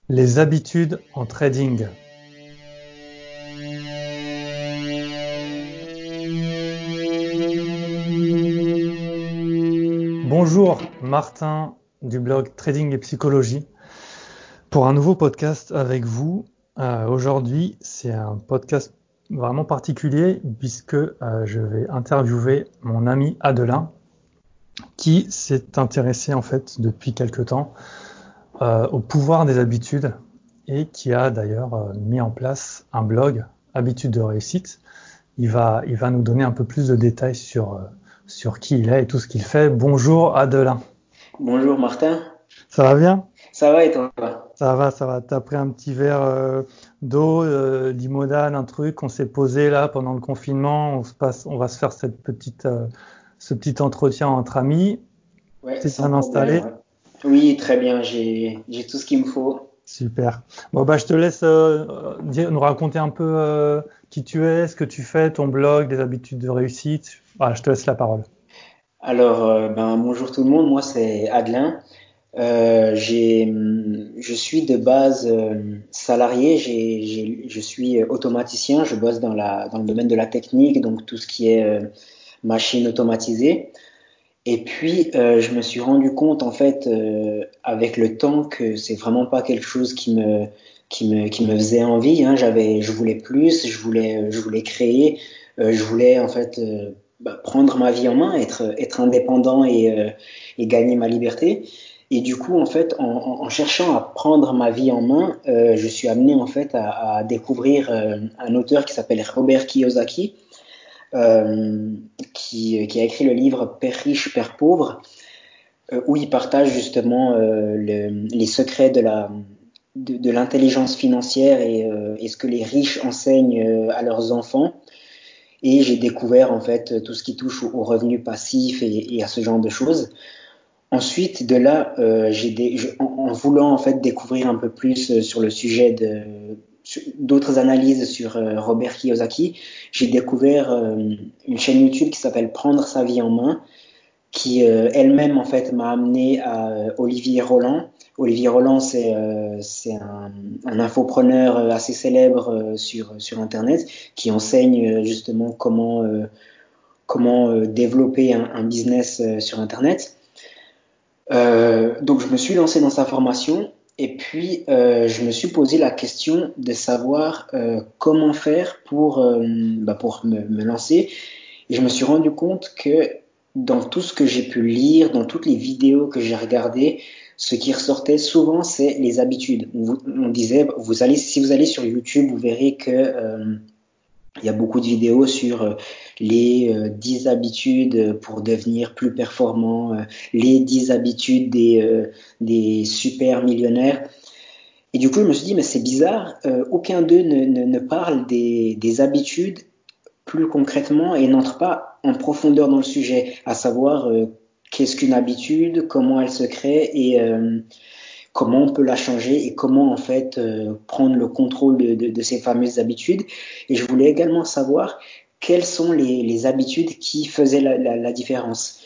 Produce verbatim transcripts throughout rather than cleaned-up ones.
Les habitudes en trading. Bonjour Martin du blog Trading et Psychologie pour un nouveau podcast avec vous. Euh, aujourd'hui, c'est un podcast vraiment particulier puisque euh, je vais interviewer mon ami Adelin qui s'est intéressé en fait depuis quelque temps euh, au pouvoir des habitudes et qui a d'ailleurs euh, mis en place un blog Habitudes de réussite. Il va, il va nous donner un peu plus de détails sur, euh, sur qui il est et tout ce qu'il fait. Bonjour Adelin. Bonjour Martin, Ça va bien? ça va et toi? Ça va, ça va. T'as pris un petit verre euh, d'eau, euh, limonade, un truc. On s'est posé là pendant le confinement. On se passe, on va se faire cette petite, euh, ce petit entretien entre amis. Ouais, T'es sans bien problème, installé? ouais. Oui, très bien, j'ai j'ai tout ce qu'il me faut. Super. Bon bah je te laisse euh, dire- nous raconter un peu euh, qui tu es, ce que tu fais, ton blog, des habitudes de réussite. Voilà, je te laisse la parole. Alors, euh, ben bonjour tout le monde, moi c'est Adelin. Euh, j'ai, hum, je suis de base euh, salarié, j'ai, j'ai, je suis automaticien, je bosse dans la dans le domaine de la technique, donc tout ce qui est euh, machine automatisée. Et puis, euh, je me suis rendu compte, en fait, euh, avec le temps, que c'est vraiment pas quelque chose qui me, qui me, qui me faisait envie. Hein. J'avais, je voulais plus, je voulais, je voulais créer, euh, je voulais, en fait, euh, bah, prendre ma vie en main, être, être indépendant et, euh, et gagner ma liberté. Et du coup, en fait, en, en, en cherchant à prendre ma vie en main, euh, je suis amené, en fait, à, à découvrir euh, un auteur qui s'appelle Robert Kiyosaki, euh, qui, qui a écrit le livre Père riche, Père pauvre, euh, où il partage justement euh, le, les secrets de la de, de l'intelligence financière et, euh, et ce que les riches enseignent euh, à leurs enfants. Et j'ai découvert en fait tout ce qui touche aux revenus passifs et, et à ce genre de choses. Ensuite, de là, euh, j'ai des, je, en, en voulant en fait découvrir un peu plus euh, sur le sujet de d'autres analyses sur euh, Robert Kiyosaki, j'ai découvert euh, une chaîne YouTube qui s'appelle Prendre sa vie en main, qui euh, elle-même en fait m'a amené à euh, Olivier Roland. Olivier Roland, c'est euh, c'est un, un infopreneur euh, assez célèbre euh, sur sur Internet qui enseigne euh, justement comment euh, comment euh, développer un, un business euh, sur Internet. Euh, donc je me suis lancé dans sa formation et puis euh, je me suis posé la question de savoir euh, comment faire pour euh, bah, pour me, me lancer. Et je me suis rendu compte que dans tout ce que j'ai pu lire, dans toutes les vidéos que j'ai regardées, ce qui ressortait souvent, c'est les habitudes. On, on disait, vous allez, si vous allez sur YouTube, vous verrez que euh, il y a beaucoup de vidéos sur euh, les euh, dix habitudes pour devenir plus performant, euh, les dix habitudes des, euh, des super millionnaires. Et du coup, je me suis dit, mais c'est bizarre, euh, aucun d'eux ne, ne, ne parle des, des habitudes plus concrètement et n'entre pas en profondeur dans le sujet, à savoir euh, qu'est-ce qu'une habitude, comment elle se crée et euh, comment on peut la changer et comment en fait euh, prendre le contrôle de, de, de ces fameuses habitudes. Et je voulais également savoir quelles sont les, les habitudes qui faisaient la, la, la différence.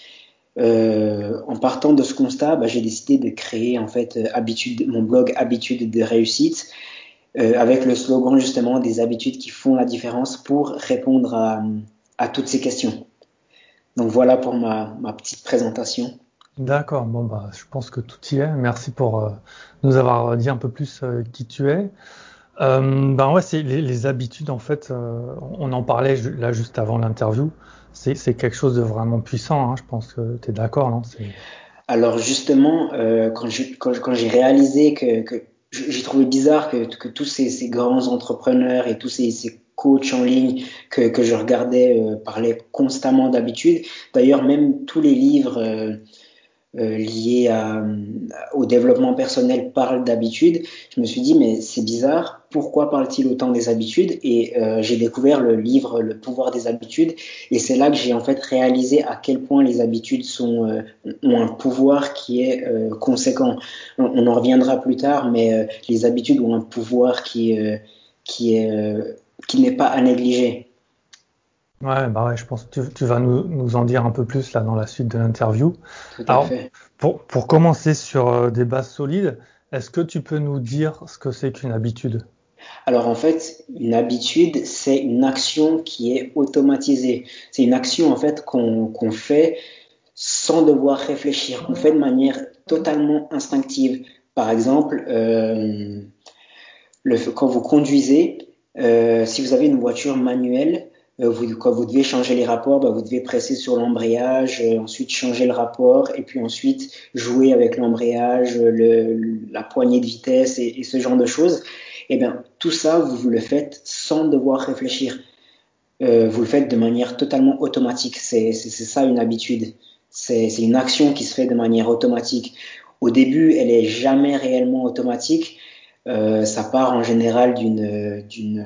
Euh, en partant de ce constat, bah, j'ai décidé de créer en fait habitude, mon blog Habitudes de réussite, euh, avec le slogan justement des habitudes qui font la différence pour répondre à, à toutes ces questions. Donc voilà pour ma, ma petite présentation. D'accord. Bon bah je pense que tout y est. Merci pour euh, nous avoir dit un peu plus euh, qui tu es. Euh, ben ouais, c'est les, les habitudes en fait. Euh, on en parlait ju- là juste avant l'interview. C'est c'est quelque chose de vraiment puissant. Hein, je pense que tu es d'accord, non? C'est Alors justement, euh, quand j'ai quand, quand j'ai réalisé que, que j'ai trouvé bizarre que, que tous ces, ces grands entrepreneurs et tous ces, ces coachs en ligne que, que je regardais euh, parlaient constamment d'habitude. D'ailleurs, même tous les livres euh, euh, liés à, au développement personnel parlent d'habitudes. Je me suis dit, mais c'est bizarre, pourquoi parle-t-il autant des habitudes? Et euh, j'ai découvert le livre Le pouvoir des habitudes, et c'est là que j'ai en fait réalisé à quel point les habitudes sont, euh, ont un pouvoir qui est euh, conséquent. On, on, en reviendra plus tard, mais euh, les habitudes ont un pouvoir qui, euh, qui est, euh, qui n'est pas à négliger. ouais, bah ouais, je pense que tu, tu vas nous, nous en dire un peu plus là dans la suite de l'interview. Tout à Alors fait. pour pour commencer sur euh, des bases solides, Est-ce que tu peux nous dire ce que c'est qu'une habitude? Alors en fait, une habitude, c'est une action qui est automatisée. C'est une action en fait qu'on qu'on fait sans devoir réfléchir, qu'on fait de manière totalement instinctive. Par exemple, euh, le, quand vous conduisez, euh, si vous avez une voiture manuelle, euh, vous, quand vous devez changer les rapports, bah, vous devez presser sur l'embrayage, euh, ensuite changer le rapport, et puis ensuite jouer avec l'embrayage, le, la poignée de vitesse et, et ce genre de choses. Et bien, tout ça, vous le faites sans devoir réfléchir. Euh, vous le faites de manière totalement automatique. C'est, c'est, c'est ça une habitude. C'est, c'est une action qui se fait de manière automatique. Au début, elle est jamais réellement automatique. Euh, ça part en général d'une, d'une,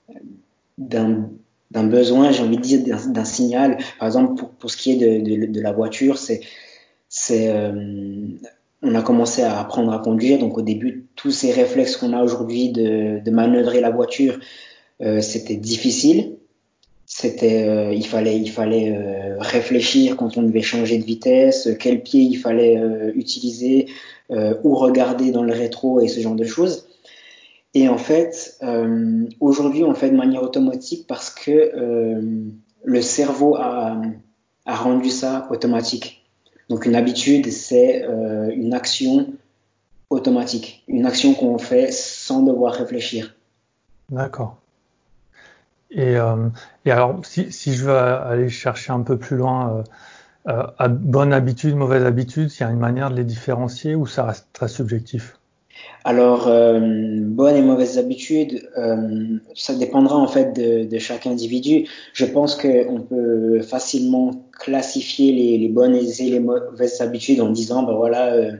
d'un, d'un besoin, j'ai envie de dire, d'un, d'un signal. Par exemple, pour, pour ce qui est de, de, de la voiture, c'est, c'est, euh, on a commencé à apprendre à conduire. Donc au début, tous ces réflexes qu'on a aujourd'hui de, de manœuvrer la voiture, euh, c'était difficile. C'était, euh, il fallait, il fallait euh, réfléchir quand on devait changer de vitesse, quel pied il fallait euh, utiliser, euh, ou regarder dans le rétro et ce genre de choses. Et en fait, euh, aujourd'hui, on le fait de manière automatique parce que euh, le cerveau a, a rendu ça automatique. Donc une habitude, c'est euh, une action automatique, une action qu'on fait sans devoir réfléchir. D'accord. Et, euh, et alors, si, si je veux aller chercher un peu plus loin, euh, euh, à bonne habitude, mauvaise habitude, il y a une manière de les différencier ou ça reste très subjectif? Alors, euh, bonnes et mauvaises habitudes, euh, ça dépendra en fait de, de chaque individu. Je pense qu'on peut facilement classifier les, les bonnes et les mauvaises habitudes en disant, ben voilà, euh,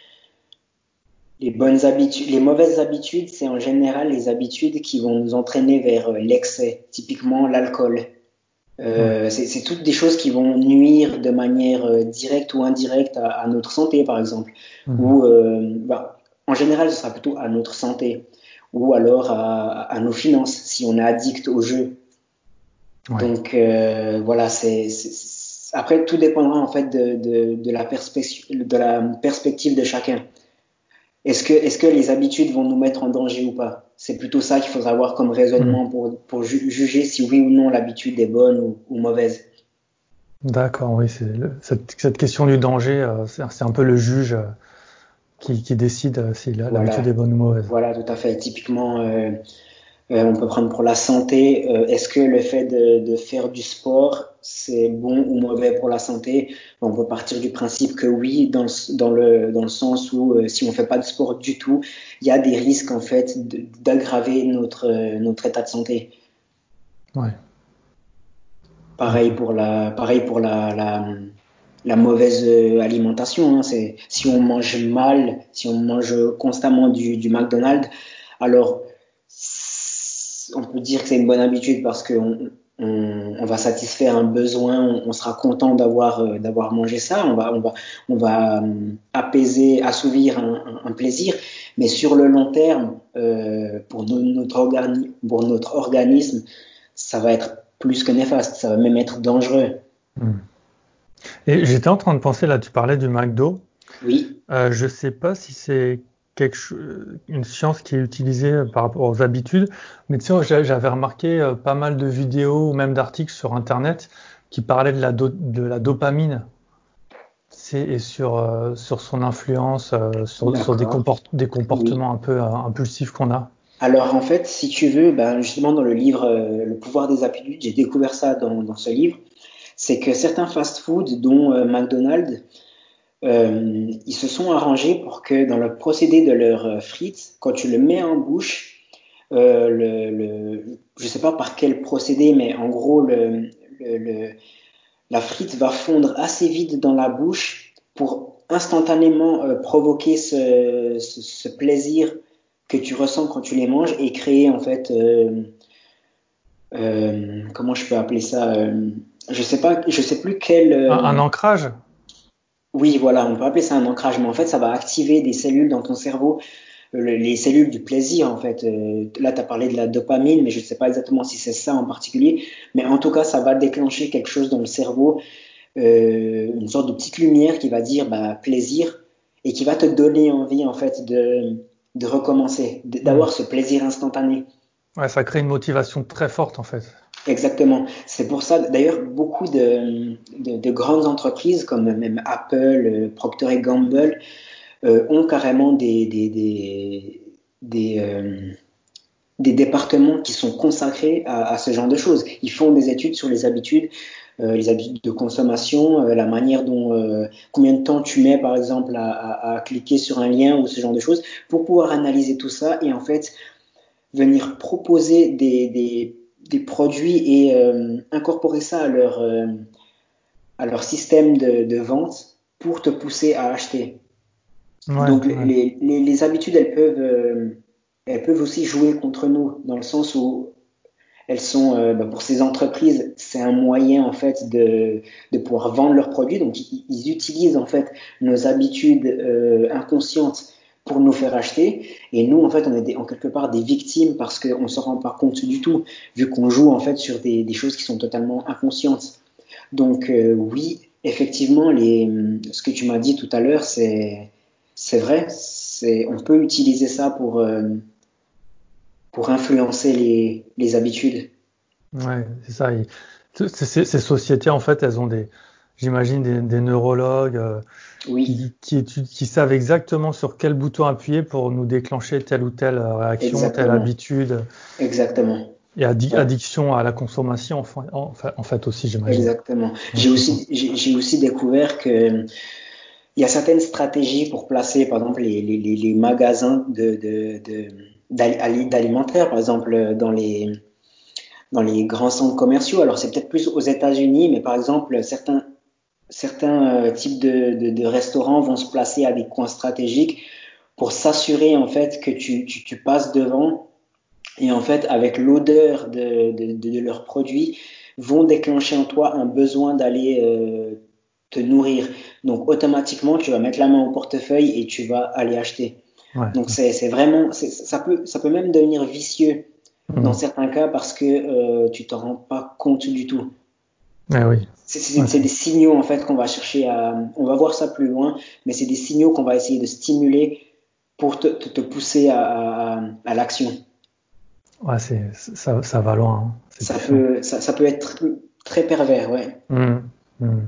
les bonnes habitudes, les mauvaises habitudes, c'est en général les habitudes qui vont nous entraîner vers euh, l'excès, typiquement l'alcool. Ouais. Euh, c'est, c'est toutes des choses qui vont nuire de manière euh, directe ou indirecte à, à notre santé, par exemple. Mhm. Ou, euh, bah, en général, ce sera plutôt à notre santé. Ou alors à, à nos finances, si on est addict au jeu. Ouais. Donc, euh, voilà, c'est, c'est, c'est- après, tout dépendra en fait de, de, de, la perspective, de la perspective de chacun. Est-ce que, est-ce que les habitudes vont nous mettre en danger ou pas? C'est plutôt ça qu'il faudra avoir comme Mhm. raisonnement pour, pour ju- juger si oui ou non l'habitude est bonne ou, ou mauvaise. D'accord, oui, c'est le- cette, cette question du danger, euh, c'est c'est un peu le juge euh, qui, qui décide euh, si la- l'habitude est Voilà, bonne ou mauvaise. voilà, tout à fait. Typiquement, euh, euh, on peut prendre pour la santé. Euh, est-ce que le fait de, de faire du sport, c'est bon ou mauvais pour la santé? On peut partir du principe que oui, dans le, dans le, dans le sens où euh, si on fait pas de sport du tout, il y a des risques en fait de- d'aggraver notre, euh, notre état de santé. Ouais. Pareil Ok. pour la, pareil pour la, la, la mauvaise euh, alimentation. Hein. C'est, si on mange mal, si on mange constamment du, du McDonald's, alors on peut dire que c'est une bonne habitude parce qu'on on, on va satisfaire un besoin, on, on sera content d'avoir euh, d'avoir mangé ça, on va on va on va euh, apaiser, assouvir un, un, un plaisir, mais sur le long terme, euh, pour no- notre organi- pour notre organisme, ça va être plus que néfaste, ça va même être dangereux. Mhm. Et j'étais en train de penser, là, tu parlais du McDo. Oui, Euh, je sais pas si c'est quelque cho- une science qui est utilisée euh, par rapport aux habitudes, mais tu sais, j'a- j'avais remarqué euh, pas mal de vidéos ou même d'articles sur Internet qui parlaient de la, do- de la dopamine, tu sais, et sur, euh, sur son influence euh, sur, sur des, d'accord. comport- des Oui. comportements un peu euh, impulsifs qu'on a. Alors en fait, si tu veux, ben, justement dans le livre euh, Le pouvoir des habitudes, j'ai découvert ça dans, dans ce livre, c'est que certains fast-foods, dont euh, McDonald's, euh, ils se sont arrangés pour que dans le procédé de leurs euh, frites, quand tu le mets en bouche, euh, le, le, je sais pas par quel procédé, mais en gros, le, le, le- la frite va fondre assez vite dans la bouche pour instantanément euh, provoquer ce, ce, ce plaisir que tu ressens quand tu les manges et créer en fait, euh, euh, comment je peux appeler ça, euh, je sais pas, je sais plus quel, Un, euh, un ancrage? oui voilà, on peut appeler ça un ancrage, mais en fait ça va activer des cellules dans ton cerveau, euh, les cellules du plaisir en fait. Euh, là tu as parlé de la dopamine, mais je sais pas exactement si c'est ça en particulier, mais en tout cas ça va déclencher quelque chose dans le cerveau, euh, une sorte de petite lumière qui va dire bah, plaisir. et qui va te donner envie en fait de, de recommencer, d'avoir ce plaisir instantané. Ouais, ça crée une motivation très forte en fait. Exactement. C'est pour ça, d'ailleurs, beaucoup de, de, de grandes entreprises comme même Apple, euh, Procter et Gamble euh, ont carrément des, des, des, des, euh, des départements qui sont consacrés à, à ce genre de choses. Ils font des études sur les habitudes, euh, les habitudes de consommation, euh, la manière dont, euh, combien de temps tu mets par exemple à, à, à cliquer sur un lien ou ce genre de choses, pour pouvoir analyser tout ça et en fait venir proposer des, des, des produits et euh, incorporer ça à leur, euh, à leur système de, de vente pour te pousser à acheter. Ouais, Donc ouais. les, les, les habitudes, elles peuvent, euh, elles peuvent aussi jouer contre nous, dans le sens où elles sont, euh, bah, pour ces entreprises, c'est un moyen en fait de, de pouvoir vendre leurs produits. Donc ils, ils utilisent en fait nos habitudes euh, inconscientes pour nous faire acheter. Et nous, en fait, on est des, en quelque part des victimes parce qu'on ne se rend pas compte du tout, vu qu'on joue en fait sur des, des choses qui sont totalement inconscientes. Donc euh, oui, effectivement, les, ce que tu m'as dit tout à l'heure, c'est c'est vrai. C'est, on peut utiliser ça pour euh, pour influencer les, les habitudes. Ouais, c'est ça. Ils- c- c- Ces, ces sociétés, en fait, elles ont des, j'imagine, des, des neurologues euh, Oui, qui, qui étudient, qui savent exactement sur quel bouton appuyer pour nous déclencher telle ou telle euh, réaction, telle exactement, habitude exactement. et addi- Ouais, addiction à la consommation, enfin, en, fait, en fait aussi, j'imagine. exactement. Ouais, J'ai c'est ça. aussi, j'ai j'ai aussi découvert que il y a certaines stratégies pour placer, par exemple, les, les, les les magasins de, de, de, d'ali- d'alimentaire, par exemple, dans les, dans les grands centres commerciaux. Alors, c'est peut-être plus aux États-Unis, mais par exemple, certains, certains euh, types de, de, de restaurants vont se placer à des coins stratégiques pour s'assurer, en fait, que tu, tu, tu passes devant et, en fait, avec l'odeur de, de, de, de leurs produits, vont déclencher en toi un besoin d'aller euh, te nourrir. Donc automatiquement, tu vas mettre la main au portefeuille et tu vas aller acheter. Ouais. Donc c'est c'est vraiment, c'est- ça peut, ça peut même devenir vicieux dans Mhm. certains cas parce que euh, tu t'en rends pas compte du tout. Eh oui. C'est Ouais, c'est- c'est c'est- des signaux en fait qu'on va chercher à, on va voir ça plus loin, mais c'est des signaux qu'on va essayer de stimuler pour te, te, te pousser à, à, à l'action. ouais, c'est, ça, ça va loin, hein. C'est Ça puissant. peut, ça, ça peut être très pervers, ouais. Mhm. Mhm.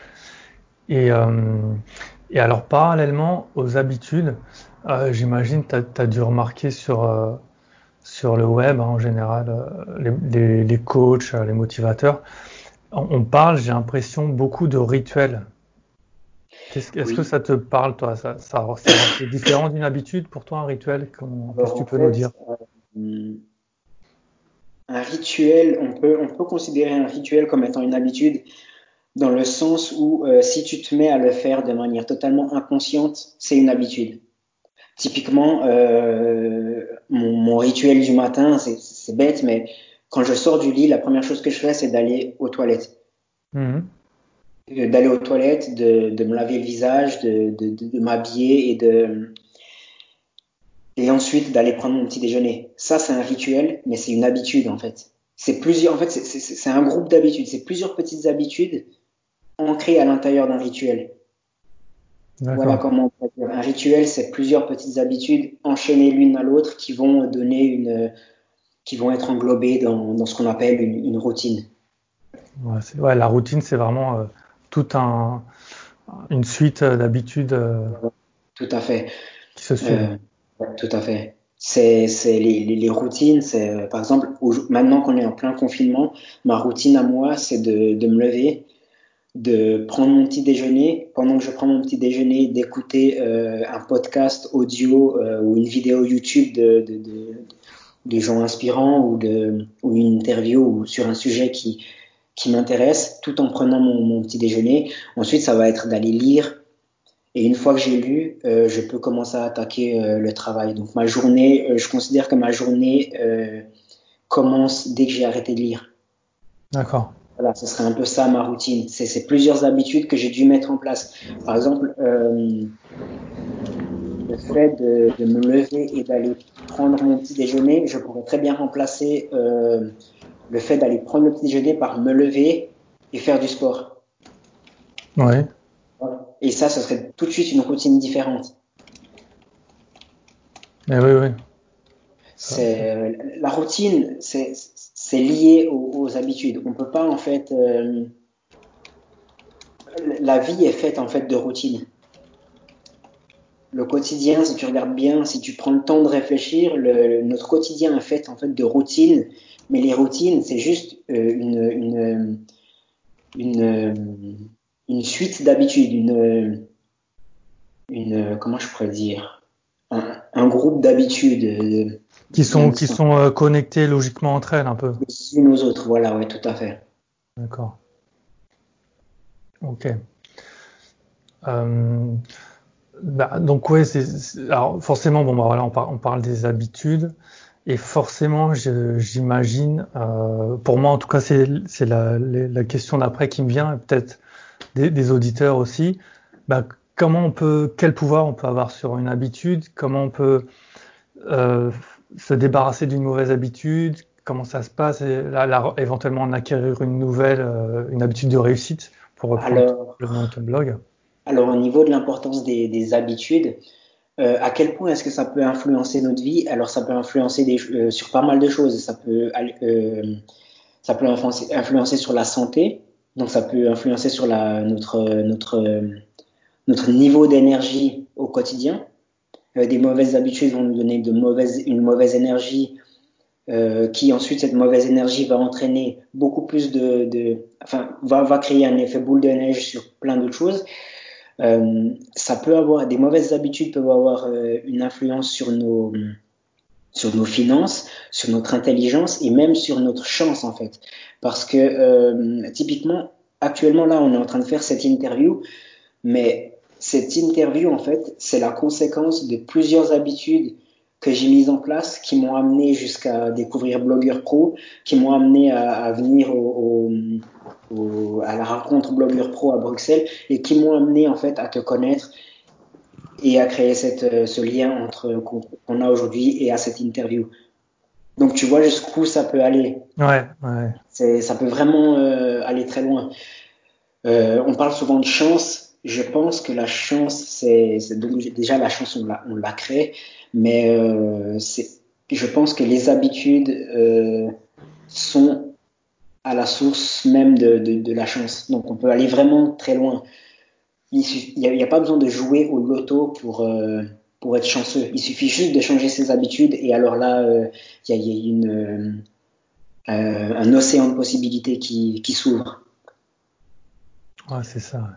Et, euh, et alors, parallèlement aux habitudes, euh, j'imagine tu as dû remarquer sur, euh, sur le web, hein, en général, euh, les, les, les coachs, euh, les motivateurs, on, on parle, j'ai l'impression, beaucoup de rituels. Qu'est-ce, que- est-ce que Oui. ça te parle, toi? Ça, ça, c'est un peu différent d'une habitude pour toi, un rituel? Comment- Qu'est-ce Alors que tu en peux nous dire? fait, euh, un rituel, on peut, on peut considérer un rituel comme étant une habitude dans le sens où euh, si tu te mets à le faire de manière totalement inconsciente, c'est une habitude. Typiquement, euh, mon, mon rituel du matin, c'est c'est bête, mais quand je sors du lit, la première chose que je fais, c'est d'aller aux toilettes. Mhm. Euh, D'aller aux toilettes, de, de me laver le visage, de, de, de, de m'habiller et de, et ensuite d'aller prendre mon petit déjeuner. Ça, c'est un rituel, mais c'est une habitude en fait. C'est plusieurs, en fait, c'est c'est- c'est un groupe d'habitudes. C'est plusieurs petites habitudes ancrées à l'intérieur d'un rituel. Voilà D'accord. comment on peut dire. Un rituel, c'est plusieurs petites habitudes enchaînées l'une à l'autre qui vont donner une, qui vont être englobées dans, dans ce qu'on appelle une, une routine. Ouais, c'est- ouais, la routine, c'est vraiment euh, tout un, une suite euh, d'habitudes euh, Tout à fait. qui se suivent. Euh, ouais, tout à fait. C'est, c'est les, les, les routines. C'est, euh, par exemple, au- maintenant qu'on est en plein confinement, ma routine à moi, c'est de, de me lever, de prendre mon petit déjeuner. Pendant que je prends mon petit déjeuner, d'écouter euh, un podcast audio euh, ou une vidéo YouTube de, de, de, de gens inspirants ou, de, ou une interview ou sur un sujet qui, qui m'intéresse, tout en prenant mon, mon petit déjeuner. Ensuite, ça va être d'aller lire. Et une fois que j'ai lu, euh, je peux commencer à attaquer euh, le travail. Donc ma journée, euh, je considère que ma journée euh, commence dès que j'ai arrêté de lire. D'accord. Voilà, ce serait un peu ça ma routine. C'est, c'est plusieurs habitudes que j'ai dû mettre en place. Par exemple, euh, le fait de, de me lever et d'aller prendre mon petit déjeuner, je pourrais très bien remplacer euh, le fait d'aller prendre le petit déjeuner par me lever et faire du sport. Ouais. Et ça, ce serait tout de suite une routine différente. Mais oui, oui. C'est, euh, la routine, c'est, c'est lié aux, aux habitudes. On peut pas, en fait, euh, la vie est faite, en fait, de routine. Le quotidien, si tu regardes bien, si tu prends le temps de réfléchir, le, notre quotidien est fait, en fait, de routines. Mais les routines, c'est juste euh, une, une, une, une suite d'habitudes, une, une, comment je pourrais dire, un, un groupe d'habitudes euh, Qui bien sont, qui distinctes sont euh, connectées logiquement entre elles un peu. les unes aux autres. Voilà, oui, tout à fait. D'accord. Ok. Euh, bah, donc ouais, c'est, c'est- alors forcément, bon bah voilà, on, par- on parle des habitudes et forcément, je- j'imagine, euh, pour moi en tout cas, c'est c'est la, la la question d'après qui me vient, et peut-être des, des auditeurs aussi. Bah, comment on peut, quel pouvoir on peut avoir sur une habitude? Comment on peut euh, se débarrasser d'une mauvaise habitude? Comment ça se passe? Et là, là, éventuellement en acquérir une nouvelle, euh, une habitude de réussite, pour reprendre Alors, le nom de ton blog. alors au niveau de l'importance des, des habitudes, euh, à quel point est-ce que ça peut influencer notre vie? Alors, ça peut influencer des, euh, sur pas mal de choses. Ça peut, euh, ça peut influencer, influencer sur la santé. Donc, ça peut influencer sur la, notre, notre, notre niveau d'énergie au quotidien. Euh, des mauvaises habitudes vont nous donner de mauvaises, une mauvaise énergie, euh, qui ensuite, cette mauvaise énergie va entraîner beaucoup plus de, de enfin, va, va créer un effet boule de neige sur plein d'autres choses. Euh, ça peut avoir, des mauvaises habitudes peuvent avoir euh, une influence sur nos, sur nos finances, sur notre intelligence et même sur notre chance en fait. Parce que euh, typiquement, actuellement là, on est en train de faire cette interview, mais cette interview en fait, c'est la conséquence de plusieurs habitudes que j'ai mises en place qui m'ont amené jusqu'à découvrir Blogueur Pro, qui m'ont amené à, à venir au, au, au, à la rencontre Blogueur Pro à Bruxelles et qui m'ont amené en fait à te connaître et à créer cette, ce lien entre qu'on a aujourd'hui et à cette interview. Donc tu vois jusqu'où ça peut aller. Ouais, ouais. C'est, ça peut vraiment euh, aller très loin. Euh, on parle souvent de chance. Je pense que la chance, c'est, c'est déjà la chance, on la, on la crée, mais euh, c'est, je pense que les habitudes euh, sont à la source même de, de, de la chance. Donc on peut aller vraiment très loin. Il n'y a, a, pas besoin de jouer au loto pour, euh, pour être chanceux. Il suffit juste de changer ses habitudes et alors là, euh, il y a, y a une, euh, un océan de possibilités qui, qui s'ouvre. Ouais, c'est ça.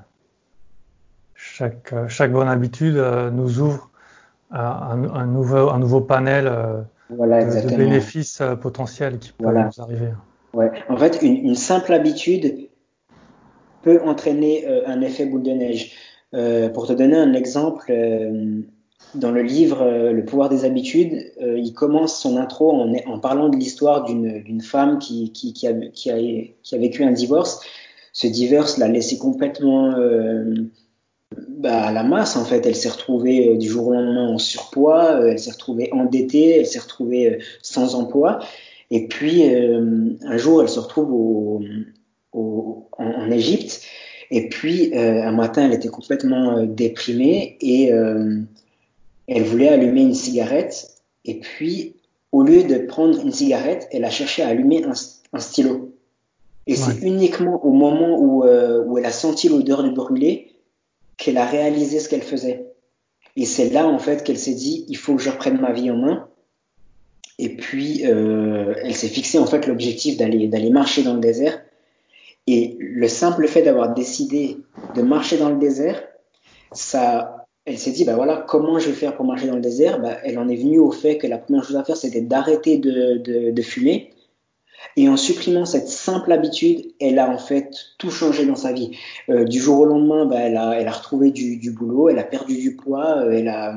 Chaque, euh, chaque bonne habitude euh, nous ouvre à un, un nouveau, un nouveau panel euh, Voilà, de, de exactement. bénéfices euh, potentiels qui peuvent Voilà. nous arriver. Ouais. En fait, une, une simple habitude peut entraîner euh, un effet boule de neige. Euh, pour te donner un exemple, euh, dans le livre euh, Le pouvoir des habitudes, euh, il commence son intro en, en parlant de l'histoire d'une, d'une femme qui, qui, qui, a, qui, a, qui a vécu un divorce. Ce divorce l'a laissé complètement euh, bah, à la masse, en fait. Elle s'est retrouvée euh, du jour au lendemain en surpoids, euh, elle s'est retrouvée endettée, elle s'est retrouvée euh, sans emploi. Et puis, euh, un jour, elle se retrouve au, au, en, en Égypte. Et puis, euh, un matin, elle était complètement euh, déprimée et euh, elle voulait allumer une cigarette. Et puis, au lieu de prendre une cigarette, elle a cherché à allumer un, un stylo. Et Ouais. c'est uniquement au moment où, euh, où elle a senti l'odeur du brûlé qu'elle a réalisé ce qu'elle faisait. Et c'est là, en fait, qu'elle s'est dit, il faut que je reprenne ma vie en main. Et puis, euh, elle s'est fixé, en fait, l'objectif d'aller, d'aller marcher dans le désert. Et le simple fait d'avoir décidé de marcher dans le désert, ça, elle s'est dit, bah voilà, comment je vais faire pour marcher dans le désert? Bah, elle en est venue au fait que la première chose à faire, c'était d'arrêter de, de, de fumer. Et en supprimant cette simple habitude, elle a en fait tout changé dans sa vie. Euh, du jour au lendemain, bah, elle, a, elle a retrouvé du, du boulot, elle a perdu du poids, euh, elle a,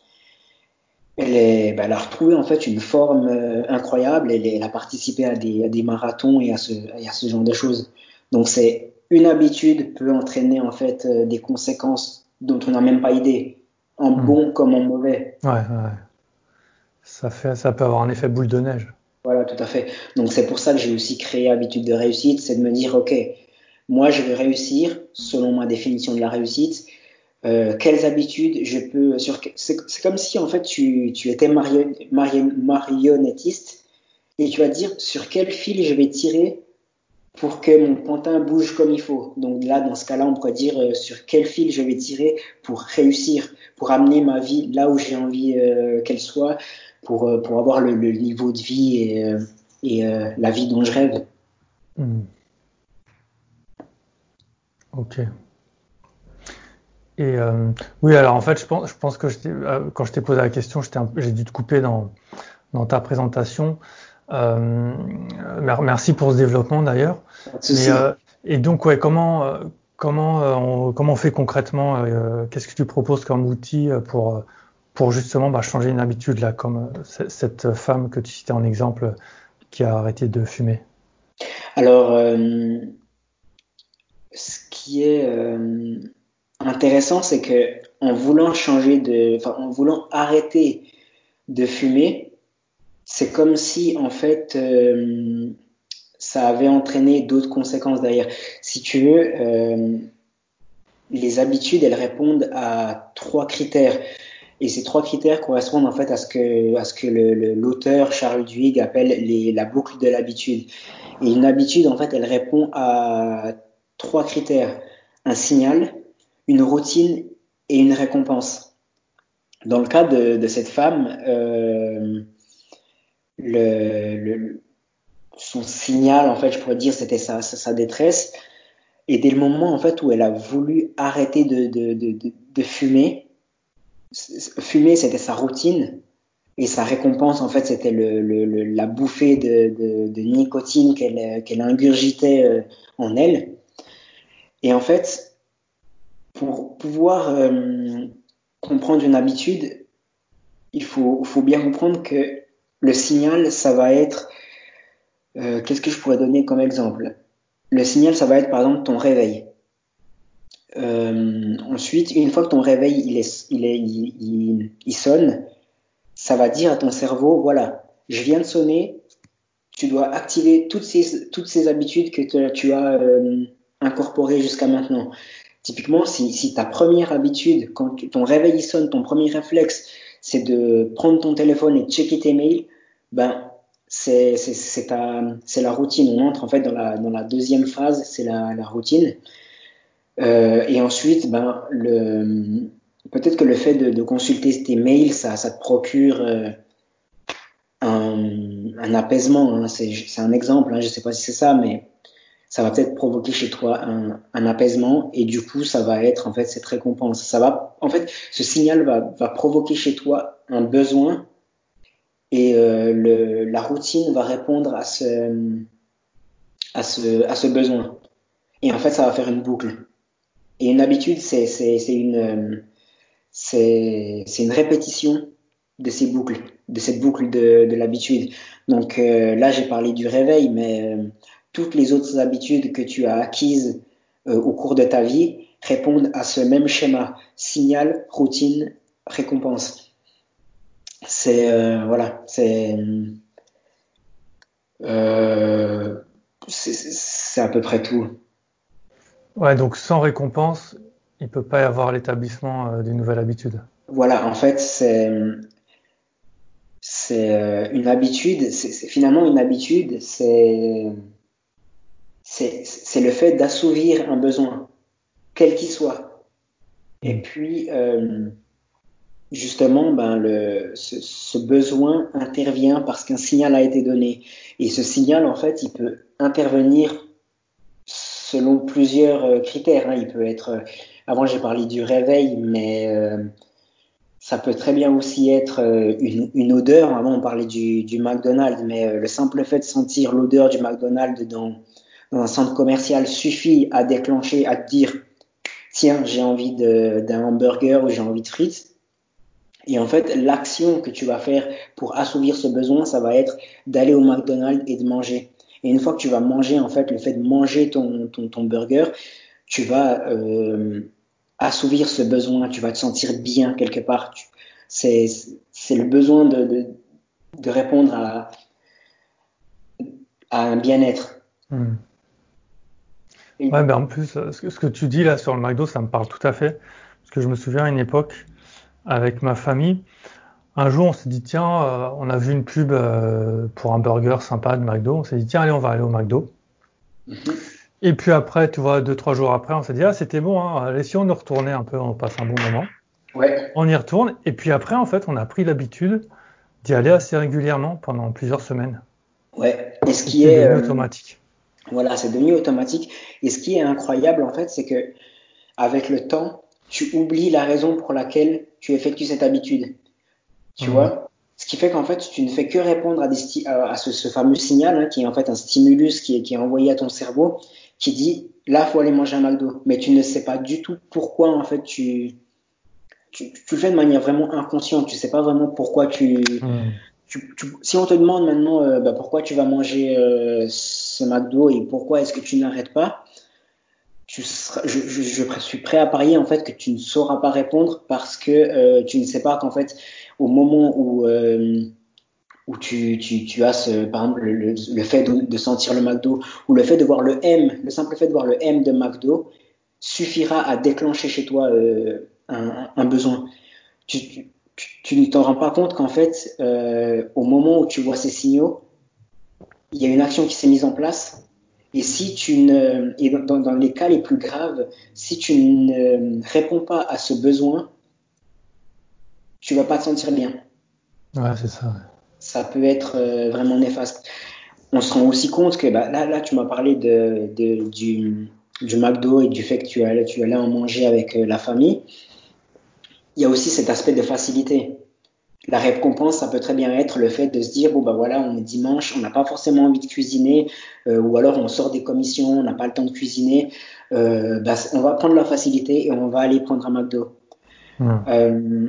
elle, est, bah, elle a retrouvé en fait une forme euh, incroyable. Elle, elle a participé à des, à des marathons et à, ce, et à ce genre de choses. Donc c'est une habitude peut entraîner en fait euh, des conséquences dont on n'a même pas idée, en Hmm. bon comme en mauvais. Ouais, ouais. Ça fait, ça peut avoir un effet boule de neige. Voilà, tout à fait. Donc c'est pour ça que j'ai aussi créé Habitude de réussite, c'est de me dire, ok, moi je vais réussir selon ma définition de la réussite. euh, quelles habitudes je peux sur c'est, c'est comme si en fait tu, tu étais marion, marion, marionnettiste et tu vas te dire sur quel fil je vais tirer pour que mon pantin bouge comme il faut. Donc là, dans ce cas-là, on pourrait dire euh, sur quel fil je vais tirer pour réussir, pour amener ma vie là où j'ai envie euh, qu'elle soit, pour, euh, pour avoir le, le niveau de vie et, euh, et euh, la vie dont je rêve. Hmm. Ok. Et euh, oui, alors en fait, je pense, je pense que je t'ai- euh, quand je t'ai posé la question, je t'ai un peu- j'ai dû te couper dans, dans ta présentation. Euh, mer- merci pour ce développement d'ailleurs. Pas de Mais souci. euh, et donc ouais, comment euh, comment euh, on, comment on fait concrètement euh, qu'est-ce que tu proposes comme outil euh, pour euh, pour justement bah, changer une habitude là, comme euh, c- cette femme que tu citais en exemple qui a arrêté de fumer. Alors, euh, ce qui est euh, intéressant, c'est que en voulant changer de, enfin, en voulant arrêter de fumer, c'est comme si en fait euh, ça avait entraîné d'autres conséquences derrière. Si tu veux, euh, les habitudes, elles répondent à trois critères. Et ces trois critères correspondent en fait à ce que, à ce que le, le, l'auteur Charles Duhigg appelle les, la boucle de l'habitude. Et une habitude, en fait, elle répond à trois critères. Un signal, une routine et une récompense. Dans le cas de, de cette femme, euh, le, le, son signal, en fait, je pourrais dire, c'était sa, sa, sa détresse. Et dès le moment, en fait, où elle a voulu arrêter de, de, de, de, de fumer, fumer, c'était sa routine. Et sa récompense, en fait, c'était le, le, le, la bouffée de, de, de nicotine qu'elle, qu'elle ingurgitait euh, en elle. Et en fait, pour pouvoir euh, comprendre une habitude, il faut, il faut bien comprendre que le signal, ça va être... Euh, qu'est-ce que je pourrais donner comme exemple? Le signal, ça va être par exemple ton réveil. Euh, ensuite, une fois que ton réveil il est, il, est, il, il, il sonne, ça va dire à ton cerveau, voilà, je viens de sonner, tu dois activer toutes ces, toutes ces habitudes que te, tu as euh, incorporées jusqu'à maintenant. Typiquement, si, si ta première habitude, quand tu, ton réveil sonne, ton premier réflexe, c'est de prendre ton téléphone et de checker tes mails, ben, c'est, c'est, c'est, ta, c'est la routine. On entre en fait dans la, dans la deuxième phase, c'est la, la routine. Euh, et ensuite, ben, le, peut-être que le fait de, de consulter tes mails, ça, ça te procure euh, un, un apaisement. Hein. C'est, c'est un exemple, hein, je ne sais pas si c'est ça, mais ça va peut-être provoquer chez toi un, un apaisement et du coup, ça va être en fait cette récompense. Ça va, en fait, ce signal va, va provoquer chez toi un besoin et euh, le, la routine va répondre à ce, à ce, à ce besoin. Et en fait, ça va faire une boucle. Et une habitude, c'est, c'est, c'est une, c'est, c'est une répétition de ces boucles, de cette boucle de, de l'habitude. Donc euh, là, j'ai parlé du réveil, mais euh, toutes les autres habitudes que tu as acquises euh, au cours de ta vie répondent à ce même schéma. Signal, routine, récompense. C'est euh, voilà, c'est, euh, c'est c'est à peu près tout. Ouais, donc sans récompense, il peut pas y avoir l'établissement euh, d'une nouvelle habitude. Voilà, en fait, c'est c'est euh, une habitude. C'est c'est finalement une habitude. C'est c'est c'est le fait d'assouvir un besoin, quel qu'il soit. Et Mm. puis, euh, justement, ben, le, ce, ce besoin intervient parce qu'un signal a été donné. Et ce signal, en fait, il peut intervenir selon plusieurs euh, critères. Hein. Il peut être, euh, avant j'ai parlé du réveil, mais euh, ça peut très bien aussi être euh, une, une odeur. Avant on parlait du, du McDonald's, mais euh, le simple fait de sentir l'odeur du McDonald's dans, dans un centre commercial suffit à déclencher, à te dire tiens, j'ai envie de, d'un hamburger ou j'ai envie de frites. Et en fait, l'action que tu vas faire pour assouvir ce besoin, ça va être d'aller au McDonald's et de manger. Et une fois que tu vas manger, en fait, le fait de manger ton, ton, ton burger, tu vas euh, assouvir ce besoin, tu vas te sentir bien quelque part. Tu, c'est, c'est le besoin de, de, de répondre à, à un bien-être. Mm. Et, Ouais, ben en plus, euh, ce que, ce que tu dis là sur le McDo, ça me parle tout à fait. Parce que je me souviens à une époque, avec ma famille, un jour on s'est dit, tiens, euh, on a vu une pub euh, pour un burger sympa de McDo. On s'est dit, tiens, allez, on va aller au McDo. Mhm. Et puis après, tu vois, deux, trois jours après, on s'est dit, ah, c'était bon, hein, allez, si on nous retournait un peu, on passe un bon moment. Ouais, On y retourne. Et puis après, en fait, on a pris l'habitude d'y aller assez régulièrement pendant plusieurs semaines. ouais. Et ce qui C'était est, devenu euh, automatique. voilà, c'est devenu automatique. Et ce qui est incroyable, en fait, c'est que avec le temps, tu oublies la raison pour laquelle tu effectues cette habitude. Tu Mmh. vois? Ce qui fait qu'en fait, tu ne fais que répondre à, des sti- à, à ce, ce fameux signal, hein, qui est en fait un stimulus qui est, qui est envoyé à ton cerveau, qui dit, là, faut aller manger un McDo. Mais tu ne sais pas du tout pourquoi, en fait, tu, tu, tu le fais de manière vraiment inconsciente. Tu sais pas vraiment pourquoi tu, Mmh. tu, tu- si on te demande maintenant, euh, bah, pourquoi tu vas manger euh, ce McDo et pourquoi est-ce que tu n'arrêtes pas, tu seras, je, je, je suis prêt à parier en fait que tu ne sauras pas répondre parce que euh, tu ne sais pas qu'en fait au moment où euh, où tu, tu, tu as ce, par exemple le, le, le fait de, de sentir le McDo ou le fait de voir le M, le simple fait de voir le M de McDo suffira à déclencher chez toi euh, un, un besoin. Tu, tu, tu ne t'en rends pas compte qu'en fait euh, au moment où tu vois ces signaux, il y a une action qui s'est mise en place. Et si tu ne, et dans, dans les cas les plus graves, si tu ne réponds pas à ce besoin, tu vas pas te sentir bien. Ouais, c'est ça. Ouais. Ça peut être euh, vraiment néfaste. On se rend aussi compte que bah, là, là, tu m'as parlé de, de, du, du McDo et du fait que tu allais, tu allais en manger avec euh, la famille. Il y a aussi cet aspect de facilité. La récompense, ça peut très bien être le fait de se dire, bon bah voilà, on est dimanche, on n'a pas forcément envie de cuisiner, euh, ou alors on sort des commissions, on n'a pas le temps de cuisiner, euh, bah, on va prendre la facilité et on va aller prendre un McDo. Mmh. Euh,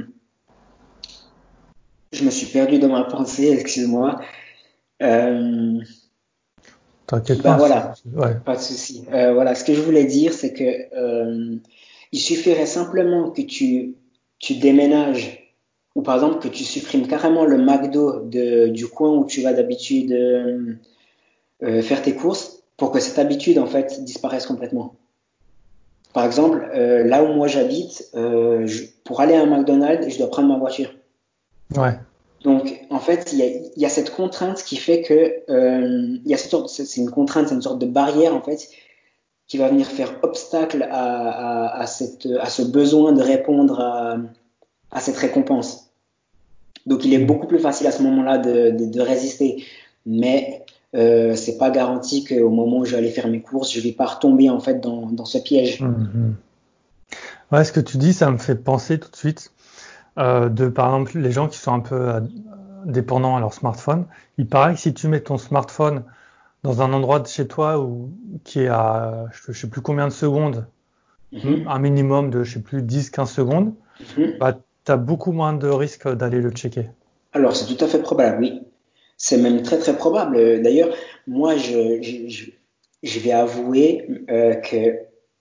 je me suis perdu dans ma pensée, excuse-moi. Euh, T'inquiète bah pas. c'est- voilà, c'est- Ouais. pas de souci. Euh, voilà, ce que je voulais dire, c'est que euh, il suffirait simplement que tu, tu déménages, ou par exemple que tu supprimes carrément le McDo de, du coin où tu vas d'habitude euh, euh, faire tes courses pour que cette habitude en fait disparaisse complètement. Par exemple, euh, là où moi j'habite, euh, je- pour aller à un McDonald's, je dois prendre ma voiture. Ouais. Donc en fait, il y a, il y a cette contrainte qui fait que euh, il y a cette sorte, c'est c'est une contrainte, c'est une sorte de barrière en fait qui va venir faire obstacle à, à, à, cette, à ce besoin de répondre à, à cette récompense. Donc il est Mmh. beaucoup plus facile à ce moment-là de, de, de résister. Mais euh, c'est pas garanti qu'au moment où je vais aller faire mes courses, je vais pas retomber en fait dans, dans ce piège. Mmh. Ouais, ce que tu dis, ça me fait penser tout de suite euh, de, par exemple, les gens qui sont un peu euh, dépendants à leur smartphone. Il paraît que si tu mets ton smartphone dans un endroit de chez toi où, qui est à, je sais plus combien de secondes, Mhm, un minimum de, je sais plus, dix, quinze secondes, mhm. bah, tu as beaucoup moins de risques d'aller le checker. Alors c'est tout à fait probable, oui. C'est même très très probable. D'ailleurs, moi je, je, je, je vais avouer euh, que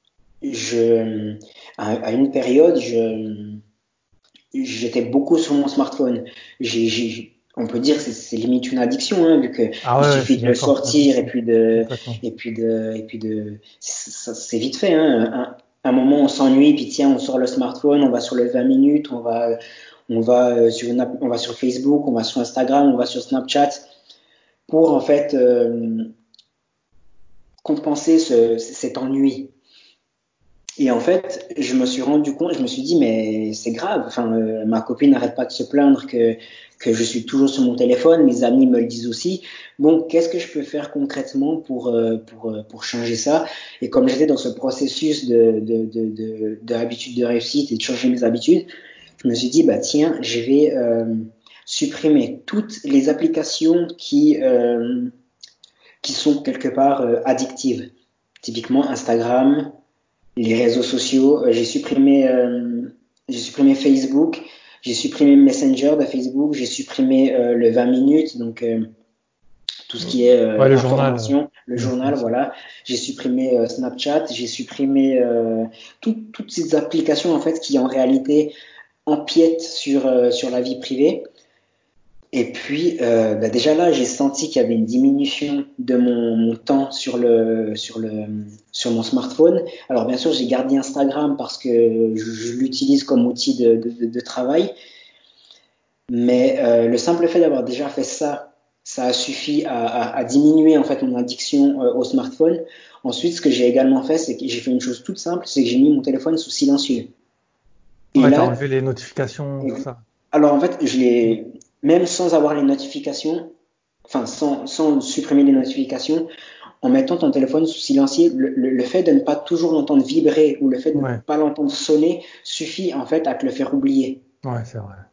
je, à, à une période, je, j'étais beaucoup sur mon smartphone. J'ai, j'ai, on peut dire que c'est, c'est limite une addiction, hein, vu que Ah il ouais, ouais, je suffit suis de d'accord, sortir et addiction, puis de, complètement. et puis de, et puis de, c'est, c'est vite fait, hein. Un, un moment on s'ennuie, puis tiens, on sort le smartphone, on va sur le vingt minutes, on va, on va euh, sur une, on va sur Facebook, on va sur Instagram, on va sur Snapchat pour en fait euh, compenser ce, cet ennui. Et en fait, je me suis rendu compte, je me suis dit, mais c'est grave. Enfin, euh, ma copine n'arrête pas de se plaindre que, que je suis toujours sur mon téléphone. Mes amis me le disent aussi. Bon, qu'est-ce que je peux faire concrètement pour, euh, pour, euh, pour changer ça? Et comme j'étais dans ce processus de, de, de, de, de habitude de réussite et de changer mes habitudes, je me suis dit, bah tiens, je vais euh, supprimer toutes les applications qui, euh, qui sont quelque part euh, addictives. Typiquement Instagram, les réseaux sociaux. Euh, j'ai supprimé, euh, j'ai supprimé Facebook, j'ai supprimé Messenger de Facebook, j'ai supprimé euh, le vingt minutes, donc euh, tout ce qui est Ouais, euh, le journal. euh, information, le ouais, journal, merci. voilà. J'ai supprimé euh, Snapchat, j'ai supprimé euh, tout, toutes ces applications en fait qui en réalité empiètent sur euh, sur la vie privée. Et puis, euh, bah déjà là, j'ai senti qu'il y avait une diminution de mon, mon temps sur le, sur le, sur mon smartphone. Alors, bien sûr, j'ai gardé Instagram parce que je, je l'utilise comme outil de, de, de travail. Mais euh, le simple fait d'avoir déjà fait ça, ça a suffi à, à, à diminuer en fait mon addiction euh, au smartphone. Ensuite, ce que j'ai également fait, c'est que j'ai fait une chose toute simple, c'est que j'ai mis mon téléphone sous silencieux. Et Ouais, t'as là, enlevé les notifications, tout ça. alors en fait, je l'ai, même sans avoir les notifications, enfin sans, sans supprimer les notifications, en mettant ton téléphone sous silencieux, le, le, le fait de ne pas toujours l'entendre vibrer ou le fait de ne Ouais, pas l'entendre sonner suffit en fait à te le faire oublier. ouais, c'est vrai.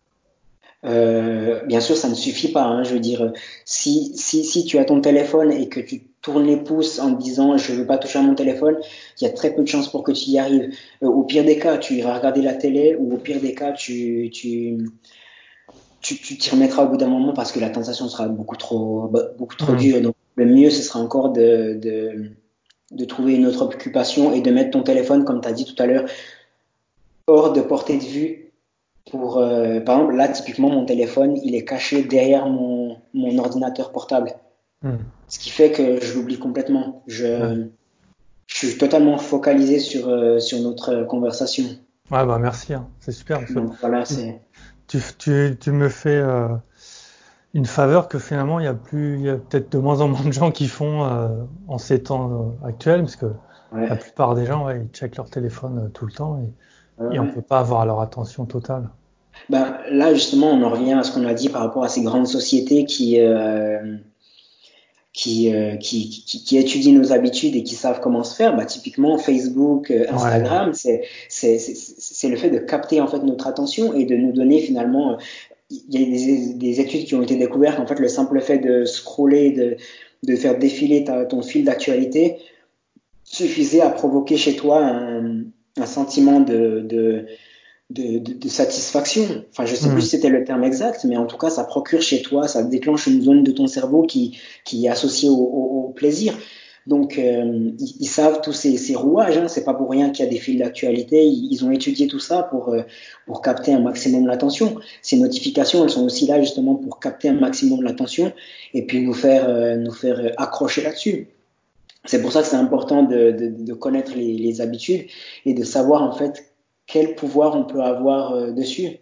Euh, bien sûr, ça ne suffit pas. Hein, je veux dire, si, si, si tu as ton téléphone et que tu tournes les pouces en te disant je veux pas toucher à mon téléphone, il y a très peu de chances pour que tu y arrives. Euh, au pire des cas, tu iras regarder la télé ou au pire des cas, tu, tu, tu, tu t'y remettras au bout d'un moment parce que la tentation sera beaucoup trop, beaucoup trop Hmm. dure. Donc, le mieux, ce sera encore de, de, de trouver une autre occupation et de mettre ton téléphone, comme tu as dit tout à l'heure, hors de portée de vue. Pour, euh, par exemple, là, typiquement, mon téléphone, il est caché derrière mon, mon ordinateur portable. Hmm. Ce qui fait que je l'oublie complètement. Ouais. Je, je suis totalement focalisé sur, euh, sur notre conversation. Ouais, bah merci, hein. C'est super parce que Donc voilà, tu, c'est. tu, tu, tu me fais euh, une faveur que finalement il y a plus, il y a peut-être de moins en moins de gens qui font euh, en ces temps euh, actuels, parce que la Ouais, plupart des gens, ouais, ils checkent leur téléphone euh, tout le temps ouais, et, et on ouais. peut pas avoir leur attention totale. Ben, là, justement, on en revient à ce qu'on a dit par rapport à ces grandes sociétés qui, euh, qui, euh, qui, qui, qui étudient nos habitudes et qui savent comment se faire. Bah, typiquement, Facebook, euh, Ouais. Instagram, c'est, c'est, c'est, c'est le fait de capter en fait notre attention et de nous donner finalement. Il y a des, des études qui ont été découvertes. En fait, le simple fait de scroller, de, de faire défiler ta, ton fil d'actualité suffisait à provoquer chez toi un, un sentiment de, de, de, de, de satisfaction. Enfin, je sais plus Hmm. si c'était le terme exact, mais en tout cas, ça procure chez toi, ça déclenche une zone de ton cerveau qui, qui est associée au, au, au plaisir. Donc, euh, ils, ils savent tous ces, ces rouages. Hein. C'est pas pour rien qu'il y a des fils d'actualité. Ils, ils ont étudié tout ça pour euh, pour capter un maximum l'attention. Ces notifications, elles sont aussi là justement pour capter un maximum l'attention et puis nous faire euh, nous faire accrocher là-dessus. C'est pour ça que c'est important de, de, de connaître les, les habitudes et de savoir en fait quel pouvoir on peut avoir euh, dessus.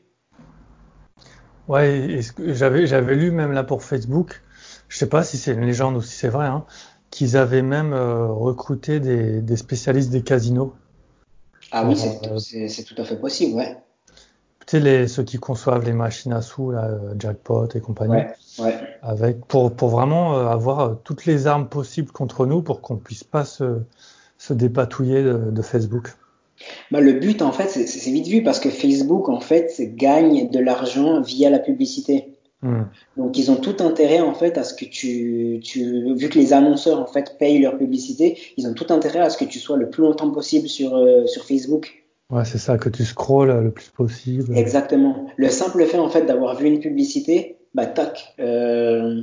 Ouais, et ce que j'avais j'avais lu même là pour Facebook, je sais pas si c'est une légende ou si c'est vrai, hein, qu'ils avaient même euh, recruté des, des spécialistes des casinos Ah oui, pour c'est euh, c'est c'est tout à fait possible, ouais. tu sais les ceux qui conçoivent les machines à sous là, euh, jackpot et compagnie, Ouais, ouais. avec pour pour vraiment euh, avoir euh, toutes les armes possibles contre nous pour qu'on puisse pas se se dépatouiller de, de Facebook. Bah, le but en fait, c'est c'est vite vu parce que Facebook en fait gagne de l'argent via la publicité. Hmm. Donc ils ont tout intérêt en fait à ce que tu, tu vu que les annonceurs en fait payent leur publicité, ils ont tout intérêt à ce que tu sois le plus longtemps possible sur euh, sur Facebook. Ouais, c'est ça, que tu scrolles le plus possible. Exactement. Le simple fait en fait d'avoir vu une publicité, bah tac, euh,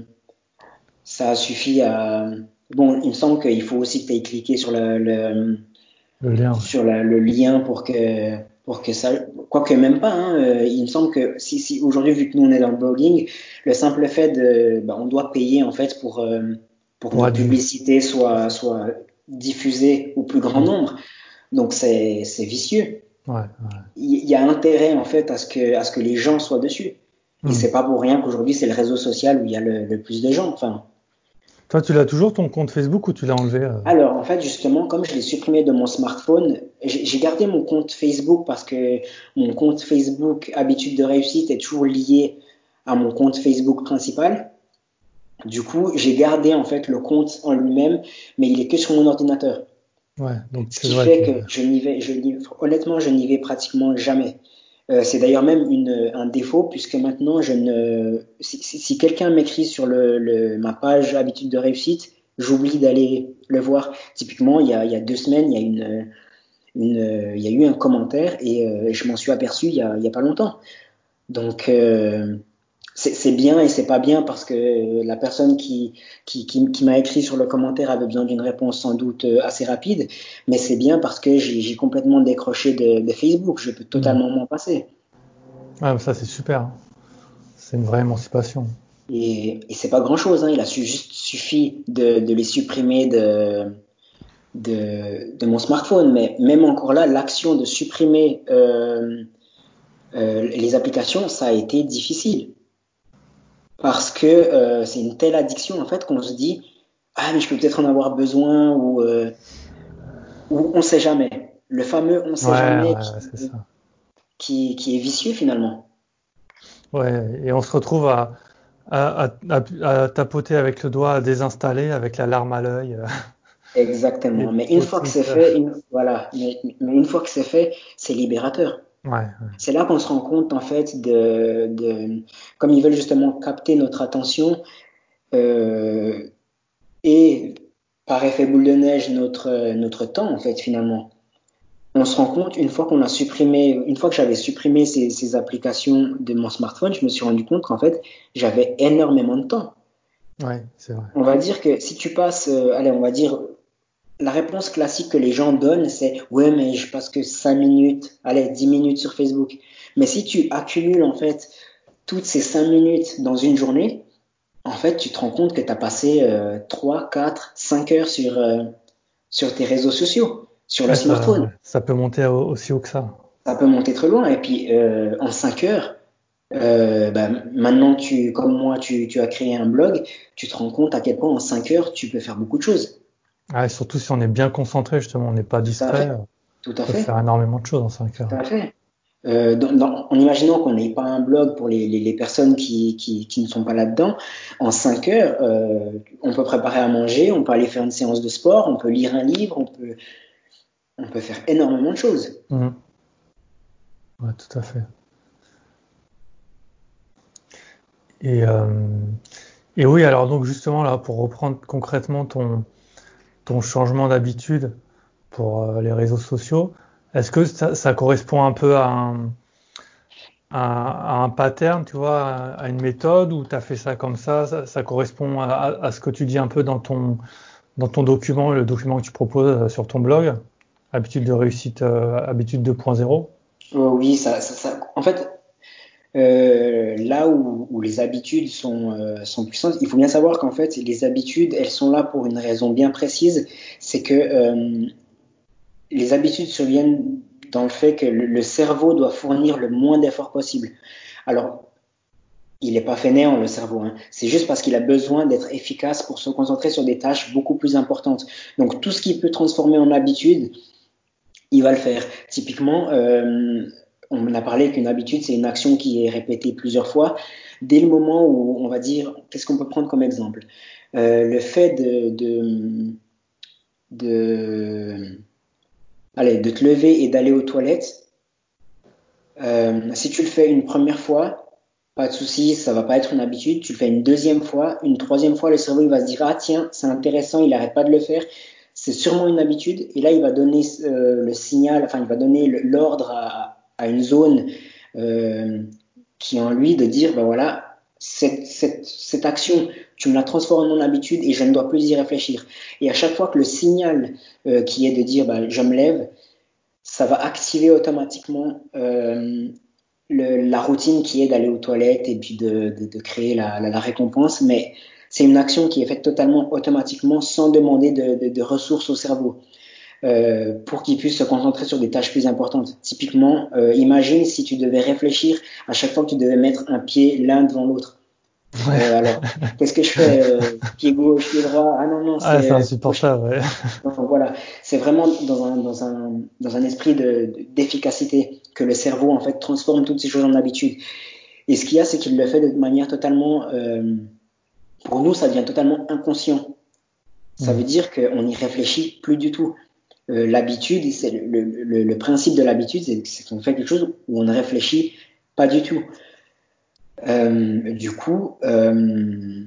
ça suffit à. Bon, il me semble qu'il faut aussi que tu aies cliqué sur le, le Le lien, ouais. sur la, le lien pour que pour que ça. Quoique même pas. Hein, euh, il me semble que si si aujourd'hui vu que nous on est dans le blogging, le simple fait de, bah, on doit payer en fait pour euh, pour que Pour notre être vu. publicité C'est soit ça. soit diffusée au plus grand Hmm. nombre. Donc c'est c'est vicieux. Ouais, ouais. Il y a intérêt en fait à ce que à ce que les gens soient dessus. Et Hmm. c'est pas pour rien qu'aujourd'hui c'est le réseau social où il y a le, le plus de gens. Enfin, Toi, tu l'as toujours ton compte Facebook ou tu l'as enlevé euh alors en fait justement comme je l'ai supprimé de mon smartphone, j'ai j'ai gardé mon compte Facebook parce que mon compte Facebook habitude de réussite est toujours lié à mon compte Facebook principal. Du coup, j'ai gardé en fait le compte en lui-même, mais il est que sur mon ordinateur. Ouais, donc Ce tu qui ouais, fait tu- que je n'y vais, je n'y- honnêtement, je n'y vais pratiquement jamais. Euh, c'est d'ailleurs même une, un défaut puisque maintenant, je ne, si, si, si quelqu'un m'écrit sur le, le, ma page habitude de réussite, j'oublie d'aller le voir. Typiquement, il y a, il y a deux semaines, il y a une, une, il y a eu un commentaire et euh, je m'en suis aperçu il y a, il y a pas longtemps. Donc, euh, c'est bien et c'est pas bien parce que la personne qui, qui, qui, qui m'a écrit sur le commentaire avait besoin d'une réponse sans doute euh, assez rapide, mais c'est bien parce que j'ai complètement décroché de, de Facebook, je peux Hmm. totalement m'en passer. Ouais, mais ça c'est super, hein. C'est une vraie émancipation. Et, et c'est pas grand-chose, hein. Il a su, juste suffi de, de les supprimer de, de, de mon smartphone. Mais même encore là, l'action de supprimer euh, euh, les applications, ça a été difficile. Parce que euh, c'est une telle addiction, en fait, qu'on se dit, ah, mais je peux peut-être en avoir besoin, ou, euh, ou on sait jamais. Le fameux on Ouais, sait jamais ouais, c'est qui, ça. qui, qui est vicieux finalement. Ouais, et on se retrouve à, à, à, à- à tapoter avec le doigt, à désinstaller avec la larme à l'œil. euh, Et Exactement. Mais une tout de fois que suite. c'est euh, fait, une, voilà. Mais, mais une fois que c'est fait, c'est libérateur. Ouais, C'est là qu'on se rend compte en fait de, de comme ils veulent justement capter notre attention euh, et par effet boule de neige notre notre temps en fait finalement. On se rend compte une fois qu'on a supprimé, une fois que j'avais supprimé ces, ces applications de mon smartphone, je me suis rendu compte qu'en fait j'avais énormément de temps. ouais, c'est vrai. On va dire que si tu passes, euh, allez, on va dire la réponse classique que les gens donnent, c'est ouais, mais je passe que cinq minutes, allez, dix minutes sur Facebook. Mais si tu accumules en fait toutes ces cinq minutes dans une journée, en fait, tu te rends compte que tu as passé euh, trois, quatre, cinq heures sur, euh, sur tes réseaux sociaux, sur le Ouais, smartphone. ça, ça peut monter au- aussi haut que ça. Ça peut monter très loin. Et puis, euh, en cinq heures, euh, bah, maintenant, tu, comme moi, tu, tu as créé un blog, tu te rends compte à quel point en cinq heures, tu peux faire beaucoup de choses. Ouais, surtout si on est bien concentré, justement, on n'est pas Tout à distrait, fait. on Tout à peut faire fait. énormément de choses en cinq Tout heures. à fait. Euh, dans- dans- en imaginant qu'on n'ait pas un blog pour les, les, les personnes qui, qui, qui ne sont pas là-dedans, en cinq heures, euh, on peut préparer à manger, on peut aller faire une séance de sport, on peut lire un livre, on peut, on peut faire énormément de choses. Mhm. Ouais, tout à fait. Et, euh, et oui, alors donc justement là, pour reprendre concrètement ton, ton changement d'habitude pour euh, les réseaux sociaux, est-ce que ça, ça correspond un peu à un, à, à un pattern, tu vois, à, à une méthode où tu as fait ça comme ça, ça, ça correspond à, à ce que tu dis un peu dans ton, dans ton document, le document que tu proposes euh, sur ton blog, habitude de réussite, euh, habitude deux point zéro. Oh oui, ça, ça, ça- en fait, euh, là où, où les habitudes sont, euh, sont puissantes, il faut bien savoir qu'en fait, les habitudes, elles sont là pour une raison bien précise, c'est que euh, les habitudes surviennent dans le fait que le, le cerveau doit fournir le moins d'efforts possible. Alors, il n'est pas fainéant, le cerveau, hein. C'est juste parce qu'il a besoin d'être efficace pour se concentrer sur des tâches beaucoup plus importantes. Donc, tout ce qui peut transformer en habitude, il va le faire. Typiquement, euh, on a parlé qu'une habitude, c'est une action qui est répétée plusieurs fois. Dès le moment où on va dire, qu'est-ce qu'on peut prendre comme exemple? Euh, le fait de, de, de, allez, de te lever et d'aller aux toilettes, euh, si tu le fais une première fois, pas de souci, ça va pas être une habitude. Tu le fais une deuxième fois, une troisième fois, le cerveau il va se dire ah tiens c'est intéressant, il arrête pas de le faire. C'est sûrement une habitude et là il va donner euh, le signal, enfin il va donner l'ordre à, à une zone euh, qui est en lui de dire ben voilà cette, cette, cette action tu me la transformes en habitude et je ne dois plus y réfléchir. Et à chaque fois que le signal euh, qui est de dire ben, je me lève, ça va activer automatiquement euh, le, la routine qui est d'aller aux toilettes et puis de, de, de créer la, la, la, récompense, mais c'est une action qui est faite totalement automatiquement sans demander de, de, de ressources au cerveau euh, pour qu'il puisse se concentrer sur des tâches plus importantes. Typiquement, euh, imagine si tu devais réfléchir à chaque fois que tu devais mettre un pied l'un devant l'autre. Ouais. Euh, alors, qu'est-ce que je fais euh, Pied gauche, pied droit. Ah non, non, Ah, c'est c'est euh, gauche. insupportable, ouais. Donc voilà, c'est vraiment dans un, dans un, dans un esprit de, de, d'efficacité que le cerveau en fait transforme toutes ces choses en habitude. Et ce qu'il y a, c'est qu'il le fait de manière totalement, euh, pour nous, ça devient totalement inconscient. Ça veut Mm. dire qu'on n'y réfléchit plus du tout. Euh, l'habitude, c'est le, le, le, le principe de l'habitude, c'est, c'est qu'on fait quelque chose où on ne réfléchit pas du tout. Euh, du coup, euh,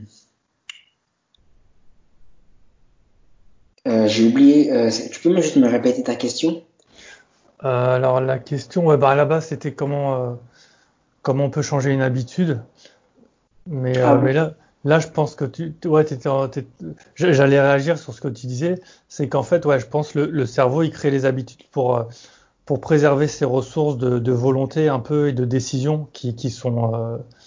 euh, j'ai oublié. Euh, tu peux juste me répéter ta question? Euh, alors la question, ouais, bah à la base c'était comment euh, comment on peut changer une habitude, mais Ah euh, oui. mais là là je pense que tu ouais t'étais, en- t'es- j'allais réagir sur ce que tu disais, c'est qu'en fait ouais je pense le, le cerveau il crée les habitudes pour euh, pour préserver ses ressources de, de volonté un peu et de décision qui qui sont euh,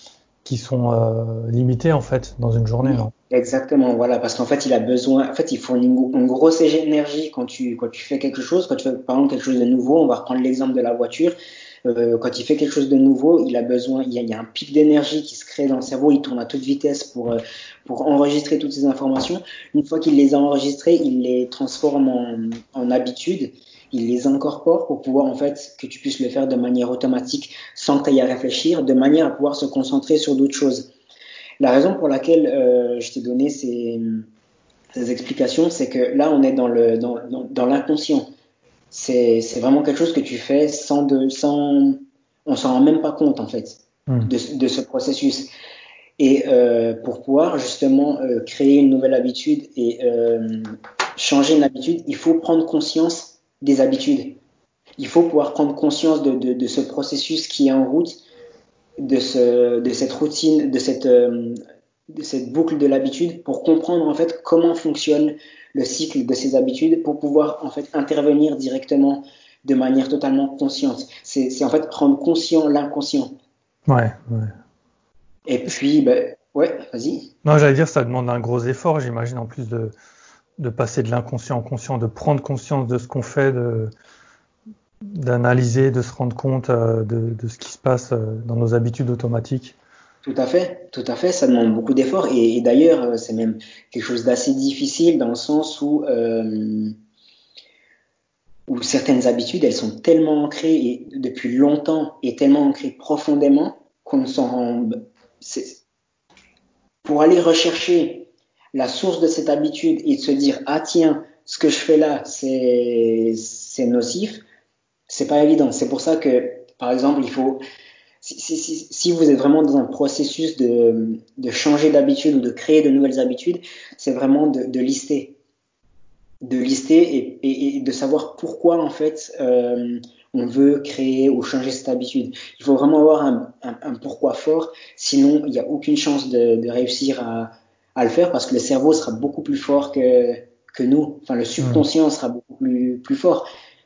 qui sont euh, limitées en fait dans une journée, Oui, non? exactement, voilà, parce qu'en fait, il a besoin, en fait, il faut une, une grosse énergie quand tu, quand tu fais quelque chose, quand tu fais par exemple quelque chose de nouveau, on va reprendre l'exemple de la voiture, euh, quand il fait quelque chose de nouveau, il a besoin, il y a, il y a un pic d'énergie qui se crée dans le cerveau, il tourne à toute vitesse pour, euh, pour enregistrer toutes ces informations. Une fois qu'il les a enregistrées, il les transforme en, en habitudes, il les incorpore pour pouvoir, en fait, que tu puisses le faire de manière automatique sans que tu aies à réfléchir, de manière à pouvoir se concentrer sur d'autres choses. La raison pour laquelle euh, je t'ai donné ces, ces explications, c'est que là, on est dans le dans, dans, dans l'inconscient. C'est c'est vraiment quelque chose que tu fais sans de sans on s'en rend même pas compte en fait Hmm. de, de ce processus. Et euh, pour pouvoir justement euh, créer une nouvelle habitude et euh, changer une habitude, il faut prendre conscience des habitudes. Il faut pouvoir prendre conscience de, de, de ce processus qui est en route, de, ce, de cette routine, de cette, euh, de cette boucle de l'habitude pour comprendre en fait comment fonctionne le cycle de ces habitudes pour pouvoir en fait intervenir directement de manière totalement consciente. C'est, c'est en fait rendre conscient l'inconscient. Ouais, ouais. Et puis, ben, ouais, vas-y. Non, j'allais dire, ça demande un gros effort, j'imagine, en plus de, de passer de l'inconscient au conscient, de prendre conscience de ce qu'on fait, de, d'analyser, de se rendre compte euh, de, de ce qui se passe euh, dans nos habitudes automatiques. Tout à fait, tout à fait, ça demande beaucoup d'efforts et, et d'ailleurs euh, c'est même quelque chose d'assez difficile dans le sens où euh, où certaines habitudes, elles sont tellement ancrées et, depuis longtemps et tellement ancrées profondément qu'on ne s'en rend. C'est, pour aller rechercher la source de cette habitude et de se dire ah tiens, ce que je fais là, c'est c'est nocif, c'est pas évident. C'est pour ça que, par exemple, il faut si, si, si, si vous êtes vraiment dans un processus de, de changer d'habitude ou de créer de nouvelles habitudes, c'est vraiment de, de lister de lister et, et, et de savoir pourquoi en fait euh, on veut créer ou changer cette habitude. Il faut vraiment avoir un, un, un pourquoi fort, sinon il n'y a aucune chance de, de réussir à, à le faire parce que le cerveau sera beaucoup plus fort que, que nous. Enfin, le Hmm. subconscient sera beaucoup plus, plus fort.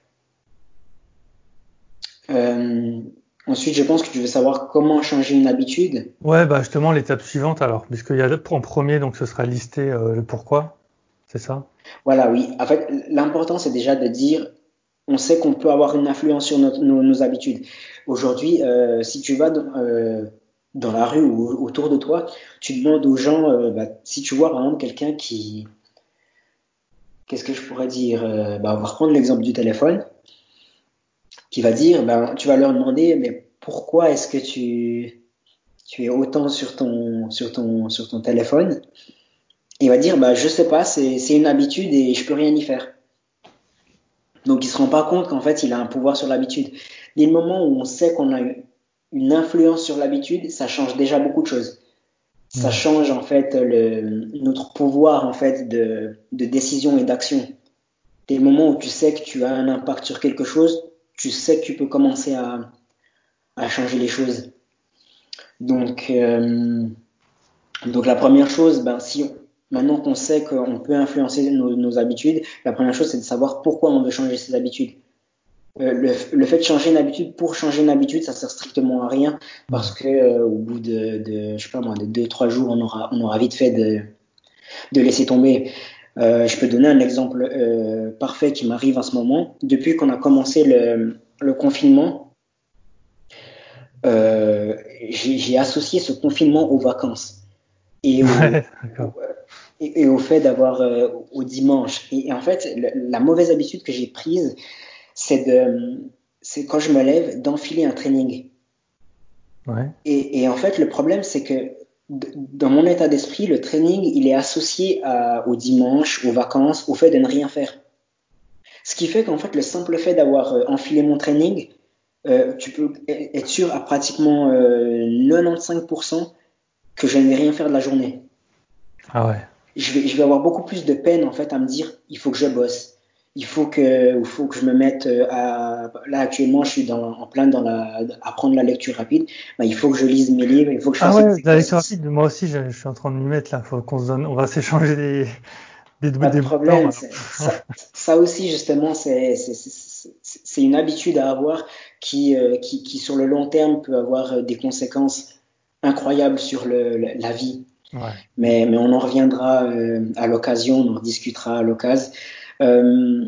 Euh, ensuite, je pense que tu veux savoir comment changer une habitude. Ouais, bah justement, l'étape suivante, alors, puisqu'il y a en premier, donc ce sera lister euh, le pourquoi, c'est ça? Voilà, oui. En fait, l'important, c'est déjà de dire, on sait qu'on peut avoir une influence sur notre- nos, nos habitudes. Aujourd'hui, euh, si tu vas dans, euh, dans la rue ou autour de toi, tu demandes aux gens, euh, bah, si tu vois par exemple quelqu'un qui, qu'est-ce que je pourrais dire, euh, bah, on va reprendre l'exemple du téléphone, qui va dire, ben, tu vas leur demander, mais pourquoi est-ce que tu, tu es autant sur ton, sur ton, sur ton téléphone? Il va dire, bah, je sais pas, c'est, c'est une habitude et je peux rien y faire. Donc il ne se rend pas compte qu'en fait il a un pouvoir sur l'habitude. Dès le moment où on sait qu'on a une influence sur l'habitude, ça change déjà beaucoup de choses. Ça Hmm. change en fait le, notre pouvoir en fait de, de décision et d'action. Dès le moment où tu sais que tu as un impact sur quelque chose, tu sais que tu peux commencer à, à changer les choses. Donc, euh, donc la première chose, ben, si on- maintenant qu'on sait qu'on peut influencer nos, nos habitudes, la première chose c'est de savoir pourquoi on veut changer ses habitudes. Euh, le, le fait de changer une habitude pour changer une habitude, ça sert strictement à rien parce Hmm. que euh, au bout de, de, je sais pas moi, de deux trois jours, on aura, on aura vite fait de, de laisser tomber. Euh, je peux donner un exemple euh, parfait qui m'arrive en ce moment. Depuis qu'on a commencé le, le confinement, euh, j'ai j'ai associé ce confinement aux vacances et au, Ouais, d'accord. au- et, et au fait d'avoir euh, au dimanche. Et, et en fait, le- la mauvaise habitude que j'ai prise, c'est de, c'est quand je me lève d'enfiler un training. Ouais. Et, et en fait, le problème, c'est que dans mon état d'esprit, le training, il est associé à, au dimanche, aux vacances, au fait de ne rien faire. Ce qui fait qu'en fait, le simple fait d'avoir euh, enfilé mon training, euh, tu peux être sûr à pratiquement euh, quatre-vingt-quinze pour cent que je ne vais rien faire de la journée. Ah ouais. Je vais, je vais avoir beaucoup plus de peine en fait à me dire, il faut que je bosse. Il faut que, il faut que je me mette euh, à. Là actuellement, je suis dans, en plein dans la, apprendre la lecture rapide. Ben, il faut que je lise mes livres, il faut que je Ah fasse ouais, des la lecture exercices. rapide, moi aussi, je, je suis en train de m'y mettre là. Faut qu'on se donne, on va s'échanger des, des, Pas de des bouts de temps, problème. alors. C'est- Ça, ça aussi, justement, c'est c'est- c'est- c'est une habitude à avoir qui, euh, qui, qui, sur le long terme, peut avoir euh, des conséquences incroyable sur le, le- la vie. Ouais. Mais, mais on en reviendra euh, à l'occasion, on en discutera à l'occasion. Euh,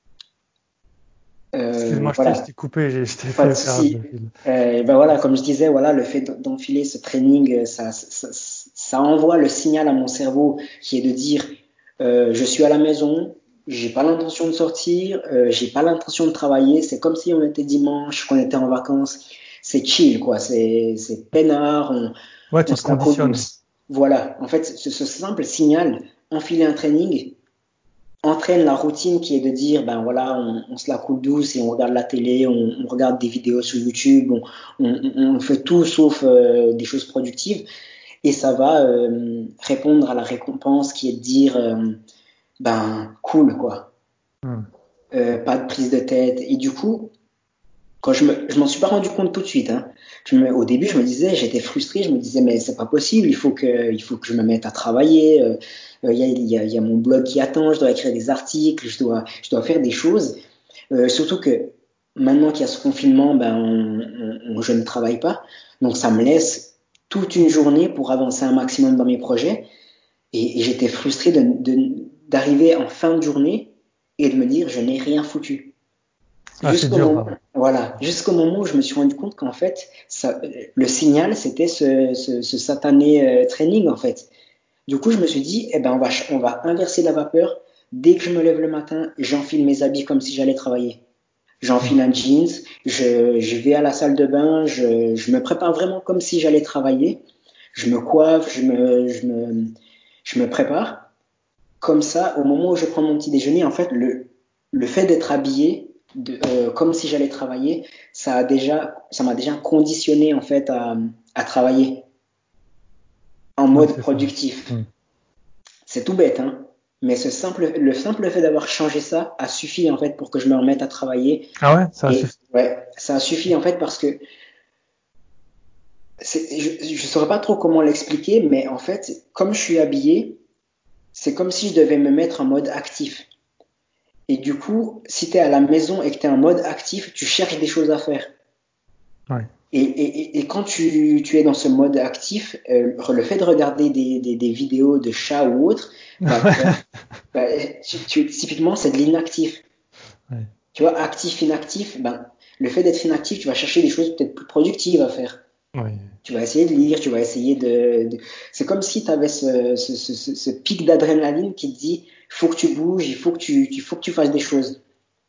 euh, Excuse-moi, je t'ai, je voilà, t'ai coupé, j'ai- je t'ai pas de fait perdre souci. le fil. Euh, ben voilà, comme je disais, voilà, le fait d'enfiler ce training, euh, ça, ça, ça envoie le signal à mon cerveau qui est de dire, euh, je suis à la maison, j'ai pas l'intention de sortir, euh, j'ai pas l'intention de travailler. C'est comme si on était dimanche, qu'on était en vacances. C'est chill, quoi. C'est, c'est peinard. On, Ouais, on tu te se la coule conditionnes. douce. Voilà. En fait, ce, ce simple signal, enfiler un training, entraîne la routine qui est de dire, ben voilà, on, on se la coule douce et on regarde la télé, on, on regarde des vidéos sur YouTube, on, on, on fait tout sauf euh, des choses productives. Et ça va euh, répondre à la récompense qui est de dire, euh, ben cool, quoi. Hmm. Euh, pas de prise de tête. Et du coup, quand je me, je m'en suis pas rendu compte tout de suite. Hein. Je me, au début, je me disais, j'étais frustré. Je me disais, mais c'est pas possible. Il faut que, il faut que je me mette à travailler. Euh, Il y, a, il y, a, il y a mon blog qui attend. Je dois écrire des articles. Je dois, je dois faire des choses. Euh, surtout que maintenant qu'il y a ce confinement, ben, on, on, je ne travaille pas. Donc, ça me laisse toute une journée pour avancer un maximum dans mes projets. Et, et j'étais frustré de, de, d'arriver en fin de journée et de me dire, je n'ai rien foutu. Ah, c'est Jusqu'au dur, moment, ça. voilà, jusqu'au moment où je me suis rendu compte qu'en fait, ça, le signal, c'était ce, ce, ce satané euh, training, en fait. Du coup, je me suis dit, eh ben, on va, on va inverser la vapeur. Dès que je me lève le matin, j'enfile mes habits comme si j'allais travailler. Hmm. J'enfile un jeans, je, je vais à la salle de bain, je, je me prépare vraiment comme si j'allais travailler. Je me coiffe, je me, je me, je me prépare. Comme ça, au moment où je prends mon petit déjeuner, en fait, le, le fait d'être habillé de, euh, comme si j'allais travailler, ça a déjà, ça m'a déjà conditionné en fait à, à travailler en Ouais, mode c'est ça. productif. Hmm. C'est tout bête, hein. Mais ce simple, le simple fait d'avoir changé ça a suffi en fait pour que je me remette à travailler. Ah ouais, ça Et suffit. ouais, ça a suffi en fait parce que c'est, je ne saurais pas trop comment l'expliquer, mais en fait, comme je suis habillé, c'est comme si je devais me mettre en mode actif. Et du coup, si tu es à la maison et que tu es en mode actif, tu cherches des choses à faire. Ouais. Et, et, et quand tu, tu es dans ce mode actif, euh, le fait de regarder des, des, des vidéos de chats ou autres, bah, tu vas, bah, tu, tu, typiquement, c'est de l'inactif. Ouais. Tu vois, actif, inactif, ben, le fait d'être inactif, tu vas chercher des choses peut-être plus productives à faire. Ouais. Tu vas essayer de lire, tu vas essayer de... de... C'est comme si tu avais ce, ce, ce, ce, ce pic d'adrénaline qui te dit, il faut que tu bouges, il faut que tu, il faut que tu fasses des choses.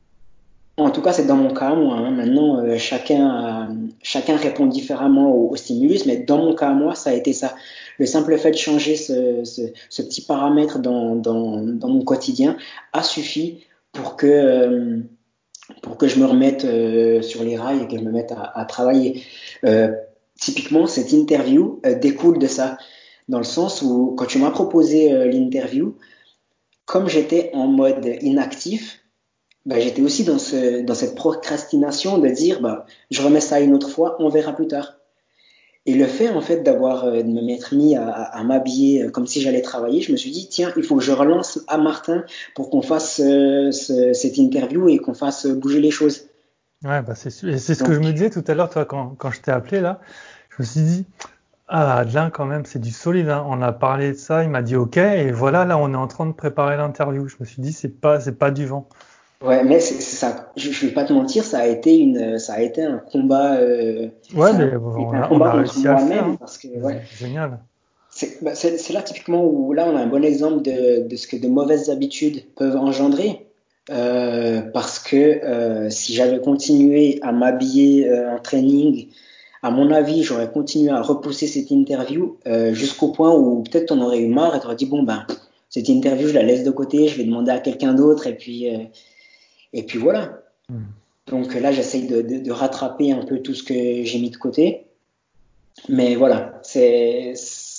En tout cas, c'est dans mon cas, moi. Hein. Maintenant, euh, chacun, euh, chacun répond différemment au, au stimulus, mais dans mon cas, moi, ça a été ça. Le simple fait de changer ce, ce, ce petit paramètre dans, dans, dans mon quotidien a suffi pour que, euh, pour que je me remette euh, sur les rails et que je me mette à, à travailler. Euh, typiquement, cette interview euh, découle de ça, dans le sens où, quand tu m'as proposé euh, l'interview, comme j'étais en mode inactif, bah, j'étais aussi dans, ce, dans cette procrastination de dire bah, je remets ça une autre fois, on verra plus tard. Et le fait en fait d'avoir euh, de me m'être mis à, à, à m'habiller euh, comme si j'allais travailler, je me suis dit tiens, il faut que je relance à Martin pour qu'on fasse euh, ce, cette interview et qu'on fasse bouger les choses. Ouais, bah c'est sûr. Et c'est ce que je me Donc disais tout à l'heure, toi, quand, quand je t'ai appelé là, je me suis dit, ah, Adelin, quand même, c'est du solide, hein. On a parlé de ça, il m'a dit OK, et voilà, là, on est en train de préparer l'interview. Je me suis dit, c'est pas, c'est pas du vent. ouais, mais c'est c'est ça. Je, je vais pas te mentir, ça a été une, ça a été un combat, euh, Ouais, c'est un, mais bon, on un a, on combat a contre réussi à le faire, moi-même hein. parce que ouais, G- Génial. c'est bah, c'est- c'est là typiquement où là on a un bon exemple de, de ce que de mauvaises habitudes peuvent engendrer. Euh, parce que euh, si j'avais continué à m'habiller euh, en training, à mon avis, j'aurais continué à repousser cette interview euh, jusqu'au point où peut-être on aurait eu marre et t'aurais dit bon ben cette interview je la laisse de côté, je vais demander à quelqu'un d'autre et puis euh, et puis voilà. Hmm. Donc là j'essaye de, de, de rattraper un peu tout ce que j'ai mis de côté. Mais voilà, c'est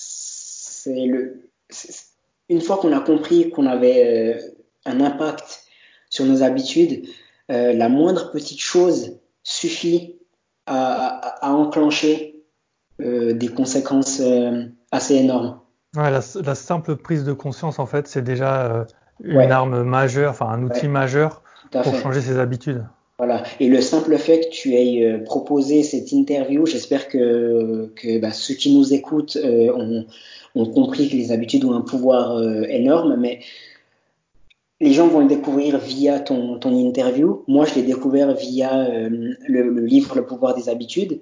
c'est le c'est- une fois qu'on a compris qu'on avait euh, un impact sur nos habitudes, euh, la moindre petite chose suffit à, à, à enclencher euh, des conséquences euh, assez énormes. Ouais, la, la simple prise de conscience, en fait, c'est déjà euh, une Ouais, arme majeure, enfin un outil ouais, majeur tout à pour fait. changer ses habitudes. Voilà. Et le simple fait que tu aies euh, proposé cette interview, j'espère que, que bah, ceux qui nous écoutent euh, ont, ont compris que les habitudes ont un pouvoir euh, énorme, mais les gens vont le découvrir via ton, ton interview. Moi, je l'ai découvert via euh, le, le livre Le pouvoir des habitudes.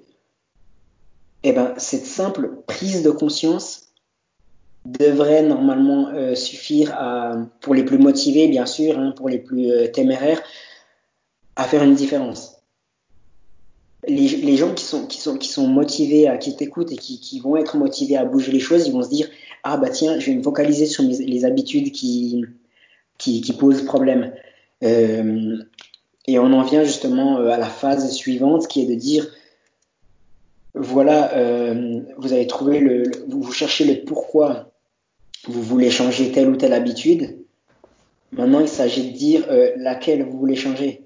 Et ben, cette simple prise de conscience devrait normalement euh, suffire à, pour les plus motivés, bien sûr, hein, pour les plus euh, téméraires, à faire une différence. Les, les gens qui sont, qui, sont, qui sont motivés, à, qui t'écoutent et qui, qui vont être motivés à bouger les choses, ils vont se dire « Ah bah tiens, je vais me focaliser sur mes, les habitudes qui, qui, qui posent problème. Euh, » Et on en vient justement à la phase suivante qui est de dire voilà, euh, vous avez trouvé le, le, vous cherchez le pourquoi vous voulez changer telle ou telle habitude. Maintenant, il s'agit de dire euh, laquelle vous voulez changer.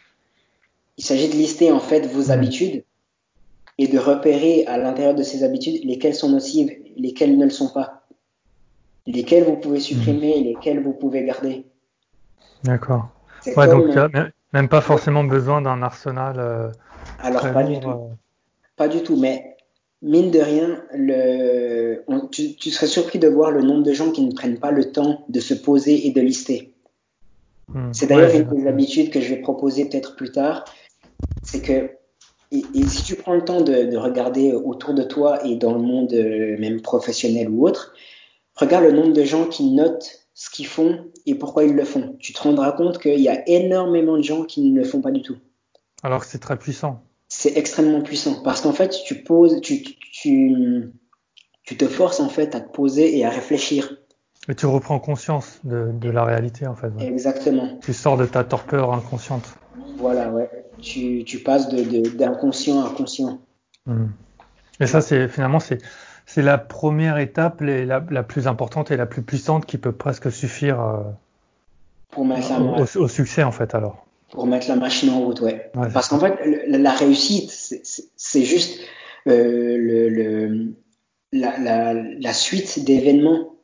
Il s'agit de lister en fait vos Mmh. habitudes et de repérer à l'intérieur de ces habitudes lesquelles sont nocives, lesquelles ne le sont pas, lesquelles vous pouvez Mmh. supprimer, lesquelles vous pouvez garder. D'accord. C'est Ouais, donc comme tu as même même pas ouais, forcément besoin d'un arsenal euh, alors très pas du lourd. tout. euh. Pas du tout, mais mine de rien, le, on- tu, tu serais surpris de voir le nombre de gens qui ne prennent pas le temps de se poser et de lister. Mmh. C'est Ouais, d'ailleurs je- une des habitudes que je vais proposer peut-être plus tard, c'est que et, et si tu prends le temps de, de regarder autour de toi et dans le monde euh, même professionnel ou autre, regarde le nombre de gens qui notent ce qu'ils font et pourquoi ils le font. Tu te rendras compte qu'il y a énormément de gens qui ne le font pas du tout. alors que c'est très puissant. C'est extrêmement puissant parce qu'en fait, tu poses, tu, tu, tu te forces en fait à te poser et à réfléchir. Et tu reprends conscience de, de la réalité en fait. Ouais. Exactement. Tu sors de ta torpeur inconsciente. Voilà, ouais. Tu, tu passes de, de, d'inconscient à conscient. Mmh. Et ça, Ouais. c'est finalement c'est c'est la première étape, les- la, la plus importante et la plus puissante qui peut presque suffire euh, Pour mettre la, au, ma- au- au succès en fait. Alors. pour mettre la machine en route, ouais. Ouais, c'est Parce qu'en ça. fait, le- la réussite, c'est, c'est- c'est juste euh, le, le, la, la, la suite d'événements,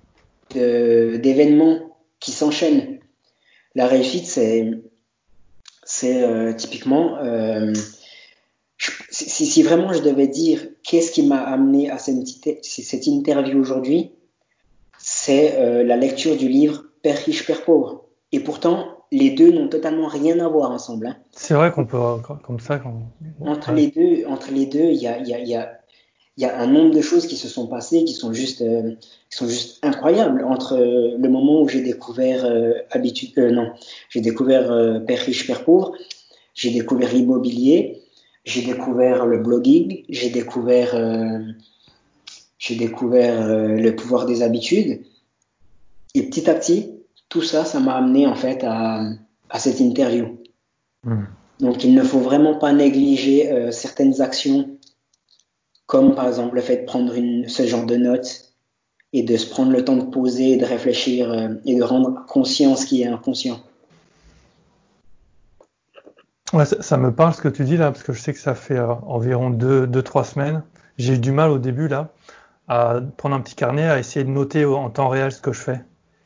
de- d'événements qui s'enchaînent. La réussite, c'est, c'est euh, typiquement, euh, je- si, si vraiment je devais dire qu'est-ce qui m'a amené à cette, cette interview aujourd'hui, c'est euh, la lecture du livre Père riche, Père pauvre. Et pourtant, les deux n'ont totalement rien à voir ensemble, hein. C'est vrai qu'on peut euh, comme ça. Qu'on- Entre ouais. les deux, entre les deux, il y a, il y a, il y a, il y a un nombre de choses qui se sont passées qui sont juste, euh, qui sont juste incroyables. Entre euh, le moment où j'ai découvert euh, habitude, euh, non, j'ai découvert euh, Père riche, Père pauvre, j'ai découvert l'immobilier, j'ai découvert le blogging, j'ai découvert, euh, j'ai découvert euh, le pouvoir des habitudes. Et petit à petit, tout ça, ça m'a amené en fait à, à cette interview. Mmh. Donc il ne faut vraiment pas négliger euh, certaines actions, comme par exemple le fait de prendre une, ce genre de notes et de se prendre le temps de poser, de réfléchir euh, et de rendre conscient ce qui est inconscient. Ouais, ça, ça me parle ce que tu dis là, parce que je sais que ça fait euh, environ deux, deux, trois semaines. J'ai eu du mal au début là à prendre un petit carnet, à essayer de noter au- en temps réel ce que je fais.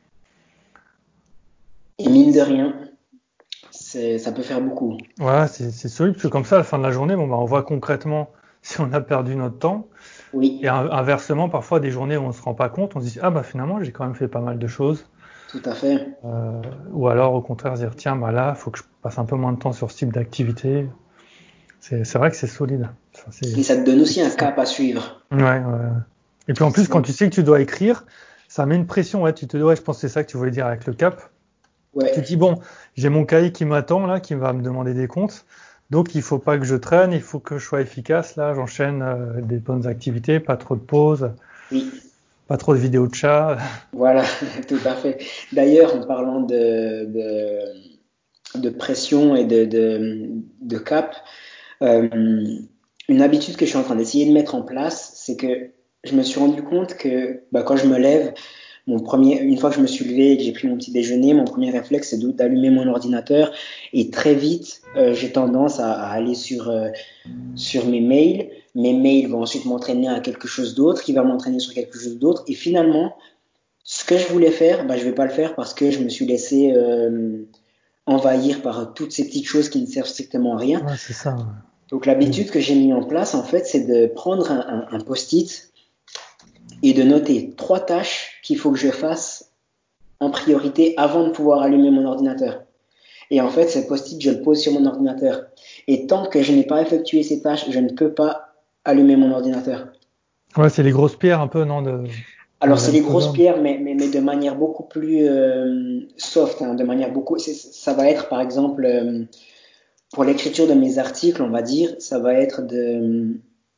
Et mine de rien, c'est, ça peut faire beaucoup. Voilà, c'est c'est solide, parce que comme ça, à la fin de la journée, bon, bah, on voit concrètement si on a perdu notre temps. Et Oui, in- inversement, parfois, des journées où on se rend pas compte, on se dit, ah bah finalement, j'ai quand même fait pas mal de choses. tout à fait. Euh, ou alors, au contraire, se dire, tiens, bah là, faut que je passe un peu moins de temps sur ce type d'activité. C'est c'est vrai que c'est solide. Ça, Et c'est ça te donne c'est aussi un puissant. cap à suivre. Ouais, ouais, ouais. Et puis en plus, quand C'est, tu sais que tu dois écrire, ça met une pression. Ouais, tu te dis, ouais, je pense que c'est ça que tu voulais dire avec le cap. Tu te dis, ouais, bon, j'ai mon cahier qui m'attend là, qui va me demander des comptes. Donc il faut pas que je traîne, il faut que je sois efficace. Là, j'enchaîne euh, des bonnes activités, pas trop de pauses, oui, pas trop de vidéos de chat. voilà, tout à fait. D'ailleurs, en parlant de, de, de pression et de, de, de cap, euh, une habitude que je suis en train d'essayer de mettre en place, c'est que je me suis rendu compte que bah, quand je me lève, mon premier, une fois que je me suis levé et que j'ai pris mon petit déjeuner, mon premier réflexe c'est d'allumer mon ordinateur et très vite euh, j'ai tendance à, à aller sur euh, sur mes mails. Mes mails vont ensuite m'entraîner à quelque chose d'autre, qui va m'entraîner sur quelque chose d'autre et finalement ce que je voulais faire, bah, je vais pas le faire parce que je me suis laissé euh, envahir par toutes ces petites choses qui ne servent strictement à rien. Ouais, c'est ça. Ouais. Donc l'habitude que j'ai mis en place, en fait, c'est de prendre un, un, un post-it et de noter trois tâches qu'il faut que je fasse en priorité avant de pouvoir allumer mon ordinateur. Et en fait, ce post-it, je le pose sur mon ordinateur. Et tant que je n'ai pas effectué ces tâches, je ne peux pas allumer mon ordinateur. Ouais, c'est les grosses pierres un peu, non, de, Alors, de c'est les grosses l'habitude. pierres, mais, mais, mais de manière beaucoup plus euh, soft, hein, de manière beaucoup. Ça va être, par exemple, euh, pour l'écriture de mes articles, on va dire, ça va être de,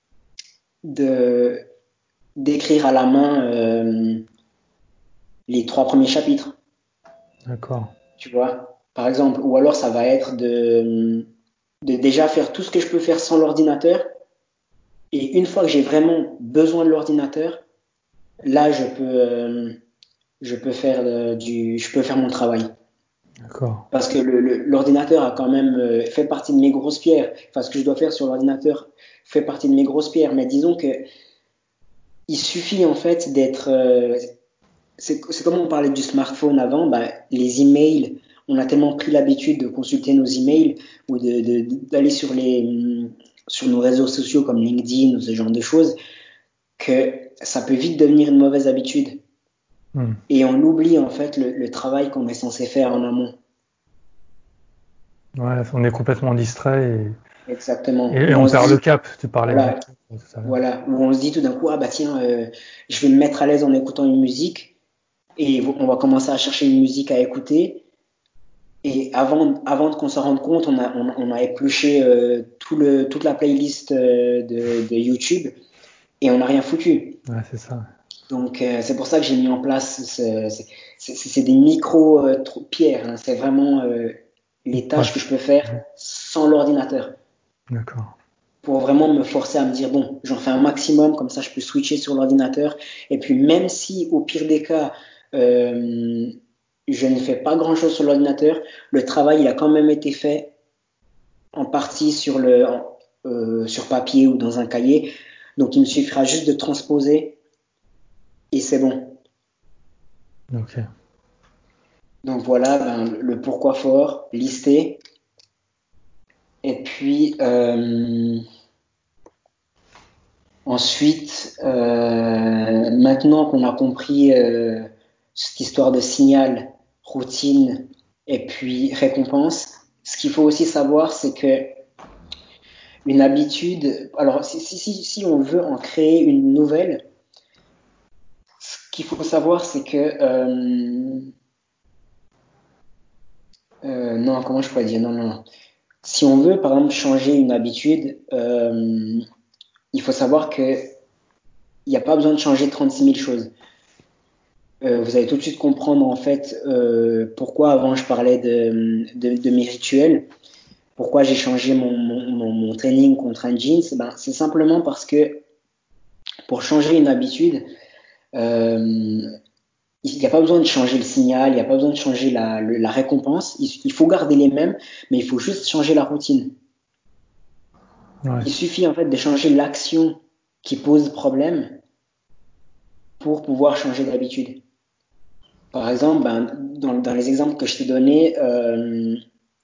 de d'écrire à la main euh, les trois premiers chapitres. D'accord. Tu vois, par exemple, ou alors ça va être de, de déjà faire tout ce que je peux faire sans l'ordinateur. Et une fois que j'ai vraiment besoin de l'ordinateur, là, je peux, euh, je peux faire euh, du, je peux faire mon travail. D'accord. Parce que le, le, l'ordinateur a quand même euh, fait partie de mes grosses pierres. Enfin, ce que je dois faire sur l'ordinateur fait partie de mes grosses pierres. Mais disons que il suffit en fait d'être. Euh, c'est, c'est comme on parlait du smartphone avant. Bah, les emails, on a tellement pris l'habitude de consulter nos emails ou de, de, d'aller sur les sur nos réseaux sociaux comme LinkedIn ou ce genre de choses que ça peut vite devenir une mauvaise habitude. Hmm. Et on oublie en fait le, le travail qu'on est censé faire en amont. Ouais, on est complètement distrait et, Exactement. et, et Où on on se perd le dit, cap. Tu parlais du voilà, cap tout à l'heure. voilà, où on se dit tout d'un coup, ah bah tiens, euh, je vais me mettre à l'aise en écoutant une musique et on va commencer à chercher une musique à écouter. Et avant, avant qu'on s'en rende compte, on a, on, on a épluché euh, tout le, toute la playlist euh, de, de YouTube et on n'a rien foutu. Ouais, c'est ça. Donc euh, c'est pour ça que j'ai mis en place, ce, c'est, c'est, c'est des micro euh, pierres, hein. C'est vraiment euh, les Ouais, tâches que je peux faire sans l'ordinateur. d'accord. Pour vraiment me forcer à me dire, bon, j'en fais un maximum, comme ça je peux switcher sur l'ordinateur. Et puis même si au pire des cas, euh, je ne fais pas grand-chose sur l'ordinateur, le travail il a quand même été fait en partie sur, le, euh, sur papier ou dans un cahier. Donc il me suffira juste de transposer et c'est bon. Ok. Donc voilà, ben, le pourquoi fort, listé. Et puis euh, ensuite, euh, maintenant qu'on a compris euh, cette histoire de signal, routine et puis récompense, ce qu'il faut aussi savoir, c'est que une habitude, alors si, si, si, si on veut en créer une nouvelle, ce qu'il faut savoir, c'est que euh, euh, non, comment je pourrais dire, non, non, non. Si on veut, par exemple, changer une habitude, euh, il faut savoir que il n'y a pas besoin de changer trente-six mille choses. Euh, vous allez tout de suite comprendre en fait euh, pourquoi avant je parlais de, de, de mes rituels, pourquoi j'ai changé mon, mon, mon training contre un jeans. Ben, c'est simplement parce que pour changer une habitude, euh, il n'y a pas besoin de changer le signal, il n'y a pas besoin de changer la, le, la récompense. Il, il faut garder les mêmes, mais il faut juste changer la routine. Ouais. Il suffit en fait de changer l'action qui pose problème pour pouvoir changer d'habitude. Par exemple, ben, dans, dans les exemples que je t'ai donnés, euh,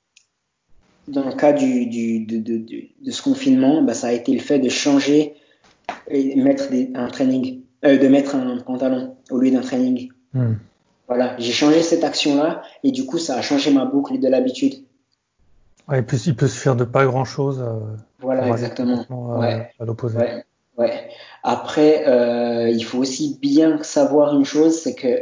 dans le cas du, du, de, de, de, de ce confinement, ben, ça a été le fait de changer et mettre des, un training, euh, de mettre un pantalon au lieu d'un training. Hmm. Voilà, j'ai changé cette action-là et du coup, ça a changé ma boucle de l'habitude. Ouais, il peut, il peut suffire de pas grand-chose euh, Voilà, pour aller exactement. complètement à, Ouais, à l'opposé. ouais, ouais. Après, euh, il faut aussi bien savoir une chose, c'est que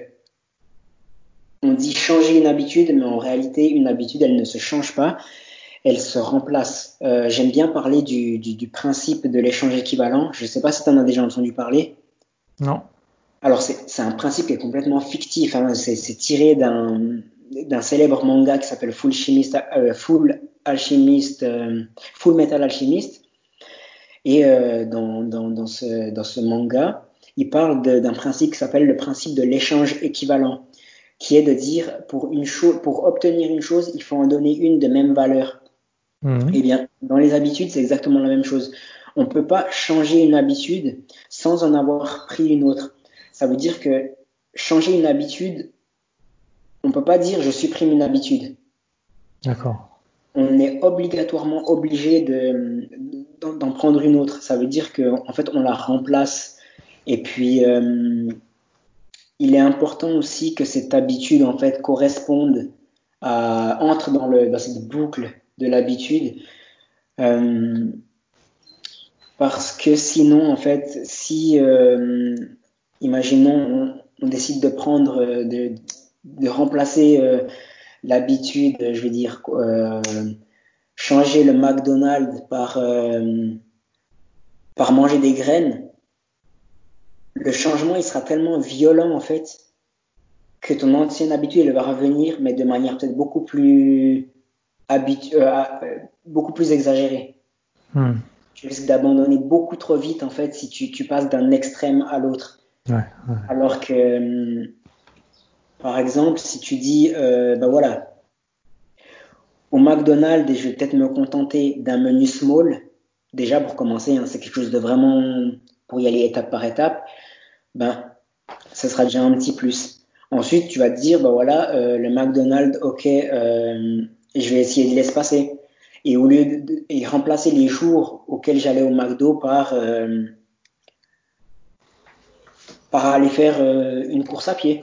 on dit changer une habitude, mais en réalité, une habitude, elle ne se change pas, elle se remplace. Euh, j'aime bien parler du, du, du principe de l'échange équivalent. Je ne sais pas si tu en as déjà entendu parler. Non. Alors, c'est, c'est un principe qui est complètement fictif, hein. C'est, c'est tiré d'un, d'un célèbre manga qui s'appelle Full, Chimist, euh, Full Alchemist, euh, Full Metal Alchemist. Et euh, dans, dans, dans, ce, dans ce manga, il parle de, d'un principe qui s'appelle le principe de l'échange équivalent, qui est de dire pour une chose, pour obtenir une chose, il faut en donner une de même valeur. Mhm. Eh bien, dans les habitudes, c'est exactement la même chose. On ne peut pas changer une habitude sans en avoir pris une autre. Ça veut dire que changer une habitude, on ne peut pas dire je supprime une habitude. D'accord. On est obligatoirement obligé de, d'en, d'en prendre une autre. Ça veut dire que en fait, on la remplace. Et puis, euh, il est important aussi que cette habitude en fait corresponde à, entre dans, le, dans cette boucle de l'habitude. Euh, parce que sinon, en fait, si, euh, imaginons, on, on décide de prendre, euh, de, de remplacer euh, l'habitude, je veux dire, euh, changer le McDonald's par, euh, par manger des graines, le changement il sera tellement violent en fait que ton ancienne habitude elle va revenir, mais de manière peut-être beaucoup plus habitu- euh, euh, beaucoup plus exagérée. Hmm. Tu risques d'abandonner beaucoup trop vite en fait si tu, tu passes d'un extrême à l'autre. Ouais, ouais. Alors que, euh, par exemple, si tu dis, euh, ben voilà, au McDonald's, je vais peut-être me contenter d'un menu small. Déjà, pour commencer, hein, c'est quelque chose de vraiment, pour y aller étape par étape, ben, ça sera déjà un petit plus. Ensuite, tu vas te dire, ben voilà, euh, le McDonald's, ok, euh, je vais essayer de l'espacer. Et au lieu de, de- et remplacer les jours auxquels j'allais au McDo par, euh, par aller faire euh, une course à pied.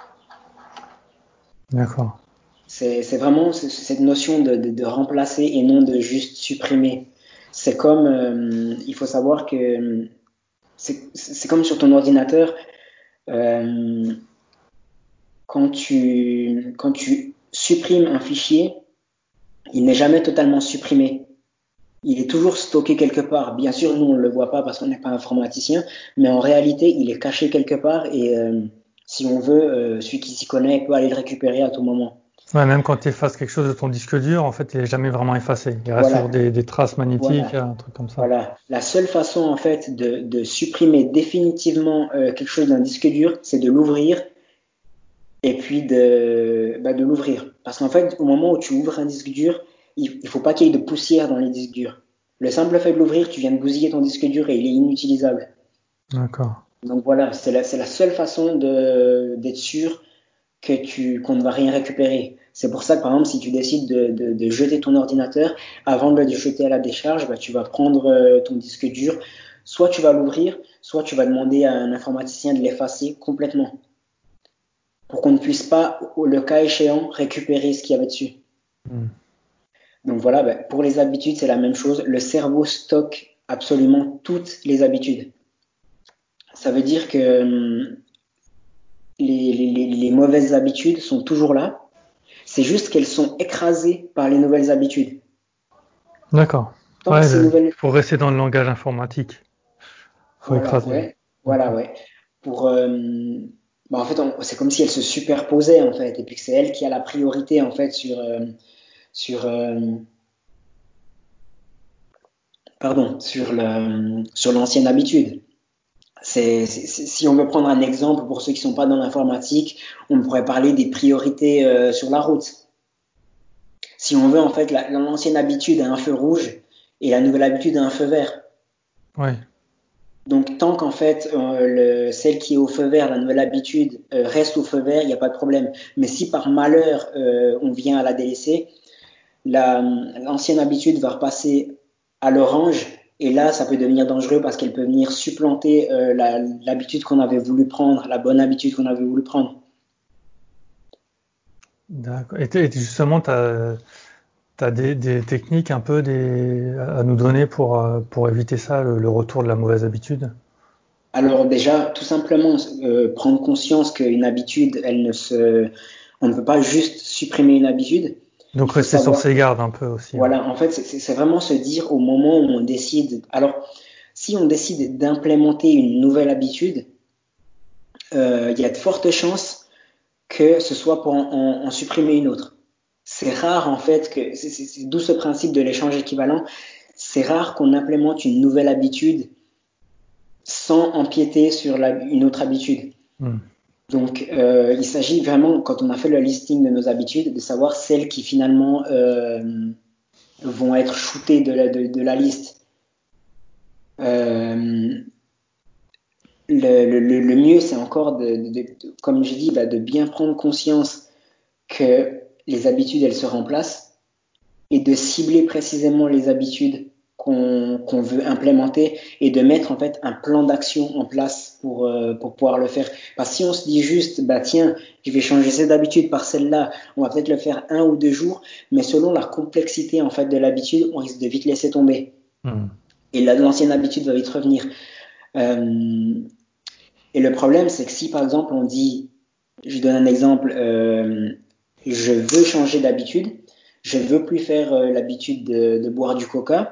D'accord. C'est, c'est vraiment c- cette notion de, de, de remplacer et non de juste supprimer. C'est comme, euh, il faut savoir que c'est, c'est comme sur ton ordinateur, euh, quand tu, quand tu supprimes un fichier, il n'est jamais totalement supprimé. Il est toujours stocké quelque part. Bien sûr, nous, on ne le voit pas parce qu'on n'est pas informaticien, mais en réalité, il est caché quelque part et euh, si on veut, euh, celui qui s'y connaît peut aller le récupérer à tout moment. Ouais, même quand tu effaces quelque chose de ton disque dur, en fait, il est jamais vraiment effacé. Il reste toujours Voilà, des, des traces magnétiques, voilà. un truc comme ça. Voilà. La seule façon, en fait, de, de supprimer définitivement euh, quelque chose d'un disque dur, c'est de l'ouvrir et puis de, bah, de l'ouvrir. Parce qu'en fait, au moment où tu ouvres un disque dur, il ne faut pas qu'il y ait de poussière dans les disques durs. Le simple fait de l'ouvrir, tu viens de bousiller ton disque dur et il est inutilisable. D'accord. Donc voilà, c'est la, c'est la seule façon de, d'être sûr que tu, qu'on ne va rien récupérer. C'est pour ça que par exemple, si tu décides de, de, de jeter ton ordinateur, avant de le jeter à la décharge, bah, tu vas prendre euh, ton disque dur, soit tu vas l'ouvrir, soit tu vas demander à un informaticien de l'effacer complètement, pour qu'on ne puisse pas, le cas échéant, récupérer ce qu'il y avait dessus. Hmm. Donc voilà, bah, pour les habitudes, c'est la même chose. Le cerveau stocke absolument toutes les habitudes. Ça veut dire que hum, les, les, les mauvaises habitudes sont toujours là. C'est juste qu'elles sont écrasées par les nouvelles habitudes. D'accord. Tant que Ouais, ces le- nouvelles, pour rester dans le langage informatique, faut voilà, écraser. ouais, voilà, D'accord. ouais. Pour, euh, bah, en fait, on- c'est comme si elles se superposaient en fait, et puis que c'est elle qui a la priorité en fait sur, euh, sur, euh, pardon, sur le, sur l'ancienne habitude. C'est, c'est- c'est- si on veut prendre un exemple pour ceux qui sont pas dans l'informatique, on pourrait parler des priorités euh, sur la route. Si on veut en fait, la- l'ancienne habitude a un feu rouge et la nouvelle habitude a un feu vert. Ouais. Donc tant qu'en fait euh, le, celle qui est au feu vert, la nouvelle habitude euh, reste au feu vert, il n'y a pas de problème. Mais si par malheur euh, on vient à la délaisser, la, l'ancienne habitude va repasser à l'orange et là ça peut devenir dangereux parce qu'elle peut venir supplanter euh, la, l'habitude qu'on avait voulu prendre, la bonne habitude qu'on avait voulu prendre. D'accord. Et, t- et justement, tu as, des, des techniques un peu des, à nous donner pour, euh, pour éviter ça, le, le retour de la mauvaise habitude? Alors déjà, tout simplement euh, prendre conscience qu'une habitude, elle ne se, on ne peut pas juste supprimer une habitude. Donc Il faut rester sur savoir. ses gardes un peu aussi. Ouais. Voilà, en fait, c'est c'est vraiment se dire au moment où on décide. Alors, si on décide d'implémenter une nouvelle habitude, euh, il y a de fortes chances que ce soit pour en, en- en supprimer une autre. C'est rare, en fait, que c'est c'est- c'est d'où ce principe de l'échange équivalent. C'est rare qu'on implémente une nouvelle habitude sans empiéter sur la- une autre habitude. Hmm. Donc, euh, il s'agit vraiment, quand on a fait le listing de nos habitudes, de savoir celles qui finalement euh, vont être shootées de la, de, de la liste. Euh, le, le, le mieux, c'est encore, de, de, de, comme j'ai dit, bah, de bien prendre conscience que les habitudes, elles se remplacent. et de cibler précisément les habitudes qu'on qu'on veut implémenter et de mettre en fait un plan d'action en place pour euh, pour pouvoir le faire. Parce que si on se dit juste bah tiens, je vais changer cette habitude par celle-là, on va peut-être le faire un ou deux jours, mais selon la complexité en fait de l'habitude, on risque de vite laisser tomber. Mmh. Et là, l'ancienne habitude va vite revenir. Euh, et le problème, c'est que si par exemple on dit, je donne un exemple, euh, je veux changer d'habitude, je veux plus faire euh, l'habitude de, de boire du coca.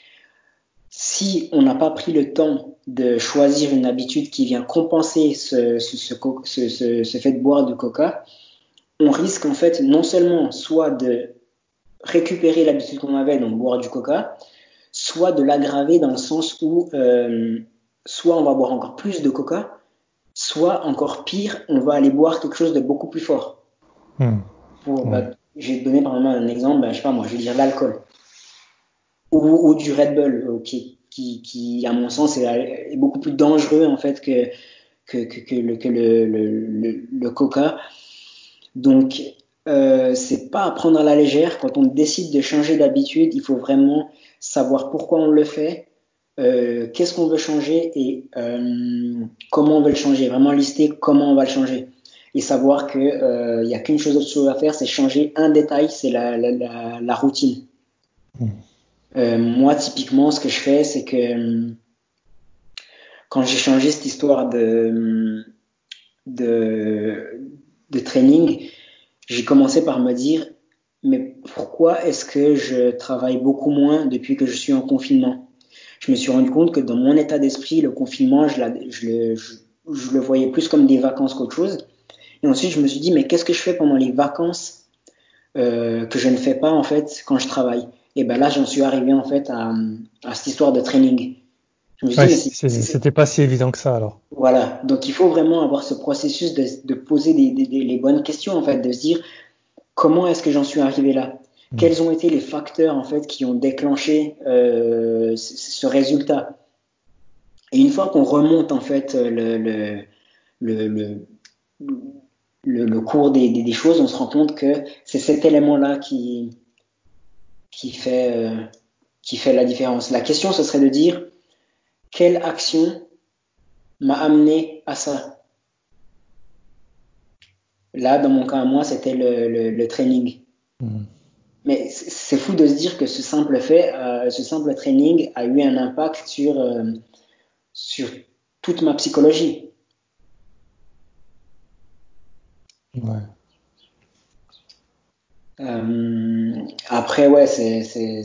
Si on n'a pas pris le temps de choisir une habitude qui vient compenser ce, ce, ce, ce, ce, ce fait de boire du coca, on risque en fait non seulement soit de récupérer l'habitude qu'on avait, donc boire du coca, soit de l'aggraver dans le sens où euh, soit on va boire encore plus de coca, soit encore pire, on va aller boire quelque chose de beaucoup plus fort. Mmh. Pour, bah, je vais te donner par exemple un exemple, bah, je sais pas moi, je vais dire l'alcool. Ou, ou du Red Bull, qui, qui, qui à mon sens, est, est beaucoup plus dangereux en fait que, que, que, que, le, que le, le, le, le coca. Donc, euh, c'est pas à prendre à la légère. Quand on décide de changer d'habitude, il faut vraiment savoir pourquoi on le fait, euh, qu'est-ce qu'on veut changer et euh, comment on veut le changer. Vraiment lister comment on va le changer. Et savoir qu'il euh, n'y a qu'une chose à faire, c'est changer un détail, c'est la, la, la, la routine. Mmh. Euh, moi, typiquement, ce que je fais, c'est que quand j'ai changé cette histoire de, de, de training, j'ai commencé par me dire, mais pourquoi est-ce que je travaille beaucoup moins depuis que je suis en confinement ? Je me suis rendu compte que dans mon état d'esprit, le confinement, je, la, je, le, je, je le voyais plus comme des vacances qu'autre chose. Et ensuite, je me suis dit, mais qu'est-ce que je fais pendant les vacances euh, que je ne fais pas en fait quand je travaille ? Et ben là, j'en suis arrivé en fait à, à cette histoire de training. Je me suis ouais, dit, mais c'est, c'est, c'était pas si évident que ça alors. Voilà, donc il faut vraiment avoir ce processus de, de poser des, des, des, les bonnes questions en fait, de se dire comment est-ce que j'en suis arrivé là ? Mmh. Quels ont été les facteurs en fait qui ont déclenché euh, ce, ce résultat ? Et une fois qu'on remonte en fait le, le, le, le, le, le cours des, des, des choses, on se rend compte que c'est cet élément-là qui, qui, fait, euh, qui fait la différence. La question, ce serait de dire quelle action m'a amené à ça. Là, dans mon cas à moi, c'était le, le, le training. Mmh. Mais c'est fou de se dire que ce simple fait, euh, ce simple training a eu un impact sur, euh, sur toute ma psychologie. Ouais. Euh, après, ouais, c'est, c'est,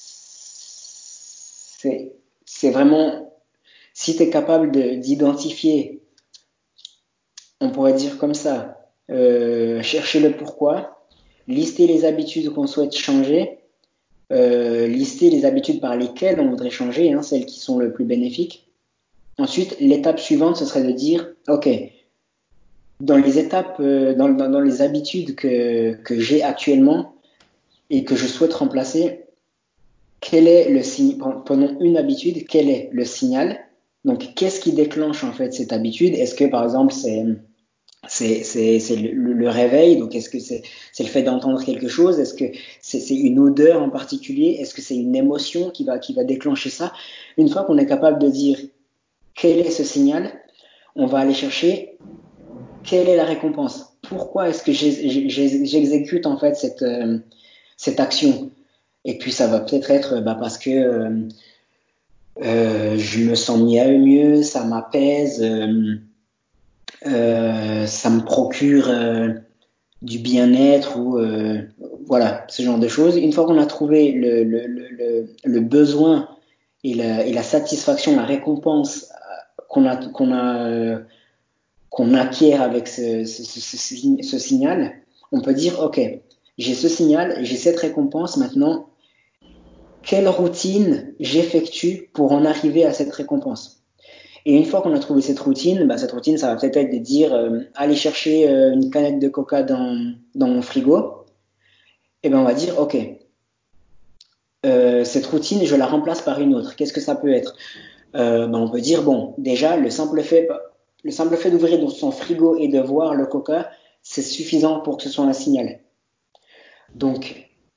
c'est, c'est vraiment, si tu es capable de, d'identifier, on pourrait dire comme ça, euh, chercher le pourquoi, lister les habitudes qu'on souhaite changer, euh, lister les habitudes par lesquelles on voudrait changer, hein, celles qui sont le plus bénéfiques. Ensuite, l'étape suivante, ce serait de dire, ok, dans les étapes, euh, dans, dans, dans les habitudes que, que j'ai actuellement et que je souhaite remplacer, quel est le signe, prenons une habitude, quel est le signal? Donc, qu'est-ce qui déclenche en fait cette habitude? Est-ce que par exemple c'est c'est c'est c'est le, le réveil? Donc, est-ce que c'est c'est le fait d'entendre quelque chose? Est-ce que c'est c'est une odeur en particulier? Est-ce que c'est une émotion qui va qui va déclencher ça? Une fois qu'on est capable de dire quel est ce signal, on va aller chercher quelle est la récompense. Pourquoi est-ce que j'exécute en fait cette euh, cette action? Et puis ça va peut-être être bah, parce que euh, euh, je me sens mieux, ça m'apaise, euh, euh, ça me procure euh, du bien-être ou euh, voilà ce genre de choses. Une fois qu'on a trouvé le, le, le, le besoin et la, et la satisfaction, la récompense qu'on a qu'on a euh, qu'on acquiert avec ce, ce, ce, ce, ce signal, on peut dire ok, j'ai ce signal, j'ai cette récompense maintenant. Quelle routine j'effectue pour en arriver à cette récompense? Et une fois qu'on a trouvé cette routine, bah, cette routine, ça va peut-être être de dire euh, aller chercher euh, une canette de coca dans, dans mon frigo. Et ben on va dire ok, euh, cette routine, je la remplace par une autre. Qu'est-ce que ça peut être? euh, ben, On peut dire bon, déjà le simple fait, le simple fait d'ouvrir son frigo et de voir le coca, c'est suffisant pour que ce soit un signal. Donc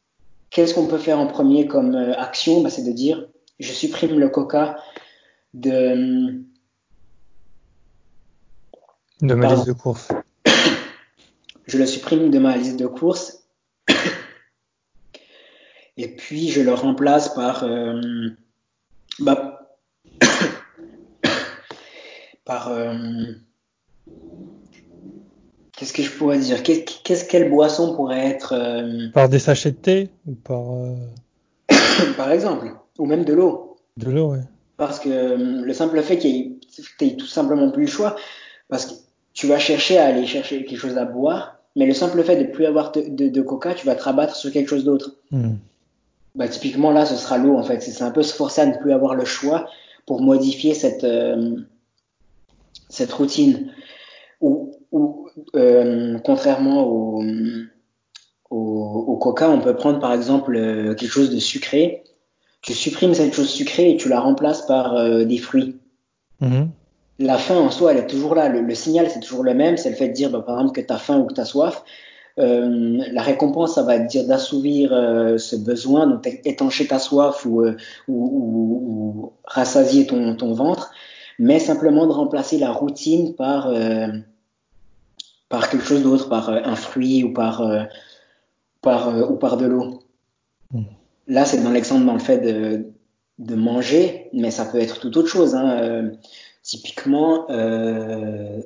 qu'est-ce qu'on peut faire en premier comme euh, action? Bah, c'est de dire, je supprime le coca de, De ma liste pardon, de courses. je le supprime de ma liste de courses et puis je le remplace par, euh, bah, par, euh, qu'est-ce que je pourrais dire? Qu'est- Qu'est-ce quelle boisson pourrait être, euh, Par des sachets de thé ou par euh, par exemple, ou même de l'eau. de l'eau, ouais. Parce que euh, le simple fait qu'il n'y ait tout simplement plus le choix, parce que tu vas chercher à aller chercher quelque chose à boire, mais le simple fait de plus avoir de, de, de coca, tu vas te rabattre sur quelque chose d'autre. Hmm. Bah, typiquement là, ce sera l'eau en fait. C'est un peu se forcer à ne plus avoir le choix pour modifier cette, euh, cette routine. Ou, ou euh, contrairement au, au, au coca, on peut prendre par exemple euh, quelque chose de sucré. Tu supprimes cette chose sucrée et tu la remplaces par euh, des fruits. Mhm. La faim en soi, elle est toujours là. Le, le signal, c'est toujours le même. C'est le fait de dire, bah, par exemple, que tu as faim ou que tu as soif. Euh, la récompense, ça va être dire d'assouvir euh, ce besoin, donc étancher ta soif ou, euh, ou, ou, ou rassasier ton, ton ventre, mais simplement de remplacer la routine par, euh, par quelque chose d'autre, par euh, un fruit ou par, euh, par, euh, ou par de l'eau. Hmm. Là, c'est dans l'exemple dans le fait de, de manger, mais ça peut être tout autre chose. Hein. Euh, typiquement, euh,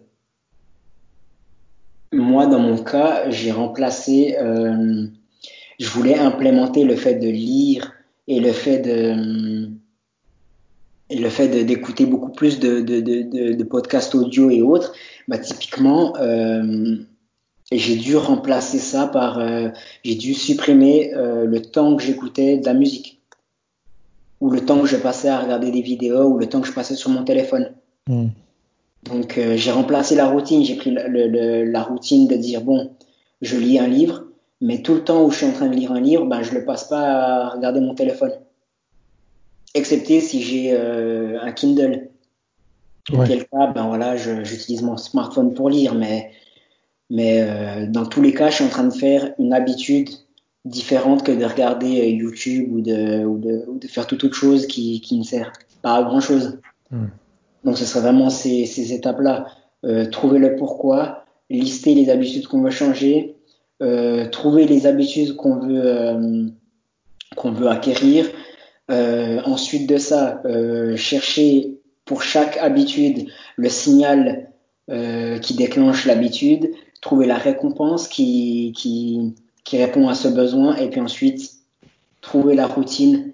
moi, dans mon cas, j'ai remplacé, euh, je voulais implémenter le fait de lire et le fait de, et le fait de- d'écouter beaucoup plus de, de, de, de, de podcasts audio et autres. Bah, typiquement, euh, j'ai dû remplacer ça par, euh, j'ai dû supprimer euh, le temps que j'écoutais de la musique, ou le temps que je passais à regarder des vidéos, ou le temps que je passais sur mon téléphone. Hmm. Donc euh, j'ai remplacé la routine, j'ai pris le, le, le, la routine de dire bon, je lis un livre, mais tout le temps où je suis en train de lire un livre, ben je le passe pas à regarder mon téléphone, excepté si j'ai euh, un Kindle. Ouais. Auquel cas, ben voilà, je- j'utilise mon smartphone pour lire, mais mais euh, dans tous les cas, je suis en train de faire une habitude différente que de regarder euh, YouTube ou de, ou de ou de faire toute autre chose qui qui ne sert pas à grand chose. Hmm. Donc ce serait vraiment ces, ces étapes-là. Euh, trouver le pourquoi, lister les habitudes qu'on veut changer, euh, trouver les habitudes qu'on veut, euh, qu'on veut acquérir. Euh, ensuite de ça, euh, chercher pour chaque habitude le signal euh, qui déclenche l'habitude, trouver la récompense qui, qui, qui répond à ce besoin, et puis ensuite trouver la routine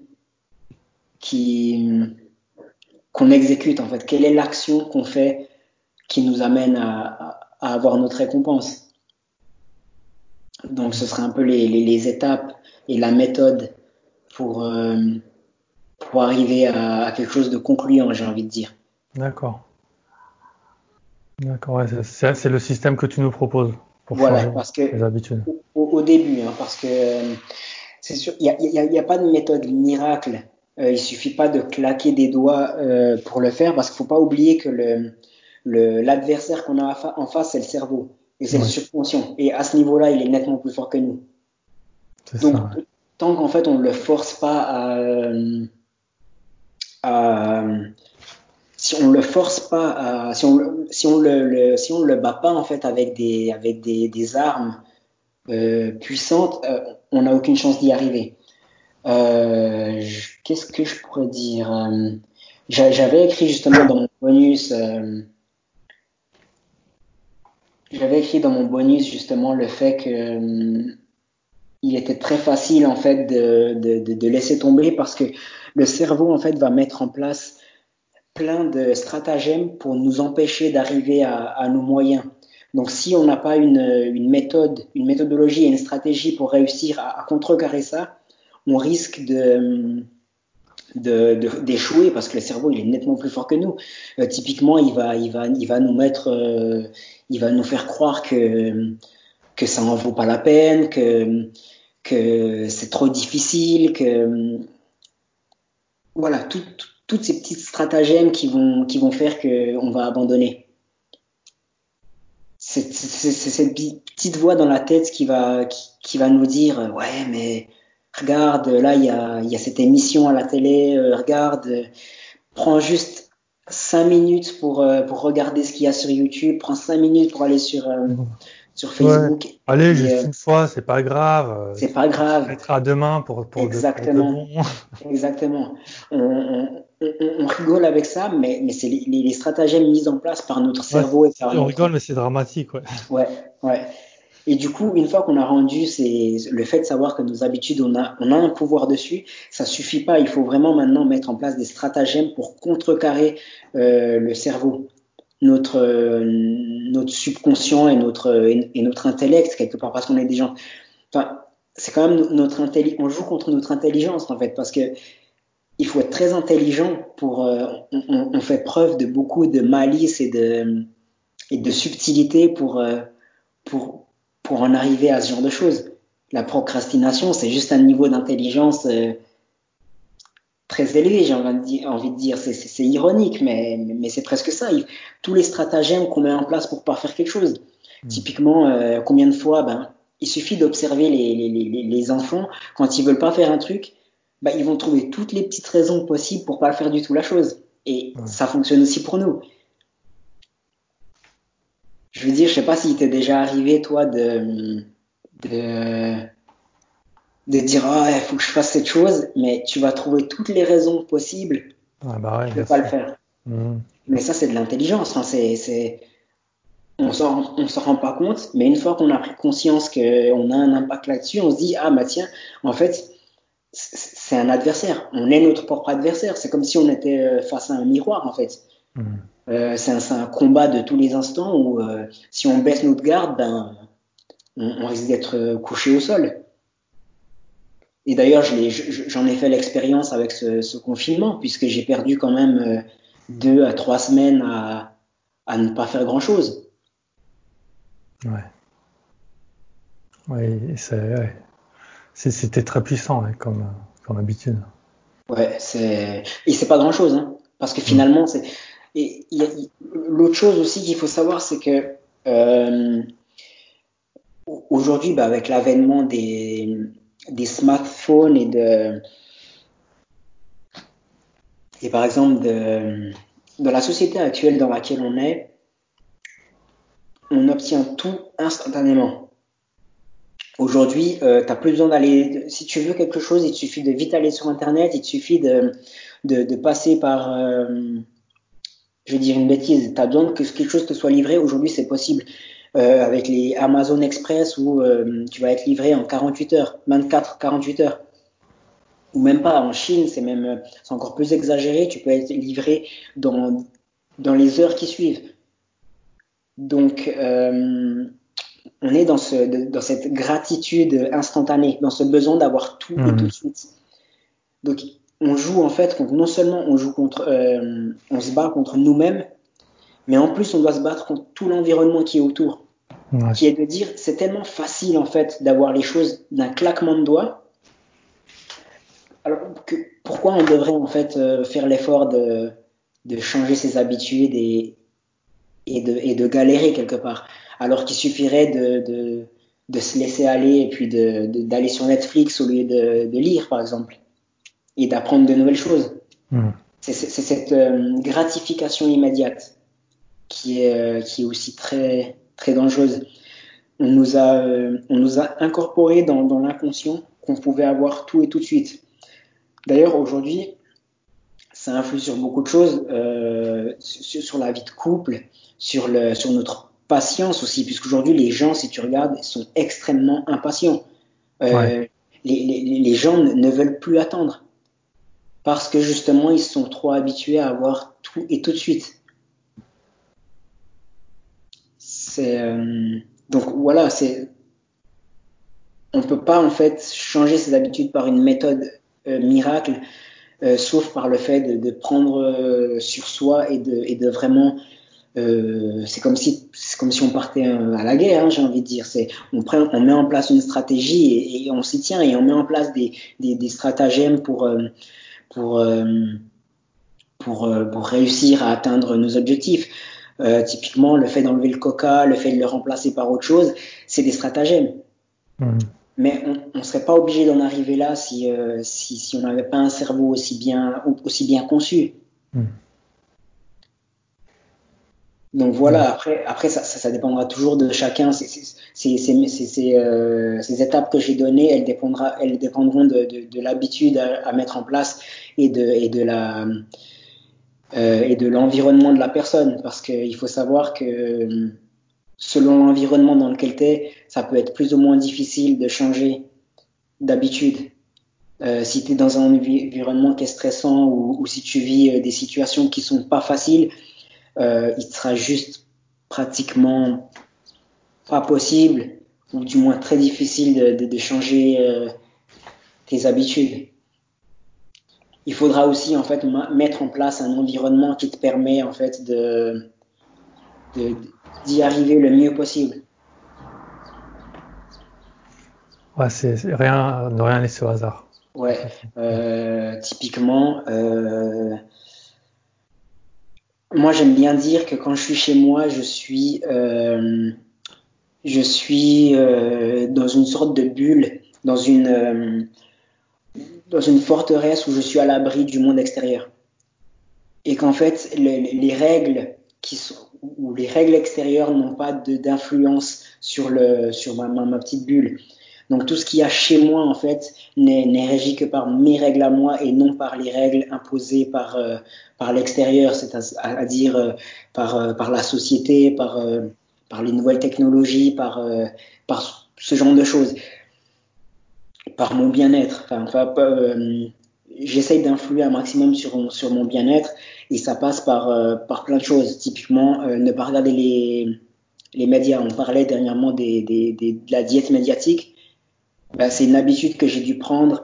qui, qu'on exécute en fait. Quelle est l'action qu'on fait qui nous amène à, à avoir notre récompense. Donc ce serait un peu les, les, les étapes et la méthode pour, euh, pour arriver à, à quelque chose de concluant, j'ai envie de dire. D'accord. D'accord, ouais, c'est c'est- c'est le système que tu nous proposes pour Voilà, changer parce les que habitudes. au, au début, hein, parce que euh, c'est sûr, il n'y a, y a, y a pas de méthode miracle. Euh, il suffit pas de claquer des doigts euh, pour le faire, parce qu'il faut pas oublier que le, le, l'adversaire qu'on a en face, c'est le cerveau et c'est le Ouais, subconscient. Et à ce niveau-là, il est nettement plus fort que nous. c'est ça. Donc, Ouais. tant qu'en fait on ne le force pas à, euh, à, si on le force pas à, si on le, si on le, le- si on le bat pas en fait avec des avec des, des armes euh, puissantes, euh, on n'a aucune chance d'y arriver. Euh, je- qu'est-ce que je pourrais dire? Euh, j'a- J'avais écrit justement dans mon bonus, euh, j'avais écrit dans mon bonus justement le fait que euh, il était très facile en fait de, de, de, de laisser tomber, parce que le cerveau en fait va mettre en place plein de stratagèmes pour nous empêcher d'arriver à, à nos moyens. Donc si on n'a pas une, une méthode, une méthodologie et une stratégie pour réussir à, à contrecarrer ça, on risque de de, de, d'échouer, parce que le cerveau il est nettement plus fort que nous. Euh, typiquement, il va il va il va nous mettre euh, il va nous faire croire que que ça en vaut pas la peine, que que c'est trop difficile, que voilà, tout, tout, toutes ces petites stratagèmes qui vont, qui vont faire qu'on va abandonner. C'est, c'est, c'est cette petite voix dans la tête qui va, qui, qui va nous dire ouais, mais regarde, là, il y a, il y a cette émission à la télé, euh, regarde, euh, prends juste cinq minutes pour, euh, pour regarder ce qu'il y a sur YouTube, prends cinq minutes pour aller sur, euh, sur Ouais. Facebook, et Allez, puis, juste euh, une fois, c'est pas grave. euh, c'est Tu, pas tu te grave. mettras demain pour, pour de, pour de Exactement. bon. Exactement. On, on, on, on rigole avec ça, mais, mais c'est les, les stratagèmes mis en place par notre Ouais, cerveau et par c'est- on rigole, notre... mais c'est dramatique, ouais. Ouais, ouais. Et du coup, une fois qu'on a rendu c'est le fait de savoir que nos habitudes, on a, on a un pouvoir dessus, ça suffit pas. Il faut vraiment maintenant mettre en place des stratagèmes pour contrecarrer euh, le cerveau, notre, euh, notre subconscient et notre, et notre intellect, quelque part, parce qu'on est des gens. Enfin, c'est quand même notre intelligence. On joue contre notre intelligence, en fait, parce que il faut être très intelligent pour. Euh, on, on, fait preuve de beaucoup de malice et de, et de subtilité pour, euh, pour, pour en arriver à ce genre de choses. La procrastination, c'est juste un niveau d'intelligence euh, très élevé, j'ai envie de dire. C'est, c'est, c'est ironique, mais, mais c'est presque ça. Il, tous les stratagèmes qu'on met en place pour pas faire quelque chose. Mm. Typiquement, euh, combien de fois, ben, il suffit d'observer les, les, les, les enfants, quand ils veulent pas faire un truc, ben, ils vont trouver toutes les petites raisons possibles pour pas faire du tout la chose. Et ouais. Ça fonctionne aussi pour nous. Je veux dire, je sais pas s'il t'est déjà arrivé, toi, de, de, de dire, ah, il faut que je fasse cette chose, mais tu vas trouver toutes les raisons possibles ah bah ouais, de ne pas sûr. le faire. Mmh. Mais ça, c'est de l'intelligence. Enfin, c'est, c'est, on s'en, on s'en rend pas compte, mais une fois qu'on a pris conscience qu'on a un impact là-dessus, on se dit, ah, bah tiens, en fait, c'est un adversaire. On est notre propre adversaire. C'est comme si on était face à un miroir, en fait. Mmh. Euh, c'est, un, c'est un combat de tous les instants où euh, si on baisse notre garde, ben, on, on risque d'être couché au sol. Et d'ailleurs, je l'ai, je, j'en ai fait l'expérience avec ce, ce confinement, puisque j'ai perdu quand même euh, deux à trois semaines à, à ne pas faire grand-chose. Ouais. Oui, c'est, ouais. c'est, c'était très puissant hein, comme, comme habitude. Ouais, c'est et c'est pas grand-chose, hein, parce que finalement, mmh. c'est et y a, y... l'autre chose aussi qu'il faut savoir, c'est que euh, aujourd'hui, bah, avec l'avènement des des smartphones et de et par exemple de de la société actuelle dans laquelle on est, on obtient tout instantanément. Aujourd'hui, euh, t'as plus besoin d'aller. Si tu veux quelque chose, il te suffit de vite aller sur Internet, il te suffit de de, de passer par euh, je vais dire une bêtise, tu as besoin que quelque chose te soit livré, aujourd'hui c'est possible euh, avec les Amazon Express où euh, tu vas être livré en quarante-huit heures, vingt-quatre, quarante-huit heures. Ou même pas, en Chine c'est même c'est encore plus exagéré, tu peux être livré dans, dans les heures qui suivent. Donc euh, on est dans, ce, dans cette gratitude instantanée, dans ce besoin d'avoir tout mmh. et tout de suite. Donc on joue en fait contre, non seulement on joue contre, euh, on se bat contre nous-mêmes, mais en plus, on doit se battre contre tout l'environnement qui est autour. Ouais. Qui est de dire, c'est tellement facile en fait d'avoir les choses d'un claquement de doigts. Alors que, pourquoi on devrait en fait euh, faire l'effort de, de changer ses habitudes et, et, de, et de galérer quelque part, alors qu'il suffirait de, de, de se laisser aller et puis de, de, d'aller sur Netflix au lieu de, de lire par exemple et d'apprendre de nouvelles choses. Mmh. C'est, c'est, c'est cette euh, gratification immédiate qui est, euh, qui est aussi très, très dangereuse. On nous a, euh, on nous a incorporé dans, dans l'inconscient qu'on pouvait avoir tout et tout de suite. D'ailleurs, aujourd'hui, ça influe sur beaucoup de choses, euh, sur, sur la vie de couple, sur, le, sur notre patience aussi, puisqu'aujourd'hui, les gens, si tu regardes, sont extrêmement impatients. Euh, ouais. les, les, les gens ne, ne veulent plus attendre parce que justement, ils sont trop habitués à avoir tout et tout de suite. C'est, euh, donc voilà, c'est, on peut pas en fait changer ses habitudes par une méthode euh, miracle, euh, sauf par le fait de, de prendre euh, sur soi et de, et de vraiment, euh, c'est comme si, c'est comme si on partait à la guerre, hein, j'ai envie de dire. C'est, on prend, on met en place une stratégie et, et on s'y tient et on met en place des, des, des stratagèmes pour, euh, pour, euh, pour, euh, pour réussir à atteindre nos objectifs. Euh, typiquement, le fait d'enlever le coca, le fait de le remplacer par autre chose, c'est des stratagèmes. Mmh. Mais on ne serait pas obligé d'en arriver là si, euh, si, si on n'avait pas un cerveau aussi bien, aussi bien conçu. Mm. Donc voilà, après, après ça, ça, ça dépendra toujours de chacun. C'est, c'est, c'est, c'est, c'est, c'est, euh, ces étapes que j'ai données, elles, dépendra, elles dépendront de, de, de l'habitude à, à mettre en place et de, et de la, euh, et de l'environnement de la personne. Parce qu'il faut savoir que selon l'environnement dans lequel tu es, ça peut être plus ou moins difficile de changer d'habitude. Euh, si tu es dans un environnement qui est stressant ou, ou si tu vis euh, des situations qui sont pas faciles, euh, il te sera juste pratiquement pas possible ou du moins très difficile de, de, de changer euh, tes habitudes. Il faudra aussi en fait mettre en place un environnement qui te permet en fait de, de d'y arriver le mieux possible. Ouais, c'est, c'est rien, ne rien laisser au hasard. Ouais, euh, typiquement, euh, moi j'aime bien dire que quand je suis chez moi, je suis, euh, je suis euh, dans une sorte de bulle, dans une, euh, dans une forteresse où je suis à l'abri du monde extérieur. Et qu'en fait, les, les règles qui sont, ou les règles extérieures n'ont pas de, d'influence sur, le, sur ma, ma, ma petite bulle. Donc tout ce qu'il y a chez moi, en fait, n'est, n'est régi que par mes règles à moi et non par les règles imposées par, euh, par l'extérieur, c'est-à-dire euh, par, euh, par la société, par, euh, par les nouvelles technologies, par, euh, par ce genre de choses, par mon bien-être. Enfin, enfin euh, j'essaye d'influer un maximum sur, sur mon bien-être et ça passe par, euh, par plein de choses. Typiquement, euh, ne pas regarder les, les médias. On parlait dernièrement des, des, des, de la diète médiatique. Ben, c'est une habitude que j'ai dû prendre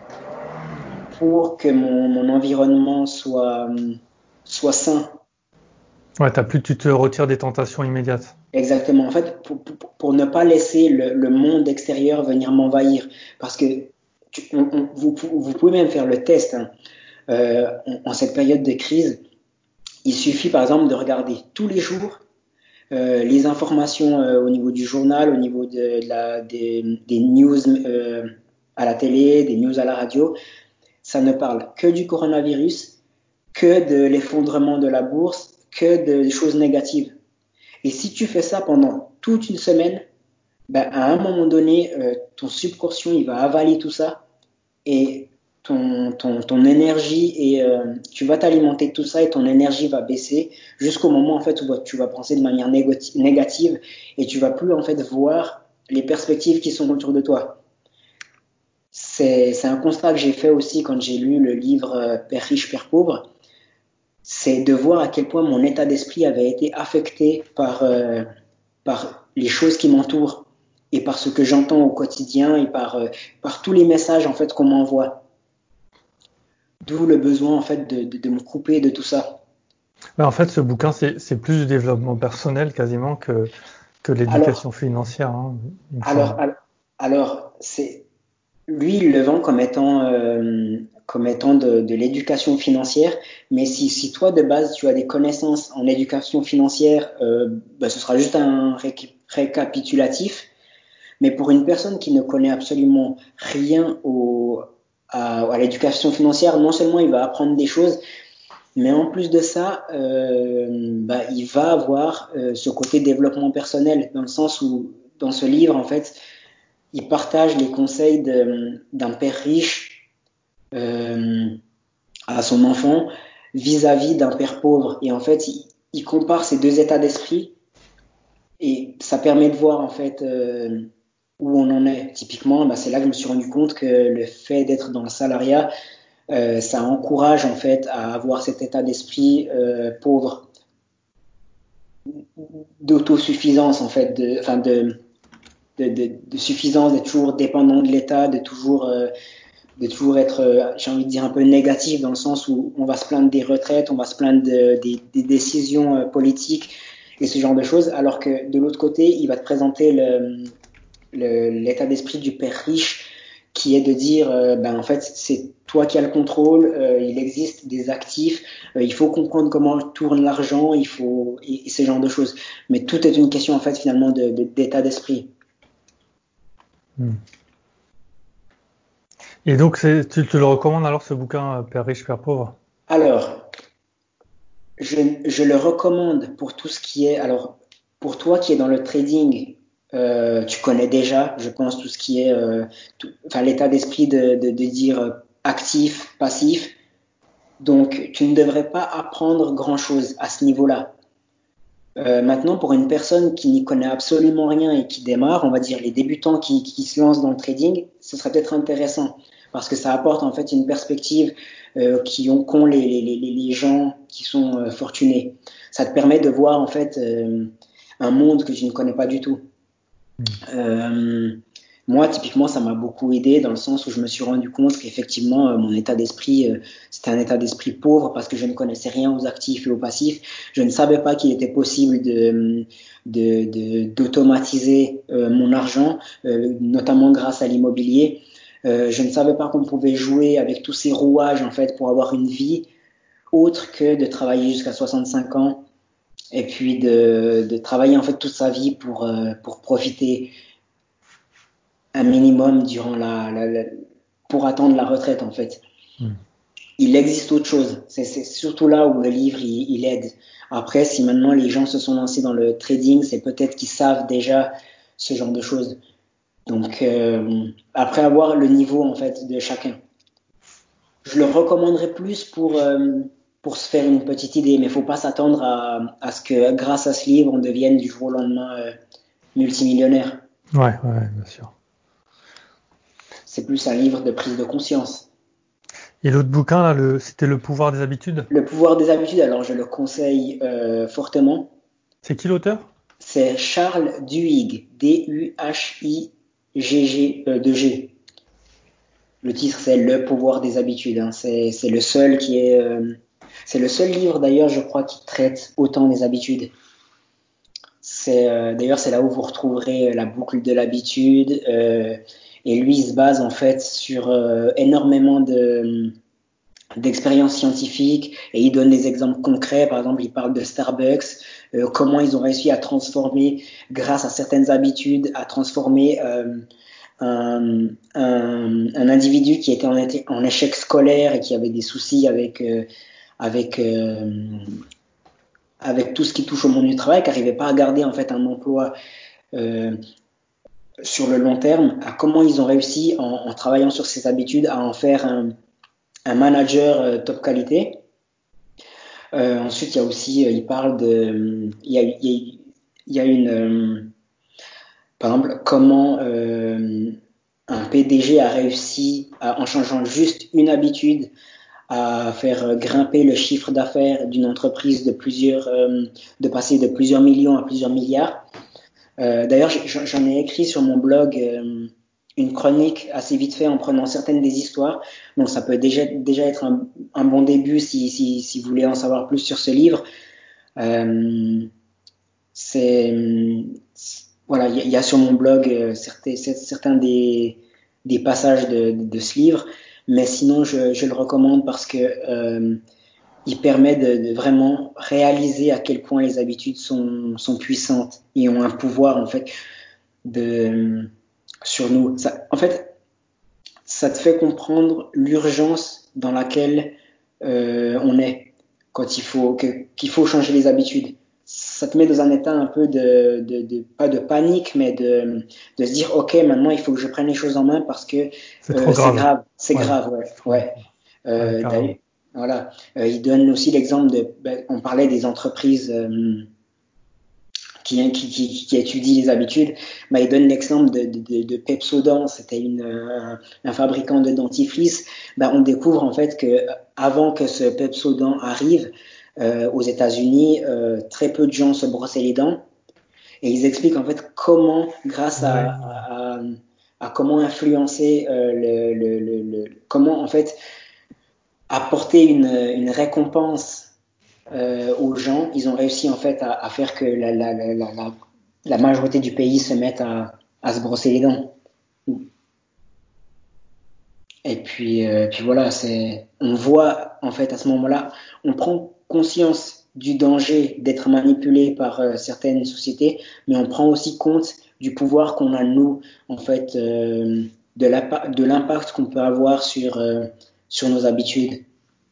pour que mon, mon environnement soit, soit sain. Ouais, t'as plus, tu te retires des tentations immédiates. Exactement. En fait, pour, pour, pour ne pas laisser le, le monde extérieur venir m'envahir. Parce que tu, on, on, vous, vous pouvez même faire le test. Hein. Euh, en, en cette période de crise, il suffit par exemple de regarder tous les jours euh, les informations euh, au niveau du journal, au niveau de, de la, des, des news euh, à la télé, des news à la radio. Ça ne parle que du coronavirus, que de l'effondrement de la bourse, que de choses négatives. Et si tu fais ça pendant toute une semaine, ben, à un moment donné, euh, ton subconscient, il va avaler tout ça et ton, ton, ton énergie, et euh, tu vas t'alimenter de tout ça et ton énergie va baisser jusqu'au moment en fait où tu vas penser de manière négative et tu vas plus en fait voir les perspectives qui sont autour de toi. C'est, c'est un constat que j'ai fait aussi quand j'ai lu le livre euh, Père riche, Père pauvre. C'est de voir à quel point mon état d'esprit avait été affecté par, euh, par les choses qui m'entourent et par ce que j'entends au quotidien et par, euh, par tous les messages en fait qu'on m'envoie. D'où le besoin en fait de, de, de me couper de tout ça. Ouais, en fait, ce bouquin, c'est, c'est plus du développement personnel quasiment que, que l'éducation Alors, financière, hein, il me semble. alors, alors, alors c'est lui, il le vend comme étant, euh, comme étant de, de l'éducation financière, mais si, si toi de base tu as des connaissances en éducation financière, euh, bah, ce sera juste un ré- récapitulatif. Mais pour une personne qui ne connaît absolument rien au, à, à l'éducation financière, non seulement il va apprendre des choses, mais en plus de ça, euh, bah, il va avoir euh, ce côté développement personnel, dans le sens où dans ce livre, en fait, il partage les conseils de, d'un père riche euh, à son enfant vis-à-vis d'un père pauvre. Et en fait, il, il compare ces deux états d'esprit et ça permet de voir en fait euh, où on en est. Typiquement, bah, c'est là que je me suis rendu compte que le fait d'être dans le salariat, euh, ça encourage en fait à avoir cet état d'esprit euh, pauvre, d'autosuffisance en fait, de, enfin de, de, de, de suffisance, d'être toujours dépendant de l'État, de toujours euh, de toujours être, euh, j'ai envie de dire, un peu négatif dans le sens où on va se plaindre des retraites, on va se plaindre de, des, des décisions euh, politiques et ce genre de choses, alors que de l'autre côté, il va te présenter le, le, l'état d'esprit du père riche qui est de dire, euh, ben en fait, c'est toi qui as le contrôle, euh, il existe des actifs, euh, il faut comprendre comment tourne l'argent, il faut et, et ce genre de choses. Mais tout est une question en fait finalement de, de, d'état d'esprit. Hmm. Et donc, c'est, tu te le recommandes alors ce bouquin euh, Père riche, Père pauvre? Alors, je, je le recommande pour tout ce qui est, alors, pour toi qui est dans le trading, euh, tu connais déjà, je pense, tout ce qui est, euh, tout- enfin, l'état d'esprit de, de, de dire euh, actif, passif. Donc, tu ne devrais pas apprendre grand-chose à ce niveau-là. Euh, maintenant, pour une personne qui n'y connaît absolument rien et qui démarre, on va dire les débutants qui, qui se lancent dans le trading, ce serait peut-être intéressant parce que ça apporte en fait une perspective euh, qui ont, qu'ont les, les, les, les gens qui sont euh, fortunés. Ça te permet de voir en fait euh, un monde que tu ne connais pas du tout. Hmm. Euh, Moi, typiquement, ça m'a beaucoup aidé dans le sens où je me suis rendu compte qu'effectivement, euh, mon état d'esprit, euh, c'était un état d'esprit pauvre parce que je ne connaissais rien aux actifs et aux passifs. Je ne savais pas qu'il était possible de, de, de- d'automatiser euh, mon argent, euh, notamment grâce à l'immobilier. Euh, je ne savais pas qu'on pouvait jouer avec tous ces rouages en fait pour avoir une vie autre que de travailler jusqu'à soixante-cinq ans et puis de, de travailler en fait toute sa vie pour, euh, pour profiter un minimum durant la, la, la, pour attendre la retraite en fait. Hmm. Il existe autre chose. C'est, c'est surtout là où le livre il, il aide. Après, si maintenant les gens se sont lancés dans le trading, c'est peut-être qu'ils savent déjà ce genre de choses. Donc euh, après avoir le niveau en fait de chacun, je le recommanderais plus pour euh, pour se faire une petite idée, mais il faut pas s'attendre à, à ce que grâce à ce livre on devienne du jour au lendemain euh, multimillionnaire. Ouais, ouais, bien sûr. C'est plus un livre de prise de conscience. Et l'autre bouquin, là, le, c'était Le pouvoir des habitudes. Le pouvoir des habitudes, alors je le conseille euh, fortement. C'est qui l'auteur? C'est Charles Duhigg, D U H I G G euh, de G. Le titre c'est Le pouvoir des habitudes. Hein. C'est, c'est le seul qui est, euh, c'est le seul livre d'ailleurs, je crois, qui traite autant des habitudes. C'est euh, d'ailleurs c'est là où vous retrouverez la boucle de l'habitude. Euh, et lui, il se base en fait sur euh, énormément de d'expériences scientifiques et il donne des exemples concrets. Par exemple, il parle de Starbucks, euh, comment ils ont réussi à transformer, grâce à certaines habitudes, à transformer euh, un, un, un individu qui était en, en échec scolaire et qui avait des soucis avec euh, avec euh, avec tout ce qui touche au monde du travail, qui n'arrivait pas à garder en fait un emploi euh, sur le long terme, à comment ils ont réussi en, en travaillant sur ces habitudes à en faire un, un manager euh, top qualité. Euh, ensuite, il y a aussi, euh, il parle de, il y a, il y a, il y a une, euh, par exemple, comment euh, un P D G a réussi, à, en changeant juste une habitude, à faire grimper le chiffre d'affaires d'une entreprise de plusieurs, euh, de passer de plusieurs millions à plusieurs milliards. Euh, D'ailleurs, j'en ai écrit sur mon blog euh, une chronique assez vite fait en prenant certaines des histoires. Donc, ça peut déjà, déjà être un, un bon début si, si, si vous voulez en savoir plus sur ce livre. Euh, c'est voilà, il y, y, a sur mon blog euh, certains, certains des, des passages de, de, de, ce livre, mais sinon je, je le recommande parce que euh, il permet de, de vraiment réaliser à quel point les habitudes sont, sont puissantes et ont un pouvoir en fait de sur nous. Ça, en fait, ça te fait comprendre l'urgence dans laquelle euh, on est quand il faut que, qu'il faut changer les habitudes. Ça te met dans un état un peu de, de, de pas de panique, mais de, de se dire ok, maintenant il faut que je prenne les choses en main parce que C'est trop euh, c'est grave. grave, c'est Ouais, grave, ouais, c'est trop ouais. grave. Ouais, Euh, carrément. d'ailleurs, voilà. Euh, il donne aussi l'exemple de, ben, on parlait des entreprises. Euh, qui, qui, qui, qui étudie les habitudes, bah, il donne l'exemple de, de, de Pepsodent, c'était une, un, un fabricant de dentifrice. Bah, on découvre en fait que avant que ce Pepsodent arrive euh, aux États-Unis, euh, très peu de gens se brossaient les dents. Et ils expliquent en fait comment, grâce à, Ouais. à, à, à comment influencer euh, le, le, le, le, comment en fait apporter une, une récompense euh, aux gens, ils ont réussi en fait à, à faire que la, la, la, la, la majorité du pays se mette à, à se brosser les dents. Et puis, euh, puis voilà, c'est, on voit en fait à ce moment-là, on prend conscience du danger d'être manipulé par euh, certaines sociétés, mais on prend aussi compte du pouvoir qu'on a nous en fait euh, de l'impact, de l'impact qu'on peut avoir sur, euh, sur nos habitudes.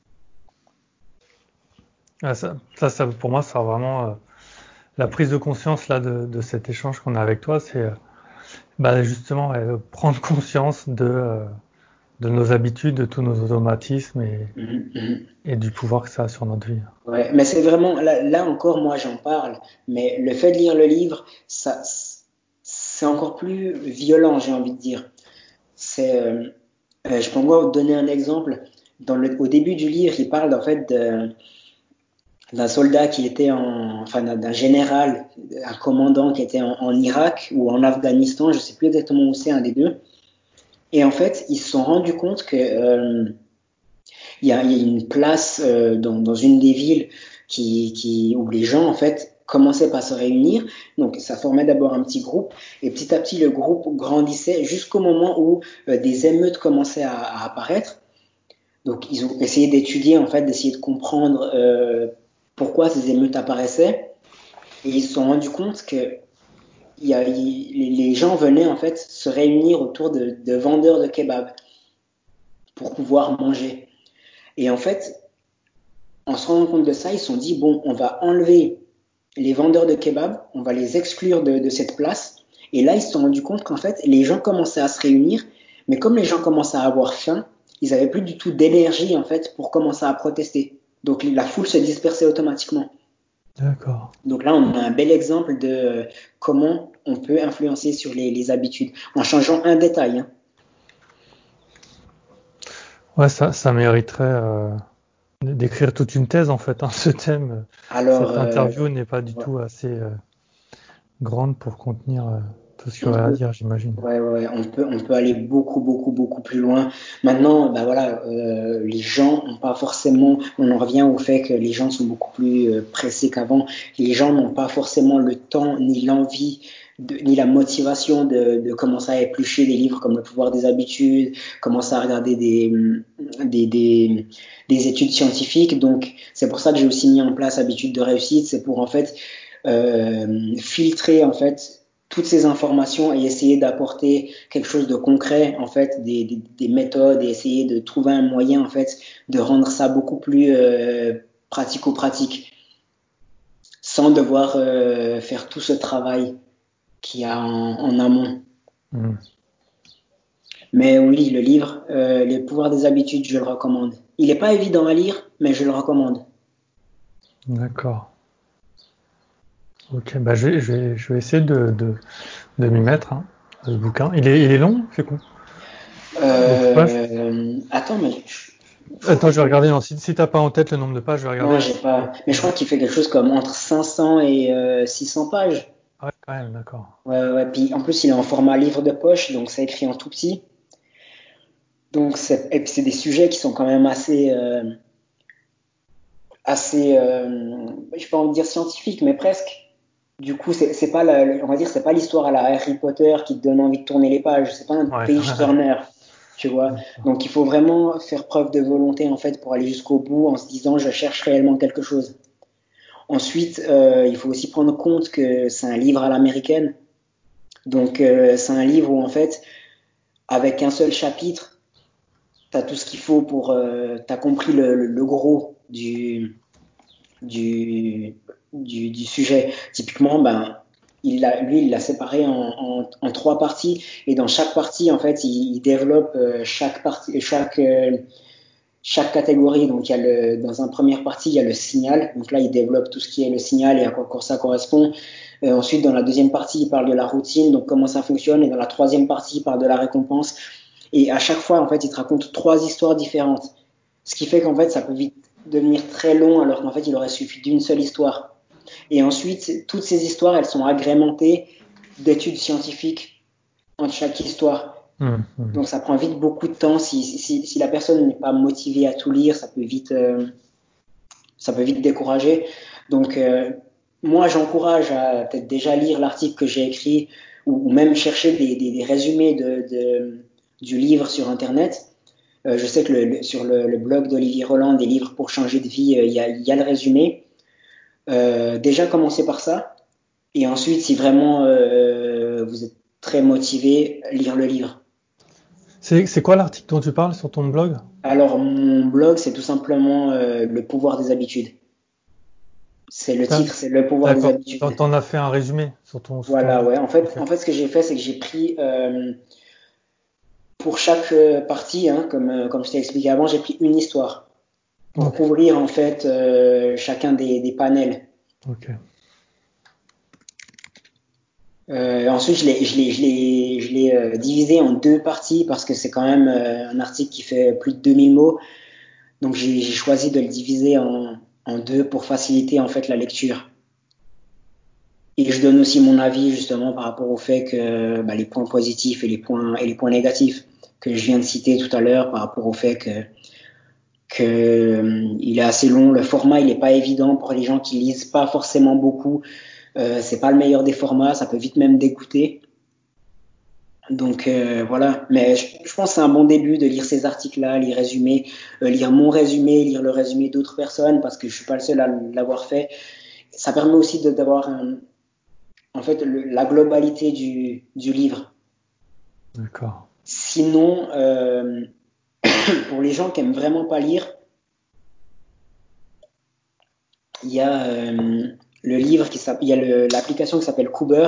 Ah, ça, ça, ça, pour moi, ça a vraiment euh, la prise de conscience là de, de cet échange qu'on a avec toi, c'est euh, bah, justement euh, prendre conscience de, euh, de nos habitudes, de tous nos automatismes et, Mhm, mhm. et du pouvoir que ça a sur notre vie. Ouais, mais c'est vraiment, là, là encore, moi j'en parle, mais le fait de lire le livre, ça, c'est encore plus violent, j'ai envie de dire. C'est, euh, euh, je peux encore vous donner un exemple. Dans le, au début du livre, il parle en fait de, d'un soldat qui était en, enfin d'un général, un commandant qui était en, en Irak ou en Afghanistan, je sais plus exactement où c'est, un des deux. Et en fait, ils se sont rendus compte que euh, il y a, il y a une place euh, dans, dans une des villes qui, qui, où les gens en fait commençaient par se réunir. Donc ça formait d'abord un petit groupe et petit à petit le groupe grandissait jusqu'au moment où euh, des émeutes commençaient à, à apparaître. Donc ils ont essayé d'étudier en fait, d'essayer de comprendre euh, pourquoi ces émeutes apparaissaient et ils se sont rendus compte que il y a, il, les gens venaient en fait se réunir autour de, de vendeurs de kebab pour pouvoir manger. Et en fait, en se rendant compte de ça, ils se sont dit, bon, on va enlever les vendeurs de kebab, on va les exclure de, de cette place. Et là, ils se sont rendus compte qu'en fait, les gens commençaient à se réunir, mais comme les gens commençaient à avoir faim, ils n'avaient plus du tout d'énergie, en fait, pour commencer à protester. Donc, la foule se dispersait automatiquement. D'accord. Donc là, on a un bel exemple de comment on peut influencer sur les, les habitudes, en changeant un détail. Hein. Ouais, ça, ça mériterait euh, d'écrire toute une thèse en fait. Hein, ce thème, Alors, cette euh, interview n'est pas du ouais, tout assez euh, grande pour contenir euh, tout ce qu'il y on aurait à peut, dire, j'imagine. Ouais, ouais, on peut, on peut aller beaucoup, beaucoup, beaucoup plus loin. Maintenant, bah voilà, euh, les gens n'ont pas forcément, on en revient au fait que les gens sont beaucoup plus euh, pressés qu'avant. Les gens n'ont pas forcément le temps, ni l'envie, de, ni la motivation de, de commencer à éplucher des livres comme Le pouvoir des habitudes, commencer à regarder des, des, des, des études scientifiques. Donc, c'est pour ça que j'ai aussi mis en place Habitudes de réussite. C'est pour en fait euh, filtrer en fait toutes ces informations et essayer d'apporter quelque chose de concret, en fait, des, des, des méthodes et essayer de trouver un moyen, en fait, de rendre ça beaucoup plus euh, pratico-pratique, sans devoir euh, faire tout ce travail qu'il y a en, en amont. Hmm. Mais oui, le livre, euh, Les pouvoirs des habitudes, je le recommande. Il n'est pas évident à lire, mais je le recommande. D'accord. Ok, bah je vais, je vais, je vais essayer de, de, de m'y mettre, hein, ce bouquin. Il est, il est long, c'est con. Beaucoup de pages. Euh, attends, mais je, je crois Attends, qu'il je vais fait. regarder. Non, si, si t'as pas en tête le nombre de pages, je vais Non, regarder. j'ai Pour pas. Mais je crois qu'il fait quelque chose comme entre cinq cents et euh, six cents pages. Ah ouais, quand même, d'accord. Ouais, ouais, ouais. Puis en plus, il est en format livre de poche, donc c'est écrit en tout petit. Donc c'est, et puis c'est des sujets qui sont quand même assez, euh, assez, euh, je peux en dire scientifiques, mais presque. Du coup, c'est, c'est pas la, on va dire, c'est pas l'histoire à la Harry Potter qui te donne envie de tourner les pages. C'est pas un Ouais. page turner, tu vois. D'accord. Donc il faut vraiment faire preuve de volonté en fait pour aller jusqu'au bout en se disant je cherche réellement quelque chose. Ensuite, euh, il faut aussi prendre compte que c'est un livre à l'américaine. Donc euh, c'est un livre où en fait, avec un seul chapitre, t'as tout ce qu'il faut pour, euh, t'as compris le, le, le gros du, du, du, du sujet. Typiquement, ben, il l'a, lui, il l'a séparé en, en, en trois parties, et dans chaque partie, en fait, il, il développe euh, chaque partie, chaque, euh, chaque catégorie. Donc, il y a le, dans une première partie, il y a le signal. Donc là, il développe tout ce qui est le signal et à quoi ça correspond. Euh, ensuite, dans la deuxième partie, il parle de la routine, donc comment ça fonctionne. Et dans la troisième partie, il parle de la récompense. Et à chaque fois, en fait, il te raconte trois histoires différentes. Ce qui fait qu'en fait, ça peut vite devenir très long, alors qu'en fait, il aurait suffi d'une seule histoire. Et ensuite, toutes ces histoires, elles sont agrémentées d'études scientifiques entre chaque histoire. Hmm, hmm. Donc, ça prend vite beaucoup de temps. Si, si, si la personne n'est pas motivée à tout lire, ça peut vite, euh, ça peut vite décourager. Donc, euh, moi, j'encourage à peut-être déjà lire l'article que j'ai écrit ou, ou même chercher des, des, des résumés de, de, du livre sur Internet. Euh, je sais que le, le, sur le, le blog d'Olivier Roland, des livres pour changer de vie, il euh, y, a, y a le résumé. Euh, déjà, commencer par ça. Et ensuite, si vraiment euh, vous êtes très motivé, lire le livre. C'est, c'est quoi l'article dont tu parles sur ton blog? Alors, mon blog, c'est tout simplement euh, le pouvoir des habitudes. C'est le T'as- titre, c'est le pouvoir des D'accord. T'en, habitudes. t'en as fait un résumé sur ton, sur ton Voilà, blog. ouais. En fait, Ok. en fait, ce que j'ai fait, c'est que j'ai pris euh, pour chaque euh, partie, hein, comme, euh, comme je t'ai expliqué avant, j'ai pris une histoire pour Ok. couvrir en fait euh, chacun des, des panels. Ok. Euh, ensuite, je l'ai, je l'ai, je l'ai, je l'ai euh, divisé en deux parties parce que c'est quand même euh, un article qui fait plus de deux mille mots. Donc, j'ai, j'ai choisi de le diviser en, en deux pour faciliter en fait la lecture. Et je donne aussi mon avis justement par rapport au fait que bah, les points positifs et les points et les points négatifs que je viens de citer tout à l'heure par rapport au fait que que euh, il est assez long, le format il est pas évident pour les gens qui lisent pas forcément beaucoup. Euh, c'est pas le meilleur des formats, ça peut vite même dégoûter. Donc euh, voilà, mais je, je pense que c'est un bon début de lire ces articles-là, les résumés, euh, lire mon résumé, lire le résumé d'autres personnes parce que je suis pas le seul à l'avoir fait. Ça permet aussi de, d'avoir un, en fait le, la globalité du, du livre. D'accord. Sinon, euh, pour les gens qui aiment vraiment pas lire, il y a euh, le livre qui s'appelle, il y a le, l'application qui s'appelle Cooper.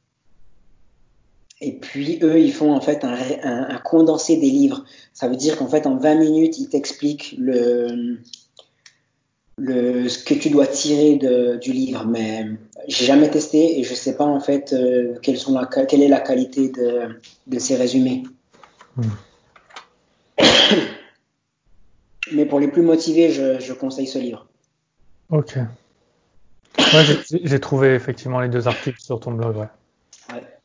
Et puis eux, ils font en fait un, un, un condensé des livres. Ça veut dire qu'en fait en vingt minutes, ils t'expliquent le, le ce que tu dois tirer de, du livre. Mais j'ai jamais testé et je sais pas en fait euh, quelles sont la, quelle est la qualité de, de ces résumés. Hmm. Mais pour les plus motivés, je, je conseille ce livre. Ok. Ouais, j'ai j'ai- j'ai trouvé effectivement les deux articles sur ton blog, ouais. Ouais.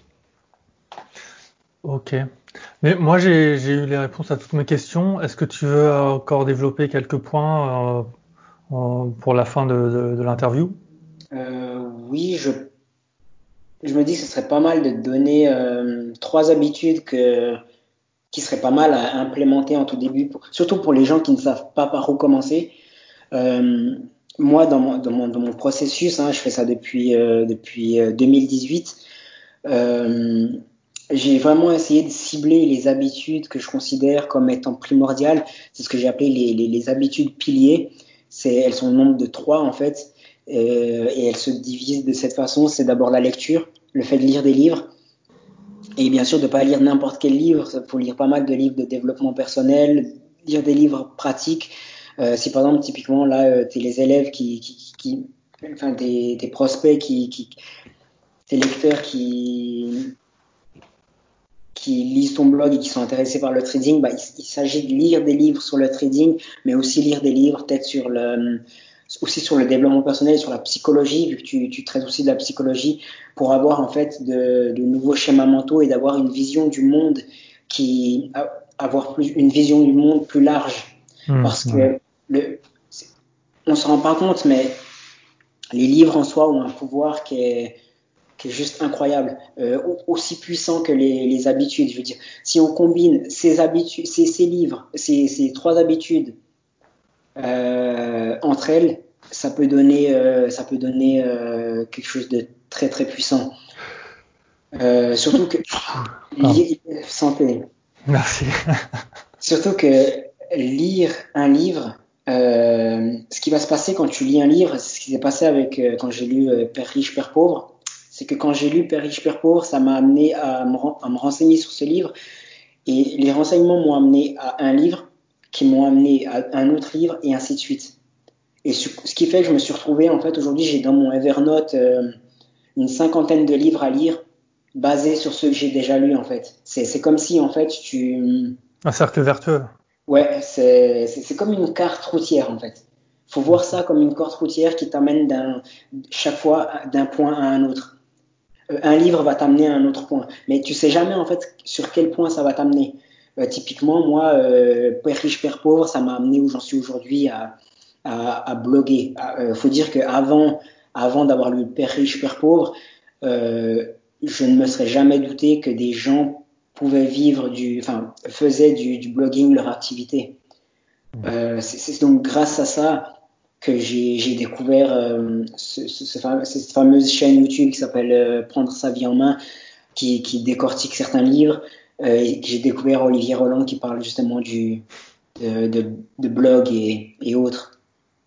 Ok. Mais moi, j'ai j'ai eu les réponses à toutes mes questions. Est-ce que tu veux encore développer quelques points euh, en- pour la fin de, de, de l'interview? Euh, oui, je, je me dis que ce serait pas mal de donner euh, trois habitudes que, qui seraient pas mal à implémenter en tout début, pour, surtout pour les gens qui ne savent pas par où commencer. Euh, moi, dans mon, dans mon, dans mon processus, hein, je fais ça depuis, euh, depuis euh, deux mille dix-huit, euh, j'ai vraiment essayé de cibler les habitudes que je considère comme étant primordiales. C'est ce que j'ai appelé les, les, les habitudes piliers. C'est, elles sont au nombre de trois en fait, euh, et elles se divisent de cette façon. C'est d'abord la lecture, le fait de lire des livres, et bien sûr de ne pas lire n'importe quel livre. Il faut lire pas mal de livres de développement personnel, lire des livres pratiques. Euh, si par exemple typiquement là, euh, tu es les élèves qui, qui, qui enfin des, des prospects qui, qui tes lecteurs qui qui lisent ton blog et qui sont intéressés par le trading, bah, il, il s'agit de lire des livres sur le trading, mais aussi lire des livres peut-être sur le, aussi sur le développement personnel, sur la psychologie, vu que tu, tu traites aussi de la psychologie, pour avoir en fait de, de nouveaux schémas mentaux et d'avoir une vision du monde qui, avoir plus, une vision du monde plus large. Hmm, Parce ouais. que le, on se rend pas compte, mais les livres en soi ont un pouvoir qui est, qui est juste incroyable, euh, aussi puissant que les, les habitudes. Je veux dire, si on combine ces habitudes, ces, ces livres, ces, ces trois habitudes euh, entre elles, ça peut donner, euh, ça peut donner euh, quelque chose de très très puissant. Euh, surtout que Pardon. li- santé. Merci. Surtout que lire un livre, euh, ce qui va se passer quand tu lis un livre, c'est ce qui s'est passé avec euh, quand j'ai lu euh, Père riche, Père pauvre. C'est que quand j'ai lu Père riche, Père pauvre, ça m'a amené à me, à me renseigner sur ce livre. Et les renseignements m'ont amené à un livre, qui m'ont amené à un autre livre, et ainsi de suite. Et ce, ce qui fait que je me suis retrouvé, en fait, aujourd'hui, j'ai dans mon Evernote euh, une cinquantaine de livres à lire, basés sur ceux que j'ai déjà lus, en fait. C'est, c'est comme si, en fait, tu, Un cercle vertueux. ouais, c'est, c'est, c'est comme une carte routière en fait. Faut voir ça comme une carte routière qui t'amène d'un, chaque fois d'un point à un autre. Euh, un livre va t'amener à un autre point, mais tu sais jamais en fait sur quel point ça va t'amener. Euh, typiquement, moi, euh, Père riche, Père pauvre, ça m'a amené où j'en suis aujourd'hui à, à, à bloguer. Il euh, faut dire qu'avant avant d'avoir lu Père riche, Père pauvre, euh, je ne me serais jamais douté que des gens pouvaient vivre du, enfin, faisaient du, du blogging leur activité. Euh, c'est, c'est donc grâce à ça que j'ai, j'ai découvert euh, ce, ce, ce fameux, cette fameuse chaîne YouTube qui s'appelle euh, Prendre sa vie en main, qui, qui décortique certains livres. euh, et que j'ai découvert Olivier Roland qui parle justement du, de, de, de blog et, et autres.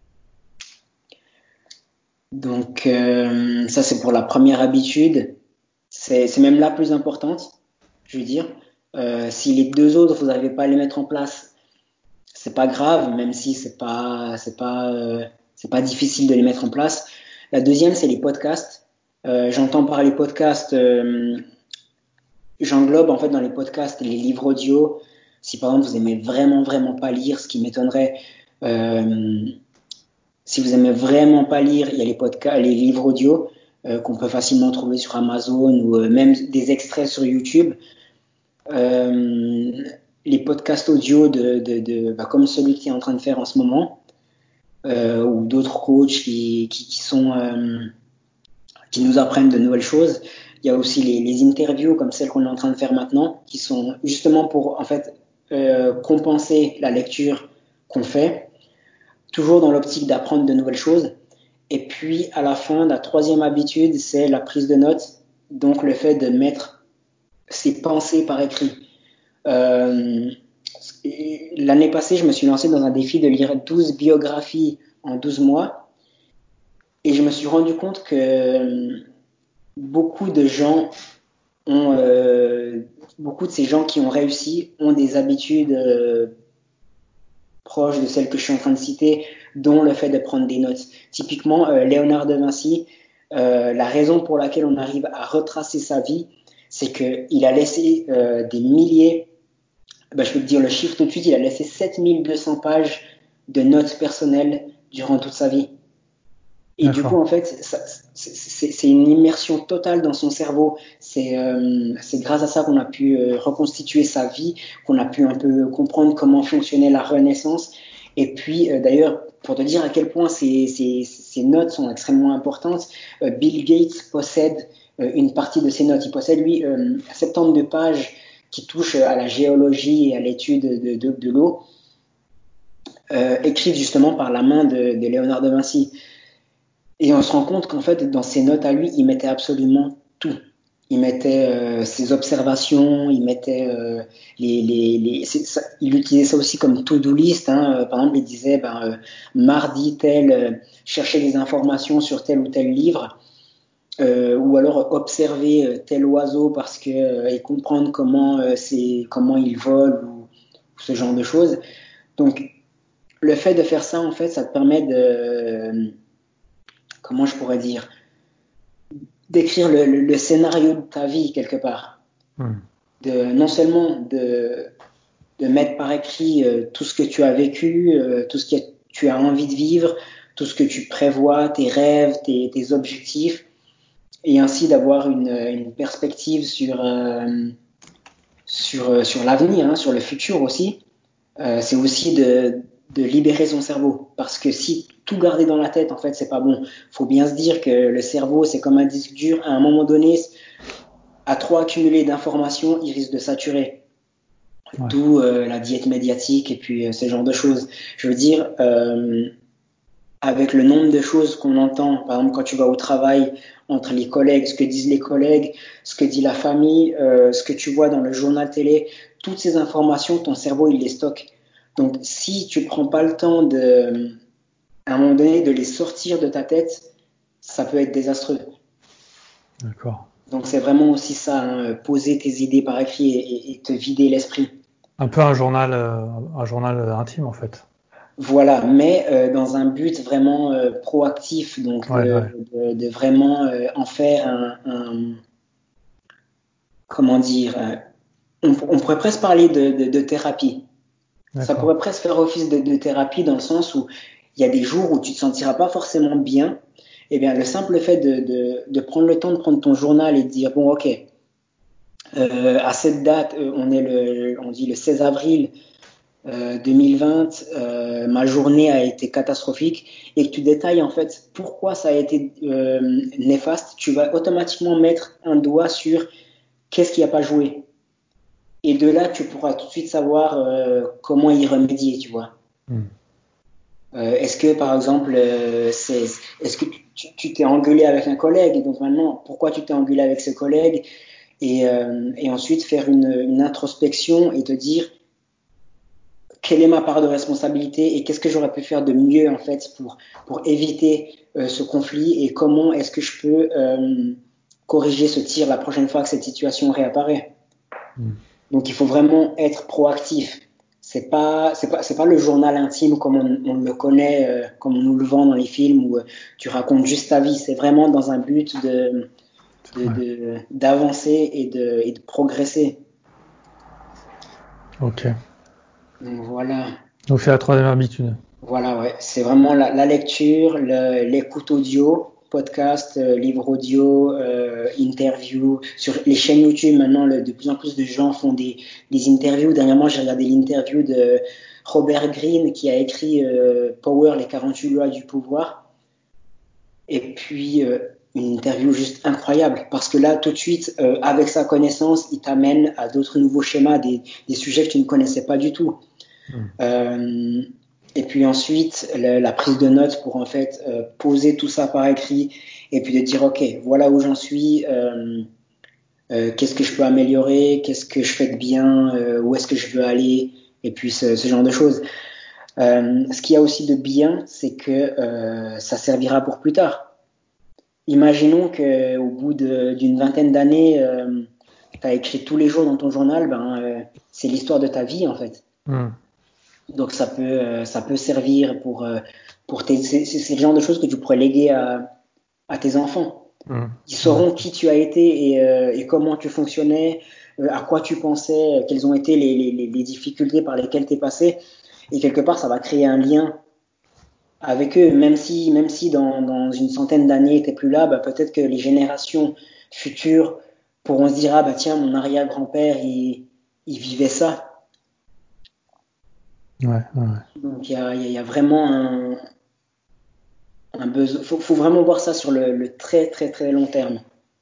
Donc euh, ça c'est pour la première habitude. C'est, c'est même la plus importante, je veux dire. Euh, si les deux autres vous n'arrivez pas à les mettre en place, c'est pas grave, même si c'est pas c'est pas euh, c'est pas difficile de les mettre en place. La deuxième c'est les podcasts. Euh, j'entends par les podcasts, euh, j'englobe en fait dans les podcasts les livres audio. Si par exemple vous aimez vraiment vraiment pas lire, ce qui m'étonnerait. Euh, Si vous aimez vraiment pas lire, il y a les podcasts, les livres audio euh, qu'on peut facilement trouver sur Amazon ou euh, même des extraits sur YouTube. Euh, les podcasts audio de, de, de bah, comme celui qui est en train de faire en ce moment, euh, ou d'autres coachs qui, qui, qui sont euh, qui nous apprennent de nouvelles choses. Il y a aussi les, les interviews comme celles qu'on est en train de faire maintenant, qui sont justement pour en fait euh, compenser la lecture qu'on fait, toujours dans l'optique d'apprendre de nouvelles choses. Et puis, à la fin, la troisième habitude, c'est la prise de notes. Donc, le fait de mettre ses pensées par écrit. Euh, l'année passée, je me suis lancé dans un défi de lire douze biographies en douze mois. Et je me suis rendu compte que beaucoup de gens ont, euh, beaucoup de ces gens qui ont réussi ont des habitudes euh, proches de celles que je suis en train de citer, dont le fait de prendre des notes. Typiquement, euh, Léonard de Vinci, euh, la raison pour laquelle on arrive à retracer sa vie, c'est qu'il a laissé euh, des milliers, ben, je peux te dire le chiffre tout de suite, il a laissé sept mille deux cents pages de notes personnelles durant toute sa vie. Et du coup, D'accord. en fait, ça, c'est, c'est une immersion totale dans son cerveau. C'est, euh, c'est grâce à ça qu'on a pu euh, reconstituer sa vie, qu'on a pu un peu comprendre comment fonctionnait la Renaissance. Et puis, euh, d'ailleurs, pour te dire à quel point ces, ces, ces notes sont extrêmement importantes, euh, Bill Gates possède euh, une partie de ces notes. Il possède, lui, euh, soixante-douze pages qui touchent à la géologie et à l'étude de, de, de l'eau, euh, écrites justement par la main de, de Léonard de Vinci. Et on se rend compte qu'en fait, dans ses notes à lui, il mettait absolument tout. Il mettait euh, ses observations, il mettait euh, les, les, les ça, il utilisait ça aussi comme to-do list. Hein. Par exemple, il disait ben, euh, mardi tel, euh, chercher des informations sur tel ou tel livre, euh, ou alors observer euh, tel oiseau parce que euh, et comprendre comment euh, c'est comment il vole ou, ou ce genre de choses. Donc, le fait de faire ça, en fait, ça te permet de euh, comment je pourrais dire d'écrire le, le, le scénario de ta vie quelque part. Hmm. De, non seulement de, de mettre par écrit euh, tout ce que tu as vécu, euh, tout ce que tu as envie de vivre, tout ce que tu prévois, tes rêves, tes, tes objectifs, et ainsi d'avoir une, une perspective sur, euh, sur, sur l'avenir, hein, sur le futur aussi. Euh, c'est aussi de, de libérer son cerveau. Parce que si tout garder dans la tête, en fait, c'est pas bon. Faut bien se dire que le cerveau, c'est comme un disque dur. À un moment donné, à trop accumuler d'informations, il risque de saturer. Ouais. D'où euh, la diète médiatique et puis euh, ce genre de choses. Je veux dire, euh, avec le nombre de choses qu'on entend, par exemple quand tu vas au travail, entre les collègues, ce que disent les collègues, ce que dit la famille, euh, ce que tu vois dans le journal télé, toutes ces informations, ton cerveau, il les stocke. Donc si tu prends pas le temps de, à un moment donné, de les sortir de ta tête, ça peut être désastreux. D'accord. Donc c'est vraiment aussi ça, hein, poser tes idées par écrit et, et, et te vider l'esprit. Un peu un journal, euh, un journal intime en fait. Voilà, mais euh, dans un but vraiment euh, proactif, donc Ouais, de, ouais. de, de vraiment euh, en faire un, un comment dire, euh, on, on, pourrait presque parler de, de, de thérapie. Ça D'accord. pourrait presque faire office de, de thérapie dans le sens où il y a des jours où tu te sentiras pas forcément bien. Eh bien, le simple fait de, de, de prendre le temps de prendre ton journal et de dire bon, ok, euh, à cette date, euh, on est le, on dit le seize avril. Euh, deux mille vingt, euh, ma journée a été catastrophique et que tu détailles en fait pourquoi ça a été euh, néfaste, tu vas automatiquement mettre un doigt sur qu'est-ce qui n'a pas joué. Et de là, tu pourras tout de suite savoir euh, comment y remédier, tu vois. Hmm. Euh, est-ce que par exemple, euh, c'est, est-ce que tu, tu t'es engueulé avec un collègue et donc maintenant, pourquoi tu t'es engueulé avec ce collègue? et, euh, et ensuite faire une, une introspection et te dire quelle est ma part de responsabilité et qu'est-ce que j'aurais pu faire de mieux en fait pour, pour éviter euh, ce conflit et comment est-ce que je peux euh, corriger ce tir la prochaine fois que cette situation réapparaît. Mmh. Donc il faut vraiment être proactif. C'est pas c'est pas c'est pas le journal intime comme on, on le connaît, euh, comme on nous le vend dans les films où euh, tu racontes juste ta vie. C'est vraiment dans un but de, de, de d'avancer et de et de progresser. Ok. Donc voilà. Donc c'est la troisième habitude. Voilà, ouais. C'est vraiment la, la lecture, le, l'écoute audio, podcast, euh, livre audio, euh, interview. Sur les chaînes YouTube, maintenant, le, de plus en plus de gens font des, des interviews. Dernièrement, j'ai regardé l'interview de Robert Greene qui a écrit euh, Power, les quarante-huit lois du pouvoir. Et puis, euh, une interview juste incroyable parce que là, tout de suite, euh, avec sa connaissance, il t'amène à d'autres nouveaux schémas, des, des sujets que tu ne connaissais pas du tout. Mmh. Euh, et puis ensuite, le, la prise de notes pour en fait euh, poser tout ça par écrit et puis de dire ok, voilà où j'en suis, euh, euh, qu'est-ce que je peux améliorer, qu'est-ce que je fais de bien, euh, où est-ce que je veux aller, et puis ce, ce genre de choses. Euh, ce qu'il y a aussi de bien, c'est que euh, ça servira pour plus tard. Imaginons qu'au bout de, d'une vingtaine d'années, euh, tu as écrit tous les jours dans ton journal, ben, euh, c'est l'histoire de ta vie en fait. Mmh. Donc ça peut, euh, ça peut servir pour, euh, pour tes, c'est, c'est le genre de choses que tu pourrais léguer à, à tes enfants. Mmh. Ils sauront mmh. qui tu as été et, euh, et comment tu fonctionnais, euh, à quoi tu pensais, euh, quelles ont été les, les, les difficultés par lesquelles tu es passé. Et quelque part, ça va créer un lien avec eux, même si, même si dans, dans une centaine d'années, tu n'es plus là, bah, peut-être que les générations futures pourront se dire, ah bah tiens, mon arrière-grand-père, il, il vivait ça. Ouais, ouais. Donc il y a, y a vraiment un, un besoin. Il faut, faut vraiment voir ça sur le, le très très très long terme.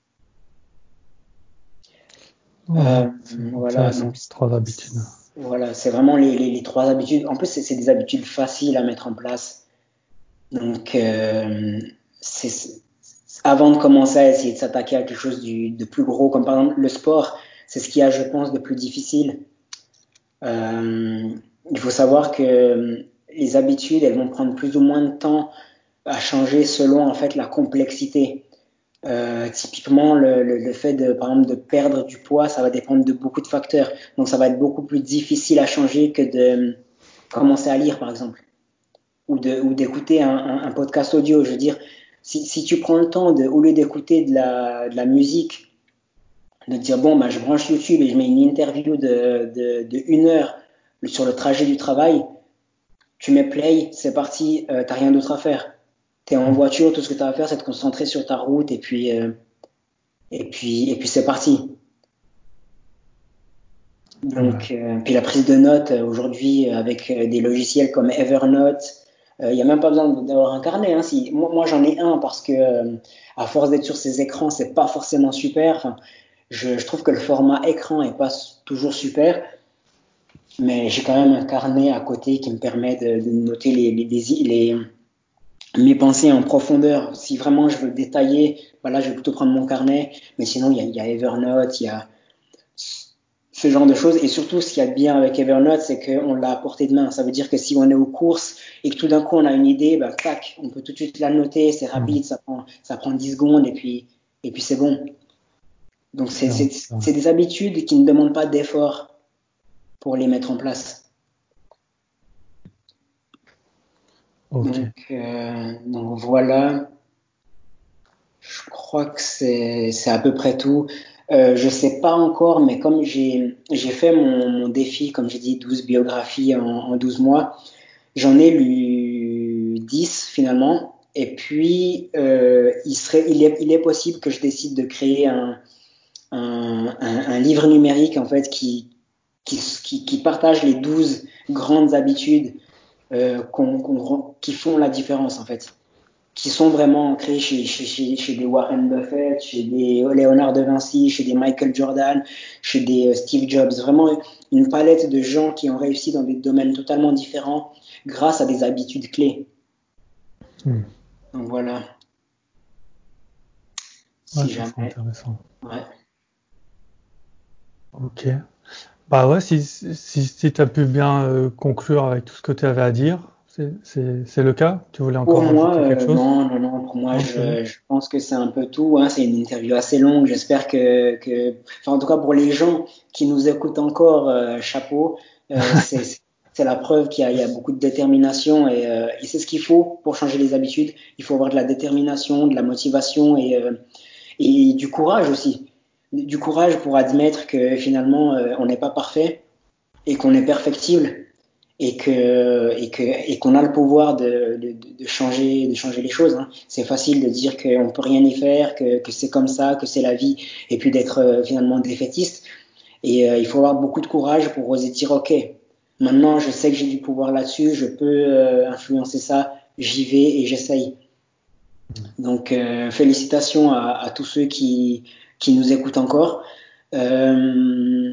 Ouais, euh, voilà, donc trois habitudes. Voilà, c'est vraiment les, les, les trois habitudes. En plus, c'est, c'est des habitudes faciles à mettre en place. Donc, euh, c'est, c'est, avant de commencer à essayer de s'attaquer à quelque chose du, de plus gros, comme par exemple le sport, c'est ce qu'il y a, je pense, de plus difficile. Euh, il faut savoir que les habitudes, elles vont prendre plus ou moins de temps à changer selon en fait la complexité. Euh, typiquement, le, le, le fait de, par exemple, de perdre du poids, ça va dépendre de beaucoup de facteurs. Donc, ça va être beaucoup plus difficile à changer que de commencer à lire, par exemple, ou de, ou d'écouter un, un, un podcast audio. Je veux dire, si, si tu prends le temps de, au lieu d'écouter de la, de la musique, de te dire bon, bah, je branche YouTube et je mets une interview de, de, de une heure sur le trajet du travail, tu mets play, c'est parti, euh, t'as rien d'autre à faire. T'es en voiture, tout ce que t'as à faire, c'est te concentrer sur ta route et puis, euh, et puis, et puis c'est parti. Donc, euh, puis la prise de notes euh, aujourd'hui avec euh, des logiciels comme Evernote, il euh, n'y a même pas besoin d'avoir un carnet. Hein. Si, moi, moi j'en ai un parce que euh, à force d'être sur ces écrans, c'est pas forcément super. Enfin, je, je trouve que le format écran est pas toujours super, mais j'ai quand même un carnet à côté qui me permet de, de noter les, les, les, les mes pensées en profondeur. Si vraiment je veux détailler, bah là je vais plutôt prendre mon carnet. Mais sinon, il y a, y a Evernote, il y a ce genre de choses. Et surtout, ce qu'il y a de bien avec Evernote, c'est qu'on l'a à portée de main. Ça veut dire que si on est aux courses et que tout d'un coup on a une idée, bah, tac, on peut tout de suite la noter, c'est rapide, ça prend, ça prend dix secondes et puis, et puis c'est bon. Donc c'est, c'est, c'est des habitudes qui ne demandent pas d'effort pour les mettre en place. Okay. Donc, euh, donc voilà. Je crois que c'est, c'est à peu près tout. Euh, je sais pas encore, mais comme j'ai, j'ai fait mon, mon défi, comme j'ai dit, douze biographies en, en douze mois, j'en ai lu dix finalement. Et puis, euh, il, serait, il, est, il est possible que je décide de créer un, un, un, un livre numérique en fait qui, qui, qui, qui partage les douze grandes habitudes euh, qu'on, qu'on, qui font la différence en fait, qui sont vraiment ancrés chez, chez, chez, chez des Warren Buffett, chez des Léonard de Vinci, chez des Michael Jordan, chez des euh, Steve Jobs. Vraiment une palette de gens qui ont réussi dans des domaines totalement différents grâce à des habitudes clés. Mmh. Donc voilà. Si ouais, jamais. C'est intéressant. Ouais. Ok. Bah ouais, si, si, si tu as pu bien euh, conclure avec tout ce que tu avais à dire, c'est, c'est, c'est le cas? Tu voulais Pour encore moi, rajouter quelque euh, chose? non, non, non. Pour moi, Non, c'est bon. je, je pense que c'est un peu tout. Hein. C'est une interview assez longue. J'espère que, que, enfin, en tout cas pour les gens qui nous écoutent encore, euh, chapeau. Euh, c'est, c'est la preuve qu'il y a, il y a beaucoup de détermination et, euh, et c'est ce qu'il faut pour changer les habitudes. Il faut avoir de la détermination, de la motivation et, euh, et du courage aussi. Du courage pour admettre que finalement, euh, on n'est pas parfait et qu'on est perfectible et que et que et qu'on a le pouvoir de, de, de changer de changer les choses. Hein. C'est facile de dire qu'on peut rien y faire, que, que c'est comme ça, que c'est la vie, et puis d'être euh, finalement défaitiste. Et euh, il faut avoir beaucoup de courage pour oser dire ok, maintenant je sais que j'ai du pouvoir là-dessus, je peux euh, influencer ça, j'y vais et j'essaye. Donc euh, félicitations à, à tous ceux qui qui nous écoutent encore. Euh,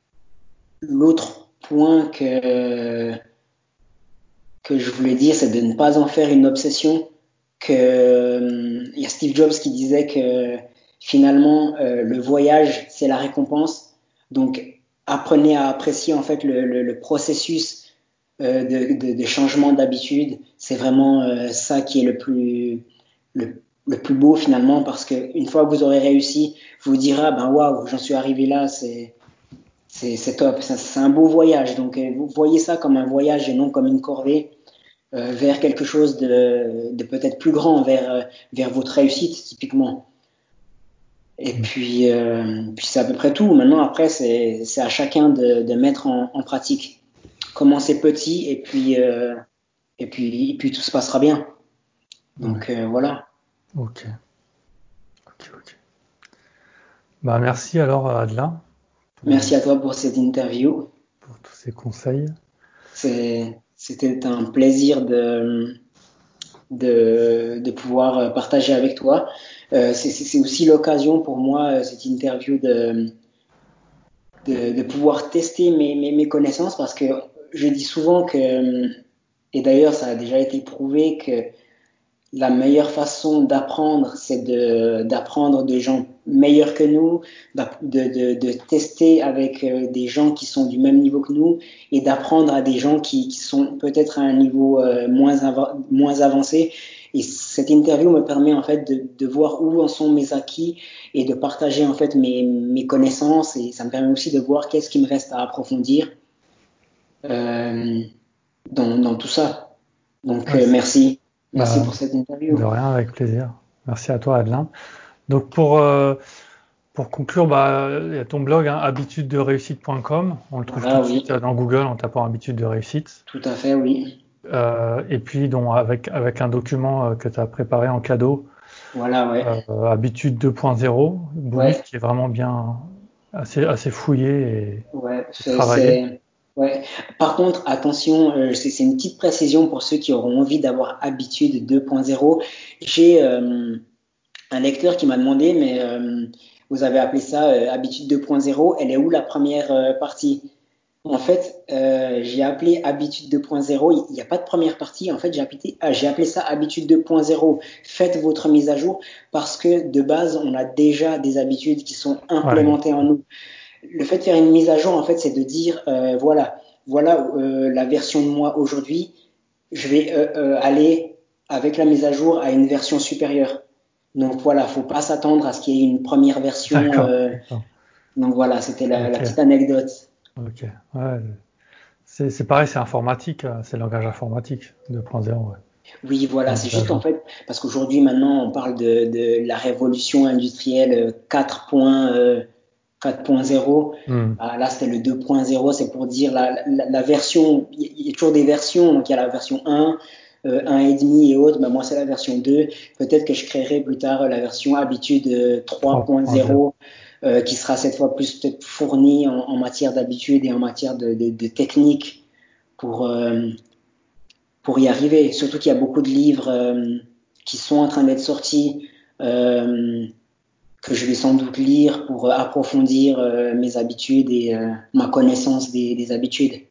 L'autre point que que je voulais dire, c'est de ne pas en faire une obsession. Que euh, il y a Steve Jobs qui disait que finalement euh, le voyage c'est la récompense. Donc apprenez à apprécier en fait le, le, le processus euh, de, de, de changement d'habitude. C'est vraiment euh, ça qui est le plus le, le plus beau finalement parce que une fois que vous aurez réussi, vous vous direz ah, ben waouh j'en suis arrivé là, c'est c'est, c'est top, c'est, c'est un beau voyage. Donc euh, vous voyez ça comme un voyage et non comme une corvée euh, vers quelque chose de, de peut-être plus grand, vers, euh, vers votre réussite typiquement. Et puis, euh, puis c'est à peu près tout. Maintenant, après, c'est, c'est à chacun de, de mettre en, en pratique. Commencez petit et puis, euh, et puis, et puis tout se passera bien. Ouais. Donc euh, voilà. Ok. Ok, ok. Bah merci alors Adela pour, Merci à toi pour cette interview. pour tous ces conseils. C'est, c'était un plaisir de, de, de pouvoir partager avec toi. Euh, c'est, c'est aussi l'occasion pour moi, cette interview, de, de, de pouvoir tester mes, mes, mes connaissances parce que je dis souvent que, et d'ailleurs ça a déjà été prouvé, que la meilleure façon d'apprendre, c'est de, d'apprendre de gens meilleurs que nous, de, de, de tester avec des gens qui sont du même niveau que nous et d'apprendre à des gens qui, qui sont peut-être à un niveau euh, moins, ava- moins avancé. Et cette interview me permet en fait de, de voir où en sont mes acquis et de partager en fait mes, mes connaissances, et ça me permet aussi de voir qu'est-ce qui me reste à approfondir euh, dans, dans tout ça. Donc Ouais, euh, c'est- merci, merci bah, pour cette de interview. rien, avec plaisir. Merci à toi Adeline. Donc pour, euh, pour conclure, bah, il y a ton blog, hein, habitudes de réussite point com. On le trouve tout Voilà, de oui, suite euh, dans Google en tapant habitudes de réussite. tout à fait, oui. Euh, et puis donc, avec, avec un document euh, que tu as préparé en cadeau, Voilà, ouais. euh, habitude deux point zéro, bonus Ouais, qui est vraiment bien assez, assez fouillé et, ouais, et c'est, travaillé. c'est, ouais. Par contre, attention, euh, c'est, c'est une petite précision pour ceux qui auront envie d'avoir habitude deux point zéro. J'ai euh, un lecteur qui m'a demandé, mais euh, vous avez appelé ça euh, habitude deux point zéro, elle est où la première euh, partie? En fait, euh, j'ai appelé Habitude deux point zéro. Il n'y a pas de première partie. En fait, j'ai appelé, ah, j'ai appelé ça Habitude deux point zéro. Faites votre mise à jour parce que de base, on a déjà des habitudes qui sont Ouais, implémentées en nous. Le fait de faire une mise à jour, en fait, c'est de dire, euh, voilà, voilà euh, la version de moi aujourd'hui. Je vais euh, euh, aller avec la mise à jour à une version supérieure. Donc voilà, faut pas s'attendre à ce qu'il y ait une première version. d'accord, Euh, d'accord. donc voilà, c'était la, la Ok, petite anecdote. ok. Ouais, c'est c'est pareil, c'est informatique, euh, c'est le langage informatique deux point zéro. Ouais. Oui, voilà, La c'est mise à juste qu'en jour. fait, parce qu'aujourd'hui, maintenant, on parle de, de la révolution industrielle quatre point zéro. Hmm. Ah, là, c'était le deux point zéro, c'est pour dire la, la, la version, il y a toujours des versions, donc il y a la version un, euh, un et demi et autres, ben moi c'est la version deux. Peut-être que je créerai plus tard la version habitude euh, trois point trois point zéro. zéro, euh, qui sera cette fois plus peut-être fournie en, en matière d'habitude et en matière de, de, de technique pour, euh, pour y arriver. Surtout qu'il y a beaucoup de livres euh, qui sont en train d'être sortis, euh, que je vais sans doute lire pour approfondir euh, mes habitudes et euh, ma connaissance des, des habitudes.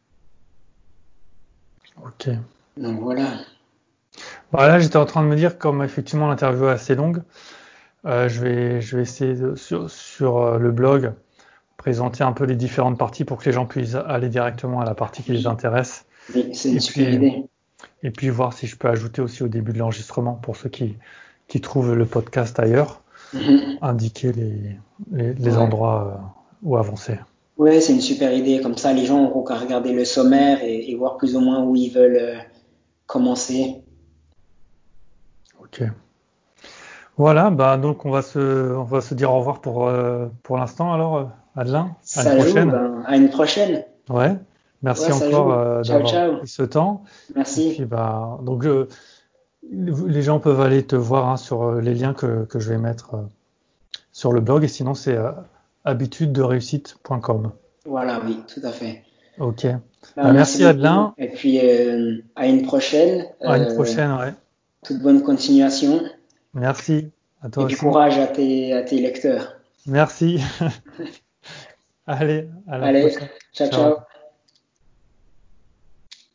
Ok. Donc voilà. Voilà, j'étais en train de me dire, comme effectivement l'interview est assez longue, euh, je vais, je vais essayer de- sur, sur euh, le blog présenter un peu les différentes parties pour que les gens puissent aller directement à la partie qui les intéresse. Oui, c'est une Et super puis, idée. et puis voir si je peux ajouter aussi au début de l'enregistrement pour ceux qui, qui trouvent le podcast ailleurs, Mhm. indiquer les, les, les Ouais. endroits euh, où avancer. Ouais, c'est une super idée. Comme ça, les gens auront qu'à regarder le sommaire et, et voir plus ou moins où ils veulent euh, commencer. Ok. Voilà, bah donc on va se, on va se dire au revoir pour, euh, pour l'instant alors, euh, Adelin. À une Ça joue, prochaine. ben, à une prochaine. Ouais. Ouais, Merci ça encore joue. euh, Ciao, d'avoir ciao. pris ce temps. Et puis Merci. bah donc je, les gens peuvent aller te voir hein, sur euh, les liens que, que je vais mettre euh, sur le blog et sinon c'est euh, habitude de réussite point com. Voilà, oui, tout à fait. Ok. Ben, Bah, merci merci beaucoup. Adelin. Et puis, euh, à une prochaine. À une Euh, prochaine, ouais. toute bonne continuation. Merci. À toi Et puis, aussi. courage à tes, à tes lecteurs. Merci. Allez, à la Allez, prochaine. ciao, Ciao. ciao.